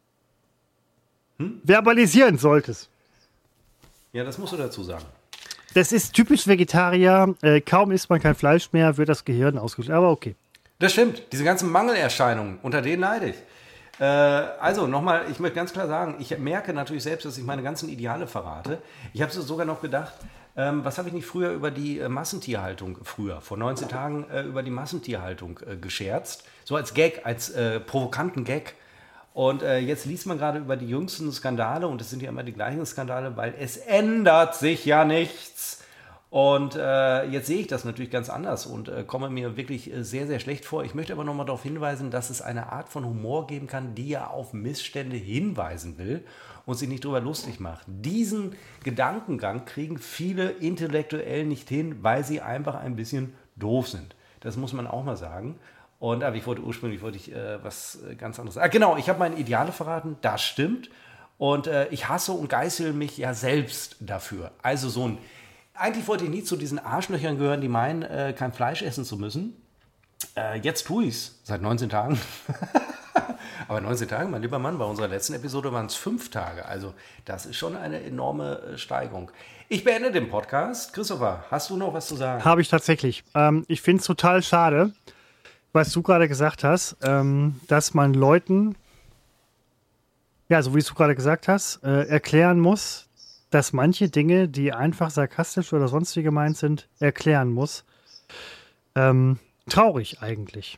hm? verbalisieren solltest. Ja, das musst du dazu sagen. Das ist typisch Vegetarier. Äh, kaum isst man kein Fleisch mehr, wird das Gehirn ausgeschaltet. Aber okay. Das stimmt. Diese ganzen Mangelerscheinungen, unter denen leide ich. Äh, also nochmal, ich möchte ganz klar sagen, ich merke natürlich selbst, dass ich meine ganzen Ideale verrate. Ich habe sogar noch gedacht, Ähm, was habe ich nicht früher über die äh, Massentierhaltung, früher, vor neunzehn Tagen, äh, über die Massentierhaltung äh, gescherzt? So als Gag, als äh, provokanten Gag. Und äh, jetzt liest man gerade über die jüngsten Skandale und es sind ja immer die gleichen Skandale, weil es ändert sich ja nichts. Und äh, jetzt sehe ich das natürlich ganz anders und äh, komme mir wirklich äh, sehr, sehr schlecht vor. Ich möchte aber nochmal darauf hinweisen, dass es eine Art von Humor geben kann, die ja auf Missstände hinweisen will und sich nicht darüber lustig macht. Diesen Gedankengang kriegen viele intellektuell nicht hin, weil sie einfach ein bisschen doof sind. Das muss man auch mal sagen. Und aber ich wollte ursprünglich wollte ich äh, was ganz anderes sagen. Ah, genau, ich habe meine Ideale verraten, das stimmt. Und äh, ich hasse und geißel mich ja selbst dafür. Also so ein, eigentlich wollte ich nie zu diesen Arschlöchern gehören, die meinen, äh, kein Fleisch essen zu müssen. Äh, jetzt tue ich es, seit neunzehn Tagen. Aber neunzehn Tage, mein lieber Mann, bei unserer letzten Episode waren es fünf Tage. Also das ist schon eine enorme äh, Steigerung. Ich beende den Podcast. Christopher, hast du noch was zu sagen? Habe ich tatsächlich. Ähm, ich finde es total schade, was du gerade gesagt hast, ähm, dass man Leuten, ja, so wie du gerade gesagt hast, äh, erklären muss, dass manche Dinge, die einfach sarkastisch oder sonst wie gemeint sind, erklären muss. Ähm, traurig eigentlich.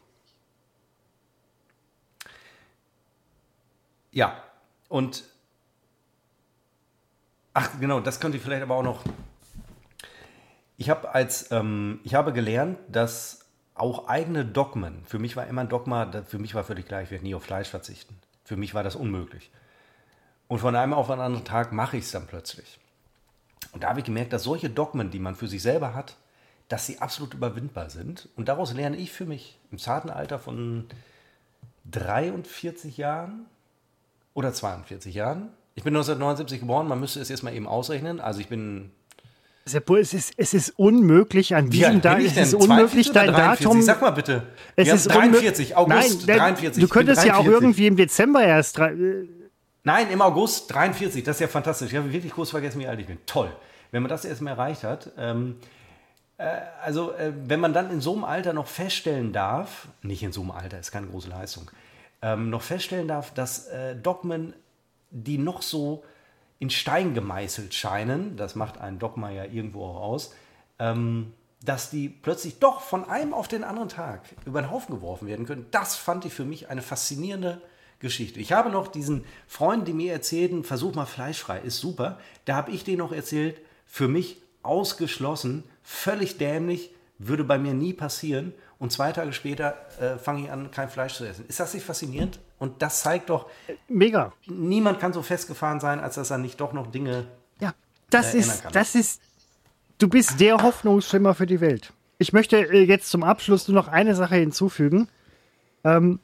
Ja, und ach genau, das könnte ich vielleicht aber auch noch. Ich habe als ähm, ich habe gelernt, dass auch eigene Dogmen, für mich war immer ein Dogma, für mich war völlig klar, ich werde nie auf Fleisch verzichten. Für mich war das unmöglich. Und von einem auf den anderen Tag mache ich es dann plötzlich. Und da habe ich gemerkt, dass solche Dogmen, die man für sich selber hat, dass sie absolut überwindbar sind. Und daraus lerne ich für mich im zarten Alter von dreiundvierzig Jahren oder zweiundvierzig Jahren. Ich bin neunzehnhundertneunundsiebzig geboren, man müsste es jetzt mal eben ausrechnen. Also ich bin... Es ist, es ist unmöglich an diesem Datum. Es ist unmöglich, dein Datum. Sag mal bitte. Es ist dreiundvierzig, August Nein, dreiundvierzig. Du könntest ja auch irgendwie im Dezember erst. Nein, im August dreiundvierzig. Das ist ja fantastisch. Ich habe wirklich kurz vergessen, wie alt ich bin. Toll. Wenn man das erst mal erreicht hat. Ähm, äh, also, äh, wenn man dann in so einem Alter noch feststellen darf, nicht in so einem Alter, ist keine große Leistung, ähm, noch feststellen darf, dass äh, Dogmen, die noch so in Stein gemeißelt scheinen, das macht ein Dogma ja irgendwo auch aus, ähm, dass die plötzlich doch von einem auf den anderen Tag über den Haufen geworfen werden können. Das fand ich für mich eine faszinierende Geschichte. Ich habe noch diesen Freund, die mir erzählten, versuch mal fleischfrei, ist super. Da habe ich denen noch erzählt, für mich ausgeschlossen, völlig dämlich, würde bei mir nie passieren. Und zwei Tage später äh, fange ich an, kein Fleisch zu essen. Ist das nicht faszinierend? Und das zeigt doch, mega. Niemand kann so festgefahren sein, als dass er nicht doch noch Dinge ja, das äh, ist, kann. Das ist, du bist der Hoffnungsschimmer für die Welt. Ich möchte äh, jetzt zum Abschluss nur noch eine Sache hinzufügen. Ähm,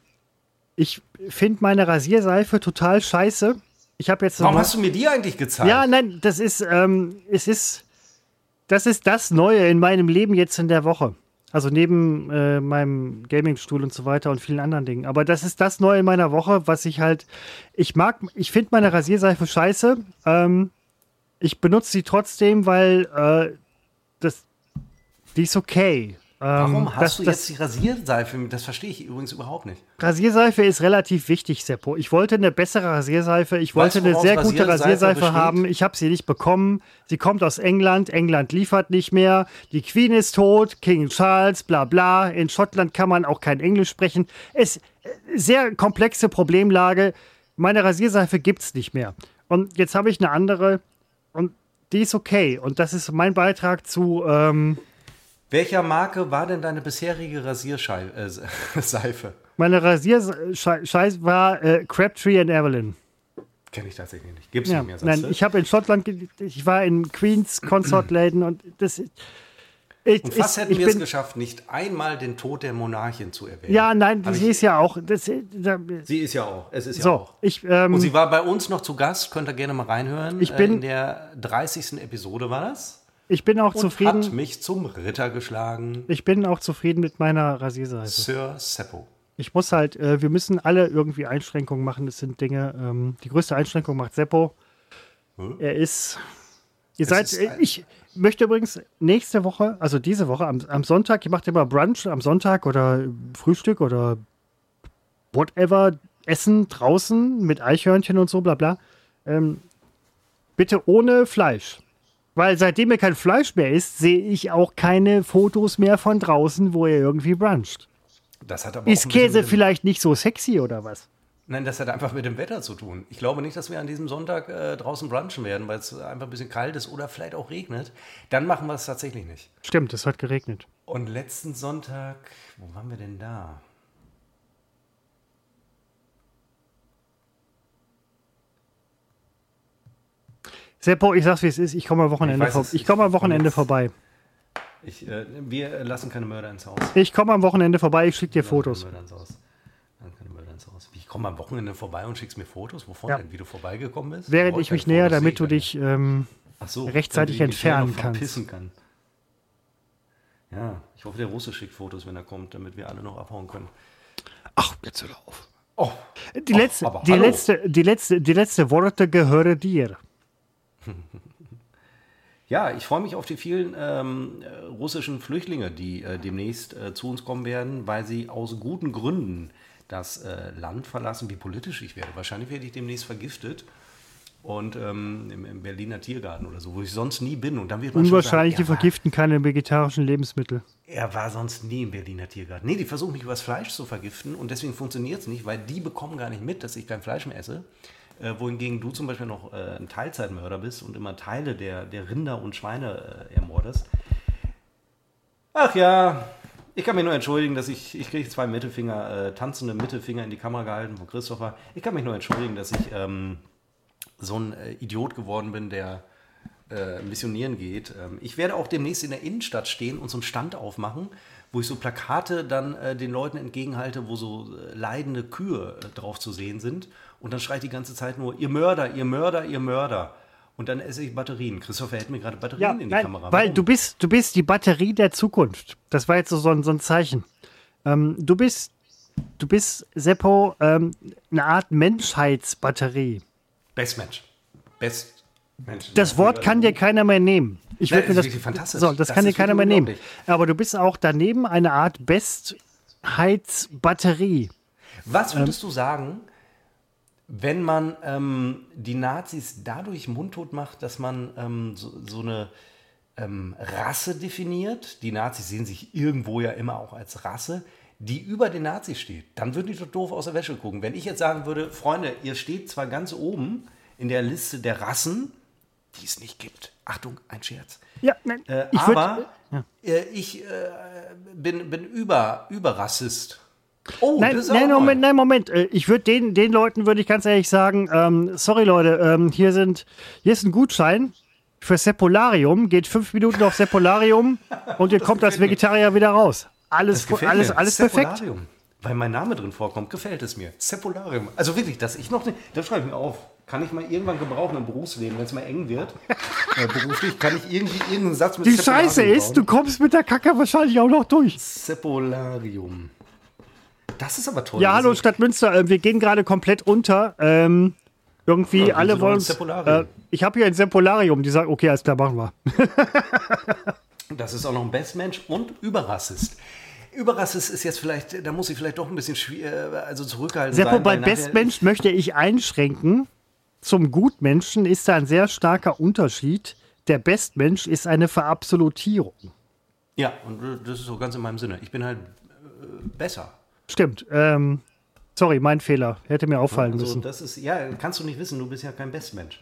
ich finde meine Rasierseife total scheiße. Ich habe jetzt. Warum mal, hast du mir die eigentlich gezeigt? Ja, nein, das ist, ähm, es ist, das ist das Neue in meinem Leben jetzt in der Woche. Also neben äh, meinem Gamingstuhl und so weiter und vielen anderen Dingen. Aber das ist das Neue in meiner Woche, was ich halt, ich mag, ich finde meine Rasierseife scheiße. Ähm, ich benutze sie trotzdem, weil äh, das, die ist okay. Warum ähm, hast das, du das, jetzt die Rasierseife? Das verstehe ich übrigens überhaupt nicht. Rasierseife ist relativ wichtig, Seppo. Ich wollte eine bessere Rasierseife. Ich wollte Weißt du, eine sehr woraus gute Rasierseife Rasierseife besteht? haben. Ich habe sie nicht bekommen. Sie kommt aus England. England liefert nicht mehr. Die Queen ist tot. King Charles, bla bla. In Schottland kann man auch kein Englisch sprechen. Es ist sehr komplexe Problemlage. Meine Rasierseife gibt's nicht mehr. Und jetzt habe ich eine andere und die ist okay. Und das ist mein Beitrag zu... Ähm, Welcher Marke war denn deine bisherige Rasierseife? Äh, meine Rasierseife war äh, Crabtree and Evelyn. Kenne ich tatsächlich nicht. Gibt's Ja, nicht mehr, sagst nein, du? ich habe in Schottland, ge- ich war in Queens Consortläden und das ich, Und fast ich, hätten ich wir es bin, geschafft, nicht einmal den Tod der Monarchin zu erwähnen. Ja, nein, Hab sie ich- ist ja auch. Das, da, Sie ist ja auch. Es ist ja so, auch. ich, ähm, Und sie war bei uns noch zu Gast. Könnt ihr gerne mal reinhören. Ich bin- äh, in der dreißigsten Episode war das. ich bin auch Und zufrieden. hat mich zum Ritter geschlagen. Ich bin auch zufrieden mit meiner Rasierseife. Sir Seppo. Ich muss halt, äh, wir müssen alle irgendwie Einschränkungen machen. Das sind Dinge. Ähm, die größte Einschränkung macht Seppo. Hm? Er ist. Ihr Es seid. ist äh, ein- ich möchte übrigens nächste Woche, also diese Woche, am, am Sonntag, ihr macht immer Brunch am Sonntag oder Frühstück oder whatever, Essen draußen mit Eichhörnchen und so, bla bla. Ähm, bitte ohne Fleisch. Weil seitdem ihr kein Fleisch mehr isst, sehe ich auch keine Fotos mehr von draußen, wo ihr irgendwie bruncht. Das hat aber Ist auch ein Käse bisschen- vielleicht nicht so sexy oder was? Nein, das hat einfach mit dem Wetter zu tun. Ich glaube nicht, dass wir an diesem Sonntag äh, draußen brunchen werden, weil es einfach ein bisschen kalt ist oder vielleicht auch regnet. Dann machen wir es tatsächlich nicht. Stimmt, es hat geregnet. Und letzten Sonntag, wo waren wir denn da? Seppo, ich sag's wie es ist, ich komme am Wochenende, Ich weiß vor es, ich komme am ich- Wochenende jetzt- vorbei. Ich, äh, wir lassen keine Mörder ins Haus. Ich komme am Wochenende vorbei, ich schicke dir Lassen Fotos. Keine Mörder ins Haus. Lassen keine Mörder ins Haus. Wie, ich komme am Wochenende vorbei und schickst mir Fotos? Wovon Ja. denn? Wie du vorbeigekommen bist? Während Brauche ich mich keine näher, Fotos, damit sehe du ich dich ähm, Ach so, rechtzeitig damit ich mich schnell entfernen noch kannst. verpissen kann. Ja, ich hoffe, der Russe schickt Fotos, wenn er kommt, damit wir alle noch abhauen können. Ach, jetzt hör auf. Oh, Die, Ach, letzte, aber die, hallo. letzte, die, letzte, die letzte Worte gehören dir. ja, ich freue mich auf die vielen ähm, äh, russischen Flüchtlinge, die äh, demnächst äh, zu uns kommen werden, weil sie aus guten Gründen das äh, Land verlassen. Wie politisch ich werde. Wahrscheinlich werde ich demnächst vergiftet. Und ähm, im, im Berliner Tiergarten oder so, wo ich sonst nie bin. Und dann wird man schon Unwahrscheinlich, sagen, die er war- vergiften keine vegetarischen Lebensmittel. Er war sonst nie im Berliner Tiergarten. Nee, die versuchen mich übers Fleisch zu vergiften und deswegen funktioniert es nicht, weil die bekommen gar nicht mit, dass ich kein Fleisch mehr esse. Äh, wohingegen du zum Beispiel noch äh, ein Teilzeitmörder bist und immer Teile der, der Rinder und Schweine äh, ermordest. Ach ja, ich kann mich nur entschuldigen, dass ich, ich kriege zwei Mittelfinger, äh, tanzende Mittelfinger in die Kamera gehalten von Christopher. Ich kann mich nur entschuldigen, dass ich ähm, so ein äh, Idiot geworden bin, der äh, missionieren geht. Ähm, ich werde auch demnächst in der Innenstadt stehen und so einen Stand aufmachen, wo ich so Plakate dann äh, den Leuten entgegenhalte, wo so äh, leidende Kühe äh, drauf zu sehen sind. Und dann schreit die ganze Zeit nur, ihr Mörder, ihr Mörder, ihr Mörder. Und dann esse ich Batterien. Christopher hält mir gerade Batterien Ja, in die nein, Kamera. weil Warum? du bist, du bist die Batterie der Zukunft. Das war jetzt so, so, ein, so ein Zeichen. Ähm, du bist, du bist, Seppo, ähm, eine Art Menschheitsbatterie. Bestmensch. Bestmensch. Das Wort kann dir keiner mehr nehmen. Ich Nein, würde mir das das, ist wirklich fantastisch. so, das, Das kann dir ist keiner mehr wirklich nehmen. Aber du bist auch daneben eine Art Bestheitsbatterie. Was würdest du sagen, wenn man ähm, die Nazis dadurch mundtot macht, dass man ähm, so, so eine ähm, Rasse definiert? Die Nazis sehen sich irgendwo ja immer auch als Rasse, die über den Nazis steht. Dann würden die doch doof aus der Wäsche gucken. Wenn ich jetzt sagen würde, Freunde, ihr steht zwar ganz oben in der Liste der Rassen, die es nicht gibt. Achtung, ein Scherz. Ja, nein, Äh, ich würd- aber äh, ich äh, bin, bin über, Überrassist. Oh, Nein, das ist nein, auch neu. Moment, nein, Moment. Äh, Ich würde den, den Leuten, würde ich ganz ehrlich sagen, ähm, sorry Leute, ähm, hier, sind, hier ist ein Gutschein für Seppolarium. Geht fünf Minuten auf Seppolarium und ihr kommt als gefällt mir. Vegetarier wieder raus. Alles, Das gefällt alles, mir. alles perfekt. Seppolarium. Weil mein Name drin vorkommt, gefällt es mir. Seppolarium. Also wirklich, dass ich noch nicht, das schreibe ich mir auf. Kann ich mal irgendwann gebrauchen im Berufsleben, wenn es mal eng wird. äh, beruflich kann ich irgendwie irgendeinen Satz mit Die Seppolarium Scheiße ist, du bauen. kommst mit der Kacke wahrscheinlich auch noch durch. Seppolarium. Das ist aber toll. Ja, hallo Musik. Stadt Münster, äh, wir gehen gerade komplett unter. Ähm, irgendwie Ja, alle wieso wollen. ein Äh, Seppolarium? ich habe hier ein Seppolarium, die sagen, okay, alles klar, machen wir. Das ist auch noch ein Bestmensch und Überrassist. Überrassist ist jetzt vielleicht, da muss ich vielleicht doch ein bisschen schwi- äh, also zurückhaltend Seppo, sein. bei weil nachher- Bestmensch möchte ich einschränken. Zum Gutmenschen ist da ein sehr starker Unterschied. Der Bestmensch ist eine Verabsolutierung. Ja, und äh, das ist so ganz in meinem Sinne. Ich bin halt äh, besser. Stimmt. Ähm, sorry, mein Fehler. Hätte mir auffallen Also müssen. das ist, ja, kannst du nicht wissen, du bist ja kein Bestmensch.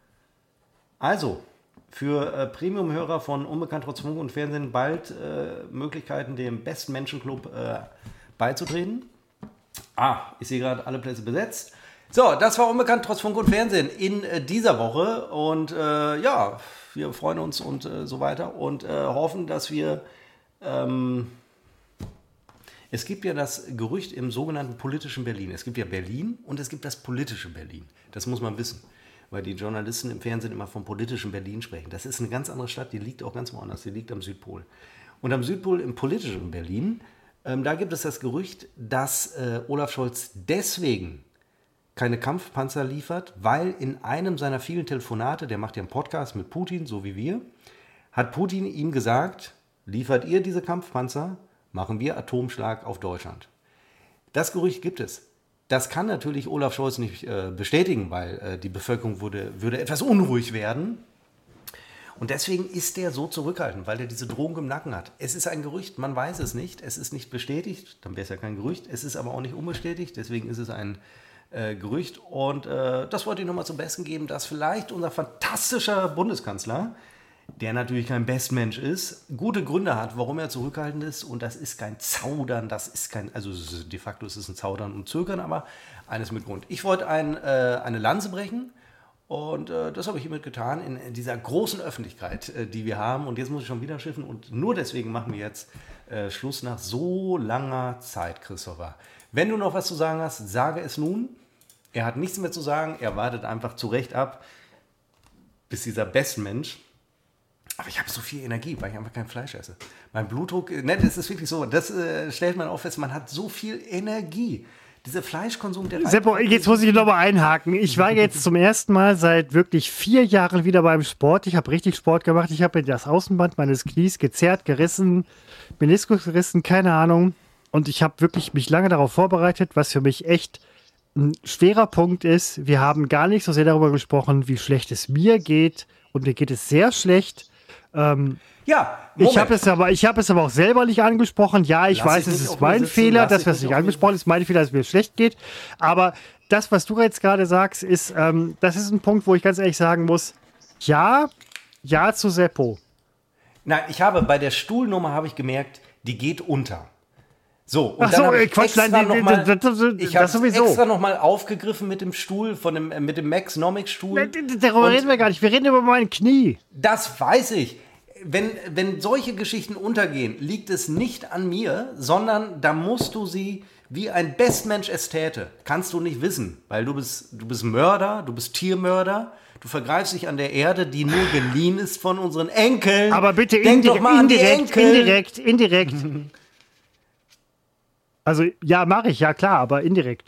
Also, für äh, Premium-Hörer von Unbekannt trotz Funk und Fernsehen bald äh, Möglichkeiten, dem Bestmenschenclub äh, beizutreten. Ah, ich sehe gerade alle Plätze besetzt. So, das war Unbekannt trotz Funk und Fernsehen in äh, dieser Woche. Und äh, ja, wir freuen uns und äh, so weiter und äh, hoffen, dass wir... Ähm, es gibt ja das Gerücht im sogenannten politischen Berlin. Es gibt ja Berlin und es gibt das politische Berlin. Das muss man wissen, weil die Journalisten im Fernsehen immer vom politischen Berlin sprechen. Das ist eine ganz andere Stadt, die liegt auch ganz woanders. Die liegt am Südpol. Und am Südpol, im politischen Berlin, ähm, da gibt es das Gerücht, dass äh, Olaf Scholz deswegen keine Kampfpanzer liefert, weil in einem seiner vielen Telefonate, der macht ja einen Podcast mit Putin, so wie wir, hat Putin ihm gesagt, liefert ihr diese Kampfpanzer, machen wir Atomschlag auf Deutschland. Das Gerücht gibt es. Das kann natürlich Olaf Scholz nicht äh, bestätigen, weil äh, die Bevölkerung würde, würde etwas unruhig werden. Und deswegen ist der so zurückhaltend, weil der diese Drohung im Nacken hat. Es ist ein Gerücht, man weiß es nicht. Es ist nicht bestätigt, dann wäre es ja kein Gerücht. Es ist aber auch nicht unbestätigt, deswegen ist es ein äh, Gerücht. Und äh, das wollte ich nochmal zum Besten geben, dass vielleicht unser fantastischer Bundeskanzler, der natürlich kein Bestmensch ist, gute Gründe hat, warum er zurückhaltend ist. Und das ist kein Zaudern, das ist kein, also de facto ist es ein Zaudern und Zögern, aber eines mit Grund. Ich wollte ein, äh, eine Lanze brechen und äh, das habe ich hiermit getan in, in dieser großen Öffentlichkeit, äh, die wir haben. Und jetzt muss ich schon wieder schiffen und nur deswegen machen wir jetzt äh, Schluss nach so langer Zeit, Christopher. Wenn du noch was zu sagen hast, sage es nun. Er hat nichts mehr zu sagen, er wartet einfach zurecht ab, bis dieser Bestmensch. Aber ich habe so viel Energie, weil ich einfach kein Fleisch esse. Mein Blutdruck, ne, das ist wirklich so, das äh, stellt man auch fest, man hat so viel Energie. Dieser Fleischkonsum, der... Seppo, jetzt muss ich noch mal einhaken. Ich war jetzt zum ersten Mal seit wirklich vier Jahren wieder beim Sport. Ich habe richtig Sport gemacht. Ich habe das Außenband meines Knies gezerrt, gerissen, Meniskus gerissen, keine Ahnung. Und ich habe wirklich mich lange darauf vorbereitet, was für mich echt ein schwerer Punkt ist. Wir haben gar nicht so sehr darüber gesprochen, wie schlecht es mir geht. Und mir geht es sehr schlecht. Ähm, ja, Moment. ich habe es aber, ich habe es aber auch selber nicht angesprochen. Ja, ich Lass weiß, ich es nicht ist auf mir mein sitzen, Fehler, lass dass ich wir es nicht nicht auf angesprochen haben. Es ist mein Fehler, dass es mir schlecht geht. Aber das, was du jetzt gerade sagst, ist, ähm, das ist ein Punkt, wo ich ganz ehrlich sagen muss, ja, ja zu Seppo. Nein, ich habe bei der Stuhlnummer habe ich gemerkt, die geht unter. So, und Ach dann so, habe ich Quatsch, extra nein, nochmal das, das, das, ich das habe sowieso. extra nochmal aufgegriffen mit dem Stuhl, von dem, äh, mit dem Max-Nomic-Stuhl. Darüber reden wir gar nicht. Wir reden über mein Knie. Das weiß ich. Wenn, wenn solche Geschichten untergehen, liegt es nicht an mir, sondern da musst du sie wie ein Bestmensch es täte. Kannst du nicht wissen, weil du bist, du bist Mörder, du bist Tiermörder. Du vergreifst dich an der Erde, die nur geliehen ist von unseren Enkeln. Aber bitte Denk indirekt, doch mal an die indirekt, Enkel. indirekt, indirekt. Also, ja, mache ich, ja klar, aber indirekt.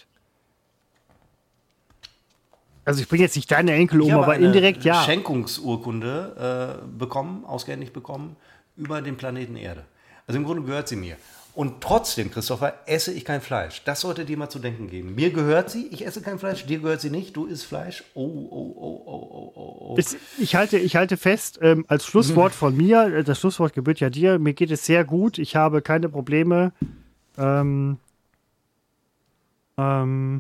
Also, ich bringe jetzt nicht deine Enkel um, aber indirekt, ja. Ich habe eine Schenkungsurkunde äh, bekommen, ausgehändigt bekommen, über den Planeten Erde. Also, im Grunde gehört sie mir. Und trotzdem, Christopher, esse ich kein Fleisch. Das sollte dir mal zu denken geben. Mir gehört sie, ich esse kein Fleisch, dir gehört sie nicht, du isst Fleisch. Oh, oh, oh, oh, oh, oh, oh. Es, ich, halte, ich halte fest, ähm, als Schlusswort von mir, das Schlusswort gebührt ja dir, mir geht es sehr gut, ich habe keine Probleme. Ähm, ähm,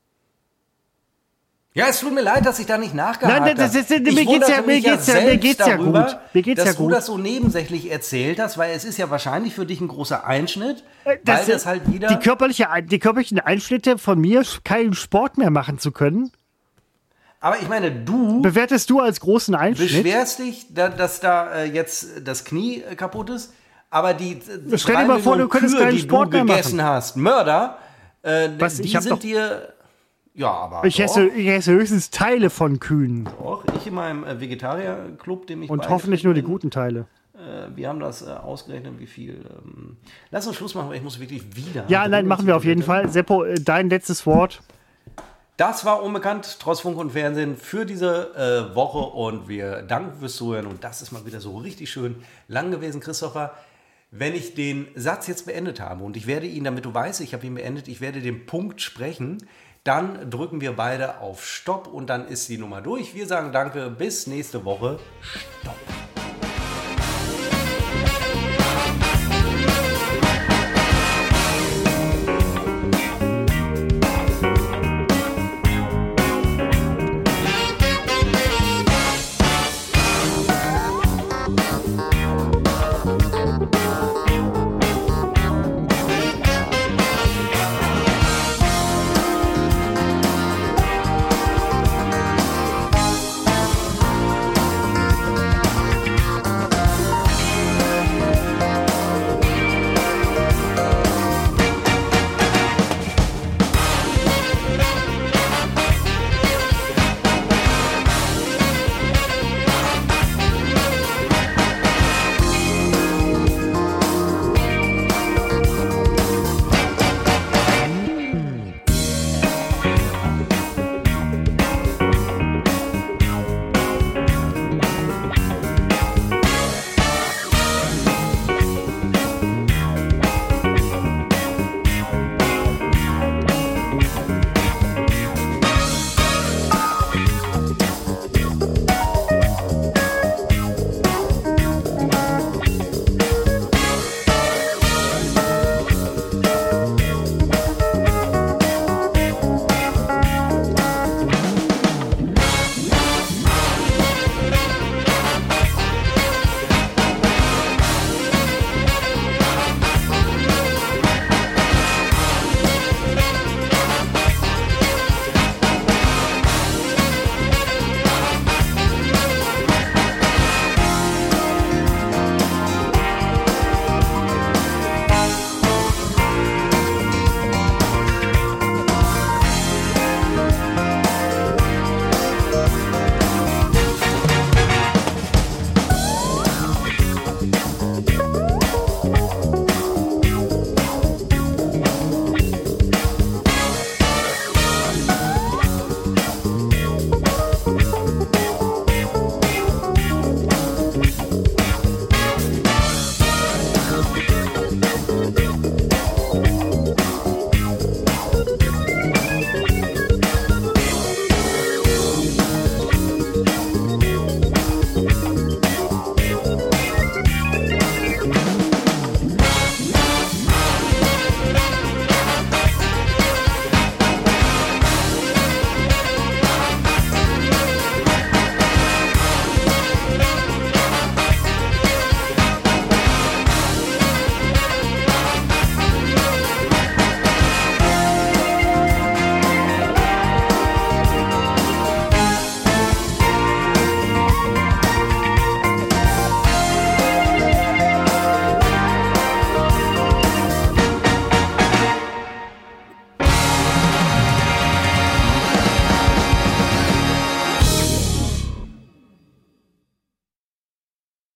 ja, es tut mir leid, dass ich da nicht nachgehakt habe. Nein, das ist, mir geht's ja, mir geht's ja, mir geht's ja darüber, gut. Mir geht's dass ja du gut. das so nebensächlich erzählt hast, weil es ist ja wahrscheinlich für dich ein großer Einschnitt, das, weil das halt wieder... Die, körperliche, die körperlichen Einschnitte von mir, keinen Sport mehr machen zu können, aber ich meine, du... bewertest du als großen Einschnitt? Beschwerst dich, da, dass da äh, jetzt das Knie äh, kaputt ist, aber die äh, Stell dir mal vor, du könntest Kühe, keinen die Sport du mehr gegessen machen. hast, Mörder, äh, Was, die ich hab sind doch- dir... Ja, aber Ich doch, esse, ich esse höchstens Teile von Kühen. doch. Ich in meinem äh, Vegetarier-Club, dem ich Und beigetreten hoffentlich nur die bin, guten Teile. Äh, wir haben das äh, ausgerechnet, wie viel. Ähm, lass uns Schluss machen, weil ich muss wirklich wieder. Ja, nein, machen wir auf jeden Fall. Seppo, äh, dein letztes Wort. Das war Unbekannt, trotz Funk und Fernsehen für diese äh, Woche und wir danken fürs Zuhören und das ist mal wieder so richtig schön lang gewesen, Christopher. Wenn ich den Satz jetzt beendet habe und ich werde ihn, damit du weißt, ich habe ihn beendet, ich werde den Punkt sprechen, dann drücken wir beide auf Stopp und dann ist die Nummer durch. Wir sagen danke, bis nächste Woche. Stopp.